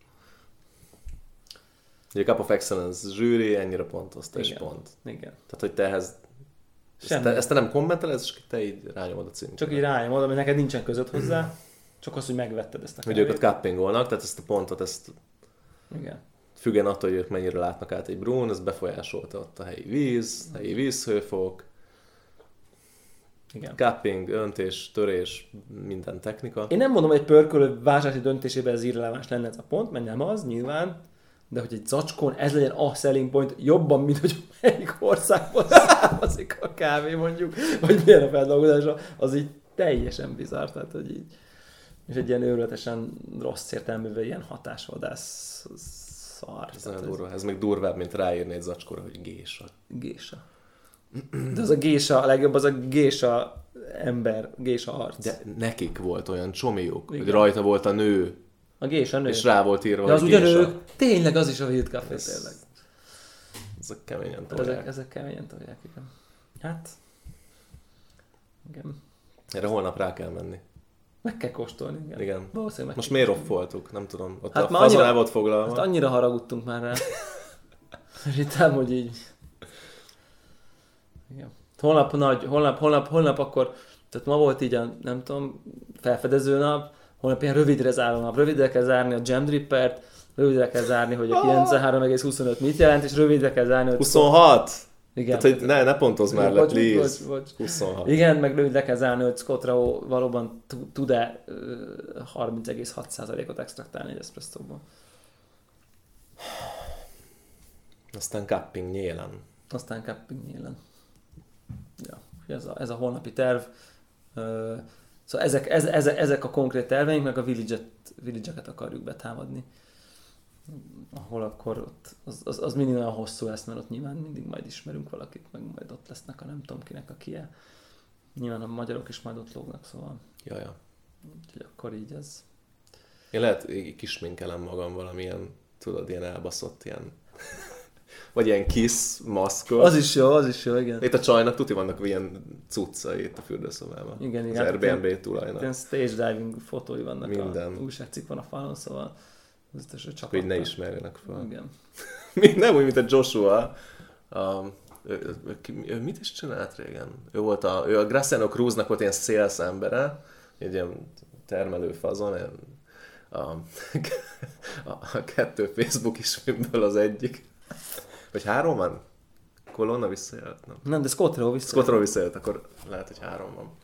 Ugye a Cup of Excellence zsűri ennyire pontozta, és Igen. pont. Igen. Tehát, hogy te ehhez... Ezt te, ezt te nem kommenteled, és te így rányomod a címkét. Csak így rányomod, ami neked nincsen között hozzá, csak az, hogy megvetted ezt a hogy kávét. őket cuppingolnak, tehát ezt a pontot, ezt Igen. függen attól, hogy ők mennyire látnak át egy brún, ez befolyásolta ott a helyi víz, helyi vízhőfok, Igen. cupping, öntés, törés, minden technika. Én nem mondom, hogy egy pörkölő vásárlási döntésében ez irreleváns lenne ez a pont, mert nem az, nyilván, de hogy egy zacskón ez legyen a selling point jobban, mint hogy melyik országból származik a kávé mondjuk, vagy milyen a feldolgozása, az így teljesen bizarr, tehát hogy így. És egy ilyen őrületesen rossz értelművel ilyen hatásvadász szar. Ez nagyon durva. Ez még durvább, mint ráírni egy zacskóra, hogy gésa. Gésa. De az a gésa, a legjobb az a gésa ember, gésa arc. De nekik volt olyan csomiuk, Igen. hogy rajta volt a nő, A gésa nő. és rá volt írva, de az hogy ugyan gésa. ők, tényleg az is a Wild Café, Ez- tényleg. Ezek keményen Ezek, tolják. ezek keményen tolják, igen. Hát, igen. Erre holnap rá kell menni. Meg kell kóstolni, igen. Igen. Valószínűleg meg Most kell miért kóstolni. offoltuk? Nem tudom. Ott Hát a már fazon annyira- el volt foglalva. Hát annyira haragudtunk már rá. És itt ám, hogy így... Igen. Holnap nagy, holnap, holnap, holnap akkor, tehát ma volt így a, nem tudom, felfedező nap, holnap ilyen rövidre záró nap, rövidre kell zárni a Jam Drippert, rövidre kell zárni, hogy a kilencvenhárom egész huszonöt mit jelent, és rövidre kell zárni, hogy... huszonhat! Igen. Tehát, hogy ne, ne pontozz már le, Bocs, please. bocs, bocs. huszonhat. Igen, meg rövidre kell zárni, hogy Scott Rao valóban tud- tud-e ö, harminc egész hat százalékot extraktálni egy eszpresszóból. Aztán cupping nyélen. Aztán cupping nyílen. Ja, ez a, ez a holnapi terv. Ö, szóval ezek, ez, ez, ezek a konkrét terveink, meg a village-et, village-eket akarjuk betámadni. Ahol akkor ott, az, az, az mindig olyan hosszú lesz, mert ott nyilván mindig majd ismerünk valakit, meg majd ott lesznek a nem tudom kinek a kie. Nyilván a magyarok is majd ott lógnak, szóval Jaja. úgyhogy akkor így ez. Én lehet így kisminkelem magam valamilyen, tudod, ilyen elbaszott ilyen... Vagy ilyen kiss maszkot. Az is jó, az is jó, igen. Itt a csajnak tuti vannak ilyen cuccai itt a fürdőszobában. Igen, az igen. Airbnb tulajnak. Ilyen stage diving fotói vannak. Minden. A újságcikk van a falon, szóval biztos, hogy csak Hogy ne ismerjenek fel. Igen. Nem úgy, mint a Joshua. A, ő, ő, ő, ő mit is csinált régen? Ő volt a, ő a Graciano Cruznak volt ilyen sales embere, egy ilyen termelő fazon, ilyen, a, a, a kettő Facebook isméből az egyik. Vagy három van? Colonna visszajölt? Nem. Nem, de Scott Rowe vissza. Scottról visszajött, akkor lehet, hogy három van.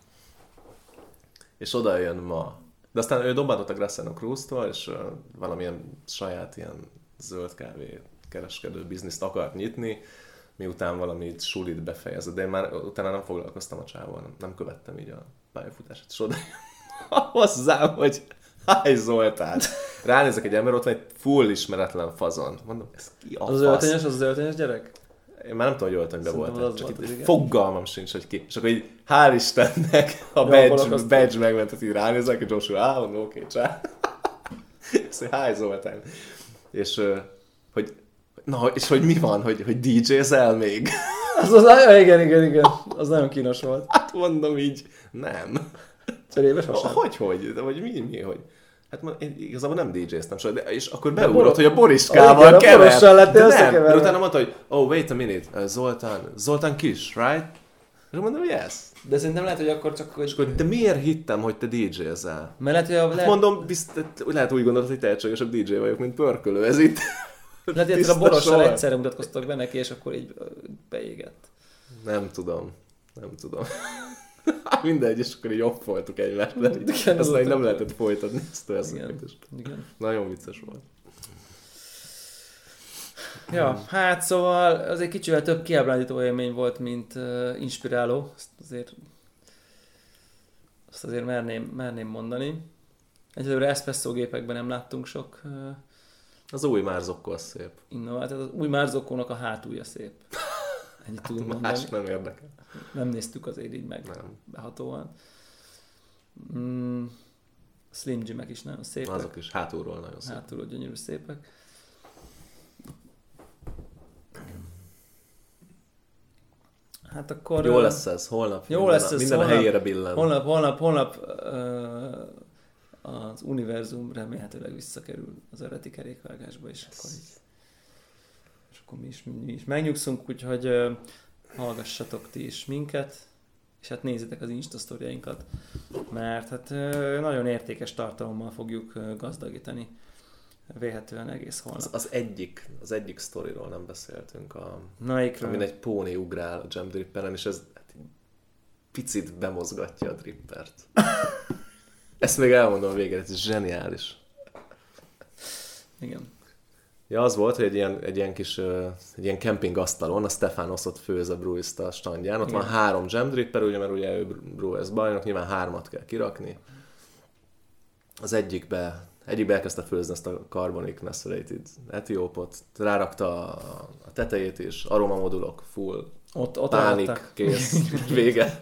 És oda jön ma. De aztán ő dobáltott a Graciano Cruz-tól, és uh, valamilyen saját ilyen zöld kávé kereskedő bizniszt akart nyitni, miután valami sulit befejezett. De én már utána nem foglalkoztam a csávon, nem, nem követtem így a pályafutását. És oda jön hozzám, hogy Háj Zoltán! Ránézek egy ember, ott van egy full ismeretlen fazon. Mondom, ez ki a Az az fasz? öltönyös, az az öltönyös gyerek? Én már nem tudom, hogy öltönyben Szerintem voltam, az csak volt itt az, igen. fogalmam sincs, hogy ki. És akkor így, hál' Istennek, a Ja, badge, valakoztam. badge megment, hogy így ránézek, hogy Joshua, á, mondom, oké, csá. És hogy háj Zoltán. És, ö, hogy, na, és hogy mi van, hogy, hogy dé jézel még? Az az, ja, igen, igen, igen. Az nagyon kínos volt. Hát mondom így, nem. Cserébe sosem. Hogy, hogy? De vagy mi, mi, hogy? Hát ma, én igazából nem dé jéztem soha, de, és akkor De beugrott, Boros- hogy a Ah, Boriskával igen, a kever. Borossal lettél De nem, összekeverve. mert utána mondta, hogy oh, wait a minute, uh, Zoltán, Zoltán Kis, right? És akkor mondom, yes. De szerintem lehet, hogy akkor csak... Hogy... És akkor, de miért hittem, hogy te dé jézel? Mert lehet, hogy a, Hát lehet, mondom, biztos, lehet úgy gondolod, hogy tehetségesebb dé jé vagyok, mint pörkölő, ez itt. lehet, hogy a tiszta Borossal sor. egyszerre mutatkoztak be neki, és akkor így ö, beégett. Nem tudom, nem tudom. Mindegy, és akkor így off voltuk egymást, de így, Igen, az aztán így ott nem ott. lehetett folytatni ezt a Igen. eszeket is. Igen. Nagyon vicces volt. Ja, hát szóval az egy kicsivel több kiábrándító élmény volt, mint uh, inspiráló. Azt azért, azt azért merném, merném mondani. Egyelőre eszpresszó gépekben nem láttunk sok uh, Az új Márzokkó az szép. innovációt. Az új Márzokkónak a hátulja szép. Ennyit tudunk mondani. Más nem érdekel. Nem néztük azért így meg Nem. behatóan. Mm, Slim Jimek is nagyon szépek. Azok is hátulról nagyon szépek. Hátulról gyönyörű szépek. Hát akkor... Jó lesz ez, holnap. Jó minden, lesz ez, minden holnap, a helyére billen. Holnap, holnap, holnap uh, az univerzum remélhetőleg visszakerül az eredeti kerékvágásba, és akkor, így, és akkor mi, is, mi is megnyugszunk, úgyhogy uh, hallgassatok ti is minket, és hát nézzétek az Insta sztoriainkat, mert hát uh, nagyon értékes tartalommal fogjuk uh, gazdagítani vélhetően egész holnap. Az, az egyik, az egyik sztoriról nem beszéltünk, a, Naikről. amin egy póni ugrál a jam dripperen, és ez hát, picit bemozgatja a drippert. Ezt még elmondom végre, ez zseniális. Igen. Ja, az volt, hogy egy ilyen, egy ilyen kis egy ilyen kempingasztalon a Stefanos ott főz a Brewista a standján. Ott igen. Van három jam dripper, ugye, mert ugye ő Brewers bajnok, nyilván hármat kell kirakni. Az egyikbe Egyikbe elkezdte főzni ezt a Carbonic Macerated Etiópot, rárakta a tetejét is, aromamodulok, full, ott, ott pánik, álltak. Kész, vége.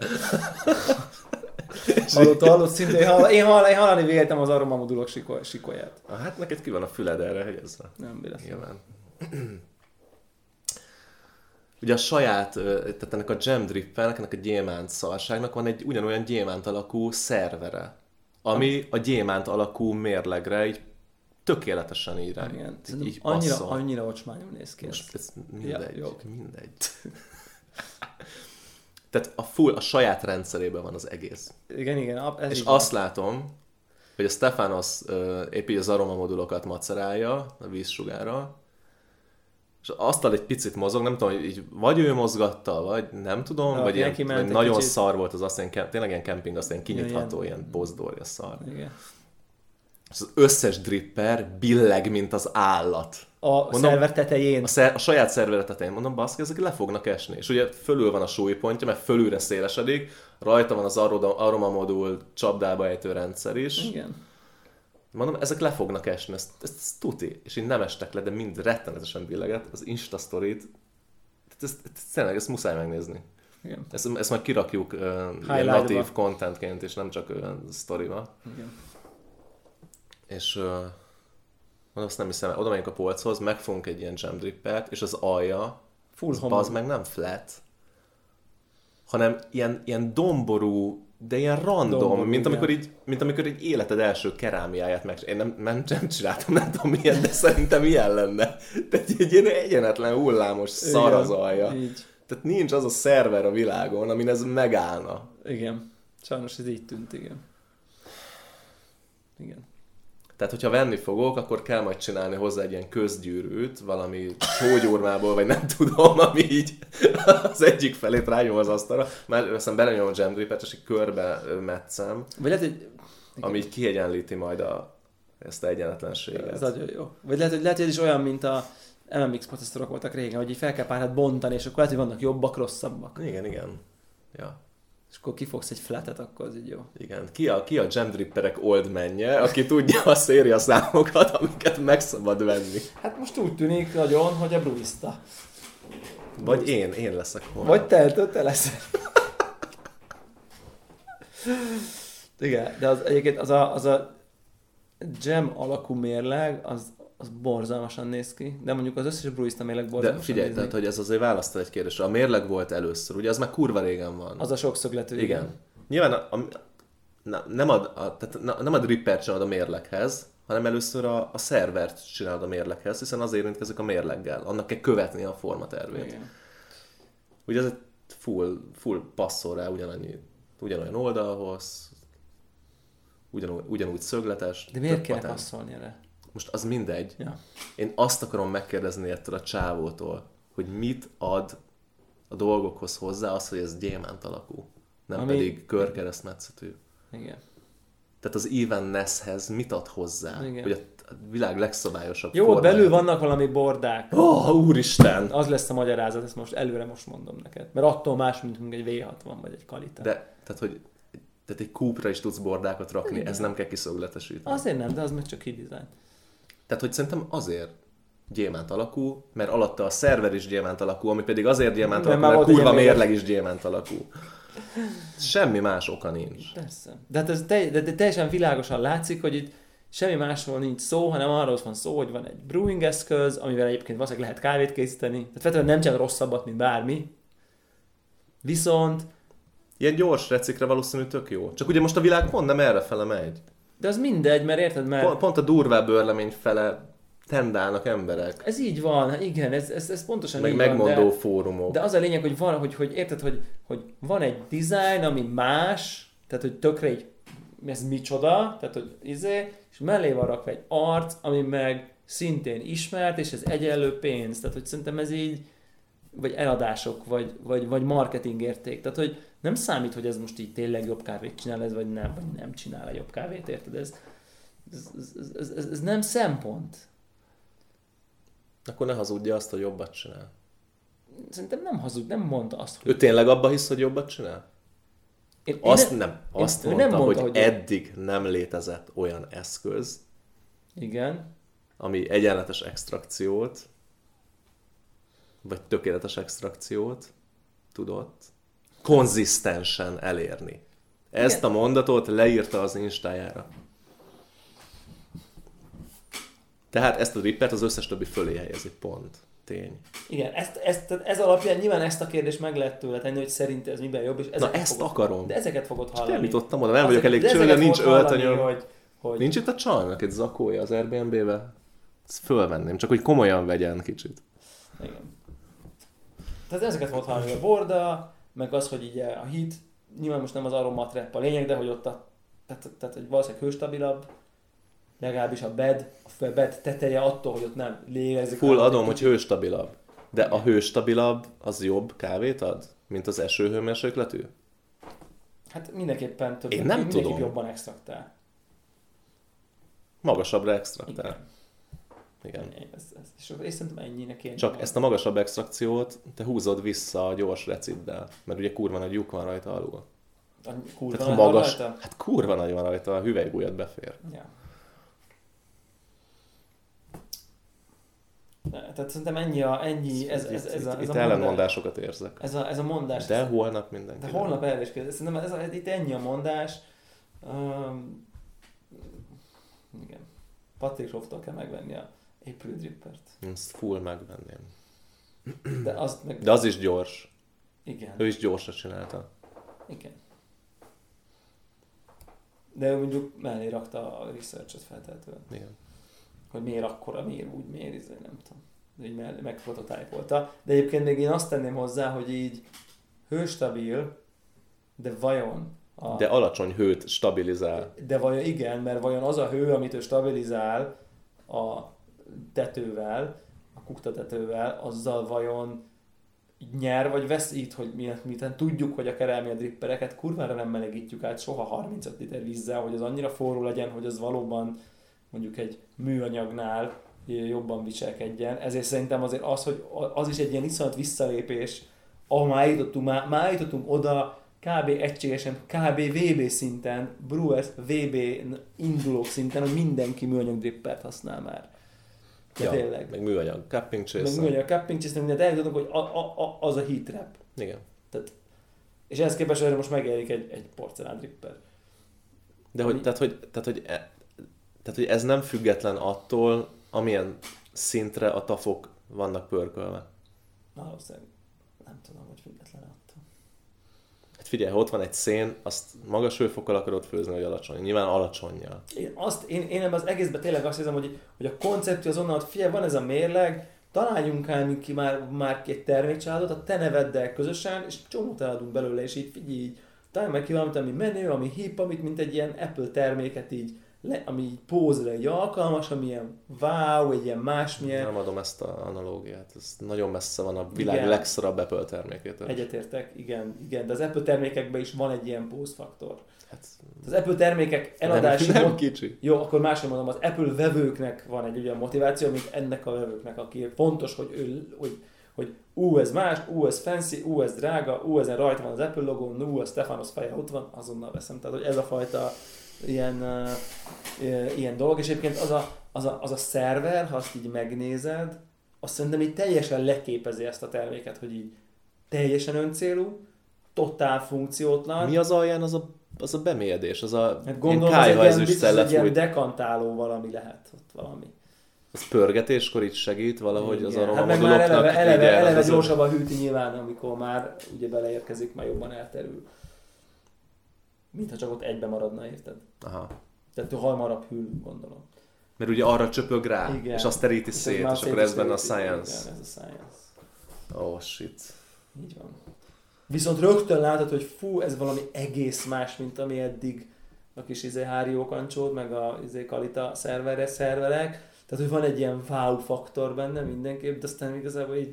Hallott, hallott szintén, én, hall, én, hall, én hallani véltem az aromamodulok sikoly, sikolyát. Ah, hát neked ki van a füled erre hegyezve. Nem véletlen. Nyilván. Ugye a saját, tehát ennek a jam drippernek, ennek a gyémánt szarságnak van egy ugyanolyan gyémánt alakú szervere, ami a gyémánt alakú mérlegre így tökéletesen így, rá, így, így annyira, passzol. annyira ocsmányul néz ki. Most ez mindegy, ja, mindegy. Tehát a full, a saját rendszerében van az egész. Igen, igen. Ez és azt van. Látom, hogy a Stefanos uh, épp így az aromamodulokat macerálja a vízsugárral, és asztal egy picit mozog, nem tudom, hogy így vagy ő mozgatta, vagy nem tudom, ja, vagy, ilyen, vagy nagyon kicsit. Szar volt az azt, ilyen, tényleg ilyen kemping, azt ilyen kinyitható, ilyen, ilyen pozdorja szar. Igen. És az összes dripper billeg, mint az állat. A mondom, szerver tetején. A, szer, a saját szerver tetején. Mondom, baszki, ezek le fognak esni. És ugye fölül van a súlypontja, mert fölülre szélesedik, rajta van az aromamodul csapdába ejtő rendszer is. Igen. Mondom, ezek le fognak esni, ezt, ezt, ezt tuti. És így nem estek le, de mind rettenetesen billeget. Az Insta Story-t, ezt, ezt, tényleg, ezt muszáj megnézni. Igen. Ezt, ezt majd kirakjuk uh, ilyen natív contentként, és nem csak olyan uh, sztoriba. Igen. És uh, mondom, azt nem hiszem, oda megyünk a polchoz, megfogunk egy ilyen jam drippert, és az alja, az meg nem flat, hanem ilyen, ilyen domború, de ilyen random, domború, mint, amikor így, mint amikor egy életed első kerámiáját meg... Én nem, nem, nem csináltam, nem tudom milyen, de szerintem ilyen lenne. Tehát egy ilyen egyenetlen hullámos szar az alja. Így. Tehát nincs az a szerver a világon, amin ez megállna. Igen. Sajnos ez így tűnt, igen. Igen. Tehát, hogyha venni fogok, akkor kell majd csinálni hozzá egy ilyen közgyűrűt, valami hógyúrmából, vagy nem tudom, ami így az egyik felét rányom az asztalra, már aztán belenyom a jam drippert, és egy körbe metszem, vagy lehet, hogy... ami így kiegyenlíti majd a, ezt a egyenletlenséget. Ez nagyon jó. Vagy lehet, hogy, lehet, hogy ez is olyan, mint a em em iksz processzorok voltak régen, hogy így fel kell párát bontani, és akkor lehet, hogy vannak jobbak, rosszabbak. Igen, igen. Ja. És akkor kifogsz egy flatet, akkor az így jó. Igen. Ki a, ki a jam dripperek old menje, aki tudja a széria számokat, amiket meg szabad venni? Hát most úgy tűnik nagyon, hogy a Brewista. Vagy én, én leszek volna. Vagy te, te leszel. Igen, de az, egyébként az a, az a jam alakú mérleg, az, az borzalmasan néz ki, de mondjuk az összes Brewista mérleg borzalmasan. De figyelj, tehát, hogy ez azért választod egy kérdésre. A mérleg volt először, ugye az már kurva régen van. Az a sokszögletű. Igen. igen. Nyilván a, a, na, nem, ad, a, tehát na, nem a drippert csinálod a mérleghez, hanem először a, a szervert csinálod a mérleghez, hiszen azért érintkezik a mérleggel. Annak kell követni a formatervét. Igen. Ugye ez egy full, full passzol rá ugyanannyi, ugyanolyan oldalhoz, ugyanúgy, ugyanúgy szögletes. De miért kell passzolni erre? Most az mindegy. Ja. Én azt akarom megkérdezni ettől a csávótól, hogy mit ad a dolgokhoz hozzá az, hogy ez gyémánt alakú, nem Ami... pedig körkeresztmetszetű. Igen. Tehát az evennesshez mit ad hozzá? Igen. Hogy a világ legszabályosabb jó, formája. Belül vannak valami bordák. Ó, oh, úristen! Az lesz a magyarázat, ezt most előre most mondom neked. Mert attól más, mint egy vé hatvan vagy egy Kalita. De, tehát, hogy tehát egy kúpra is tudsz bordákat rakni, igen. Ez nem kell kiszögletesíteni. Azért nem, de az meg csak kidizájn. Tehát, hogy szerintem azért gyémánt alakú, mert alatta a szerver is gyémánt alakú, ami pedig azért gyémánt alakú, mert kurva mérleg is gyémánt alakú. Semmi más oka nincs. Persze. De, hát ez te, de, de teljesen világosan látszik, hogy itt semmi másról nincs szó, hanem arról van szó, hogy van egy brewing eszköz, amivel egyébként valószínűleg lehet kávét készíteni. Tehát feltétlenül nem csak rosszabbat, mint bármi. Viszont... Ilyen gyors recikre valószínű tök jó. Csak ugye most a világ pont nem errefele megy. De az mindegy, mert érted, mert... Pont, pont a durvább örlemény fele tendálnak emberek. Ez így van, igen, ez, ez, ez pontosan meg így megmondó van, de, fórumok. de az a lényeg, hogy van, hogy, hogy érted, hogy, hogy van egy design, ami más, tehát hogy tökre egy, ez micsoda, tehát hogy izé, és mellé van rakva egy arc, ami meg szintén ismert, és ez egyenlő pénz, tehát hogy szerintem ez így, vagy eladások, vagy, vagy, vagy marketing érték, tehát hogy nem számít, hogy ez most így tényleg jobb kávét csinál, ez vagy nem, vagy nem csinál a jobb kávét, érted, ez, ez, ez, ez, ez, ez nem szempont. Akkor ne hazudja azt, hogy jobbat csinál. Szerintem nem hazud, nem mondta azt, hogy... Ő tényleg abba hisz, hogy jobbat csinál? Én, azt én nem. Azt én, mondta, nem mondta, hogy, hogy eddig nem létezett olyan eszköz, igen, ami egyenletes extrakciót, vagy tökéletes extrakciót tudott konzisztensen elérni. Ezt igen. A mondatot leírta az Instájára. Tehát ezt a drippert az összes többi fölé helyezi, pont. Tény. Igen, ezt, ezt, ez alapján nyilván ezt a kérdést meg lehet tőle tenni, hogy szerinted ez miben jobb, és na ezt fogod, akarom. De ezeket fogod hallani. Elmítottam oda, nem vagyok elég csőre, nincs öltönyöm. Hogy, hogy... Nincs itt a csajnak egy zakója az Airbnb-be? Ezt fölvenném, csak hogy komolyan vegyen kicsit. Igen. Tehát ezeket fogod hallani, a borda, meg az, hogy így a hit, nyilván most nem az aromatrap a lényeg, de hogy ott a, tehát, tehát hogy valószínűleg hőstabilabb, legalábbis a bed, a bed teteje attól, hogy ott nem lélezik. Full adom, hogy hőstabilabb. De a hőstabilabb az jobb kávét ad, mint az esőhőmérsékletű? Hát mindenképpen több. Én nem mindenképp tudom. jobban extraktál. Magasabbra extraktál. Igen. Igen. Ez, ez, és, és szerintem ennyinek kéne. Csak van. ezt a magasabb extrakciót te húzod vissza a gyors reciddel, mert ugye kurva nagy lyuk van rajta alul. A kurva Tehát ha magas, rajta? Hát kurva nagy van rajta, a hüvelykújat befér. Ja. Tehát szerintem ennyi a, ennyi, ez, ez, ez, ez a, ez itt, a itt ellenmondásokat érzek. Ez a, ez a mondás. De ez, holnap mindenki. De holnap erre is kérdez. Szerintem ez a, itt ennyi a mondás. Um, igen. Patrick Roftól kell megvenni a April Drippert. Ezt full megvenném. De, azt meg... De az is gyors. Igen. Ő is gyorsra csinálta. Igen. De mondjuk mellé rakta a research-et feltehetően. Igen. Hogy miért akkora, miért úgy, miért izé, nem tudom. De így mellé megprototypolta. De egyébként még én azt tenném hozzá, hogy így hőstabil, de vajon a... De alacsony hőt stabilizál. De vajon igen, mert vajon az a hő, amit ő stabilizál a tetővel, a kuktatetővel, azzal vajon nyer vagy veszít, hogy miért, miért tudjuk, hogy a kerámia drippereket kurvára nem melegítjük át soha harmincöt liter vízzel, hogy az annyira forró legyen, hogy az valóban mondjuk egy műanyagnál jobban viselkedjen. Ezért szerintem azért az, hogy az is egy ilyen iszonyat visszalépés, ahol már jutottunk, már, már jutottunk oda, kb. Egységesen, kb. vé bé szinten, Brewers vé bé indulók szinten, hogy mindenki műanyag drippert használ már. De ja, tényleg. Meg műanyag cupping chase. Meg műanyag cupping chase, mindent eljutottunk, hogy a, a, a, az a heat trap. Igen. Tehát, és ehhez képest erre most megérik egy, egy porcelán dripper. De hogy, tehát, hogy, tehát, hogy, e, tehát, hogy ez nem független attól, amilyen szintre a tafok vannak pörkölve. Valószínűleg nem tudom, hogy független attól. Hát figyelj, ha ott van egy szén, azt magas hőfokkal akarod főzni, vagy alacsony. Nyilván alacsonnyal. Én, azt, én, én ebben az egészben tényleg azt hiszem, hogy, hogy a koncepció az onnan, hogy figyelj, van ez a mérleg, találjunk el ki már, már egy termékcsaládot, a te neveddel közösen, és csomót eladunk belőle, és így figyelj, így, találjunk meg ki valamit, ami menő, ami hip, amit mint egy ilyen Apple terméket így, le, ami így pózra így alkalmas, ami ilyen wow, egy ilyen másmilyen. Nem adom ezt a analógiát, ez nagyon messze van a világ igen. legszorabb Apple termékétől. Egyetértek, igen, igen, de az Apple termékekben is van egy ilyen pózfaktor. Hát, az Apple termékek eladási... Nem, nem kicsi. Jó, akkor máshogy mondom, az Apple vevőknek van egy olyan motiváció, mint ennek a vevőknek, aki fontos, hogy, ő, hogy, hogy ú, ez más, ú, ez fancy, ú, ez drága, ú, ezen rajta van az Apple logó, ú, a Stefanos feje ott van, azonnal veszem. Tehát, hogy ez a fajta ilyen, uh, ilyen dolog, és egyébként az a, az, a, az a szerver, ha azt így megnézed, azt szerintem így teljesen leképezi ezt a terméket, hogy így teljesen öncélú, totál funkciótlan. Mi az alján az a, az a bemélyedés? Az a hát gondolom, az egy ilyen, biztos, egy ilyen dekantáló valami lehet ott valami. Az pörgetéskor itt segít valahogy. Igen. Az aroma hát moduloknak. Hát meg már eleve, eleve, eleve gyorsabban hűti nyilván, amikor már ugye beleérkezik, már jobban elterül. Mintha csak ott egybe maradna, érted? Aha. Tehát hamarabb hűl, gondolom. Mert ugye arra csöpög rá, igen. És azt teríti szét, és akkor ez benne a science. Igen, ez a science. Oh shit. Így van. Viszont rögtön látod, hogy fú, ez valami egész más, mint ami eddig a kis izé Hárió kancsód, meg a izé Kalita szervere, szerverek. Tehát, hogy van egy ilyen wow faktor benne mindenképp, de aztán igazából így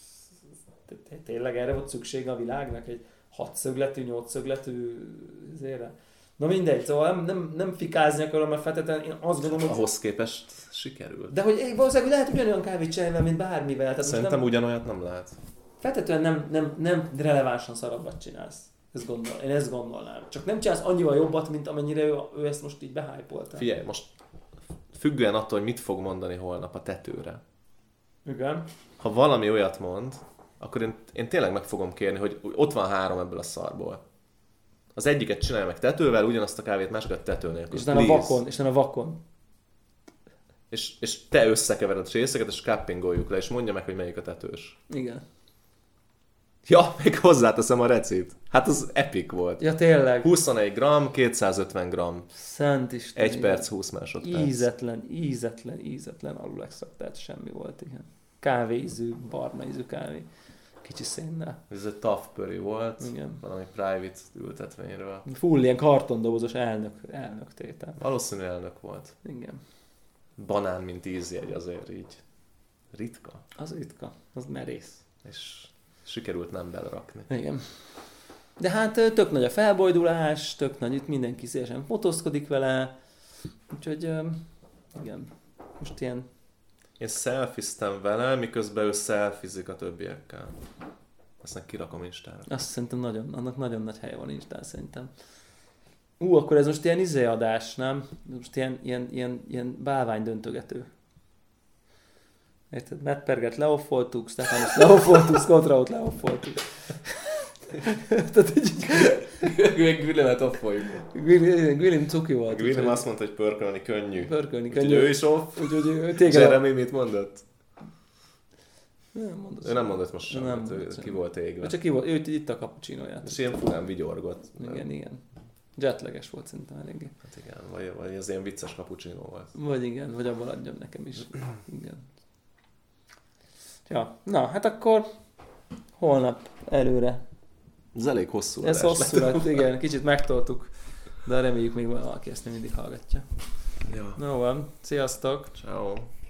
tényleg erre volt szüksége a világnak, egy hatszögletű, nyolcszögletű izére. Na mindegy, szóval nem, nem, nem fikázni akarom, mert feltétlenül én azt gondolom, hogy... Ahhoz képest sikerült. De hogy valószínűleg lehet ugyanolyan kávét csinálni, mint bármivel. Tehát szerintem nem... ugyanolyat nem lehet. Feltétlenül nem, nem, nem relevánsan szarabbat csinálsz. Ezt gondol, én ezt gondolnám. Csak nem csinálsz annyival jobbat, mint amennyire ő, ő ezt most így behypolta. Figyelj, most függően attól, hogy mit fog mondani holnap a tetőre. Igen. Ha valami olyat mond, akkor én, én tényleg meg fogom kérni, hogy ott van három ebből a szarból. Az egyiket csinálja meg tetővel, ugyanazt a kávét, másikat tető nélkül. És nem a vakon, és nem a vakon. És, és te összekevered a csészeket, és cuppingoljuk le, és mondja meg, hogy melyik a tetős. Igen. Ja, még hozzáteszem a recit. Hát az epic volt. Ja, tényleg. huszonegy gramm, kétszázötven gramm. Szent Isten. egy perc, húsz másodperc. Ízetlen, ízetlen, ízetlen alulextraktált semmi volt, igen. Kávéízű, barna ízű kávé. Kicsi szénnel. Ez egy tough pöri volt. Igen. Valami private ültetvényről. Full ilyen kartondobozos elnök, elnök tétel. Valószínű elnök volt. Igen. Banán, mint ízjegy azért így. Ritka. Az ritka. Az merész. És sikerült nem belerakni. Igen. De hát tök nagy a felbojdulás, tök nagy, itt mindenki szélesen fotózkodik vele. Úgyhogy igen. Most ilyen... Én selfiztem vele, miközben ő selfizik a többiekkel. Azt meg kirakom Instára. Azt szerintem nagyon, annak nagyon nagy helye van Instán szerintem. Ú, akkor ez most ilyen izéadás, nem? Most ilyen, ilyen, ilyen, ilyen bálvány döntögető. Érted? Matt Perget leoffoltuk, Stefanus leoffoltuk, Scott Raut leoffoltuk. Tehát így... Gwillimet offoljuk. Gwillim cuki volt. Gwillim azt mondta, hogy pörkölni könnyű. Pörkölni könnyű. Úgyhogy ő is off. Úgyhogy ő téged... Jeremy mit mondott? Nem mondott. Ő nem mondott most semmit, nem, ő sem. ki volt égve. Csak ki volt, ő itt a cappuccinóját. És ilyen furán vigyorgott. Igen, nem? igen. Jetleges volt szerintem eléggé. Hát igen, vagy, vagy az ilyen vicces cappuccino volt. Vagy igen, vagy abban adjam nekem is. Igen. Ja, na, hát akkor holnap előre. Ez elég hosszú Ez hosszú lett, igen, kicsit megtoltuk, de reméljük még valaki ezt nem mindig hallgatja. Ja. No van, sziasztok! Ciao.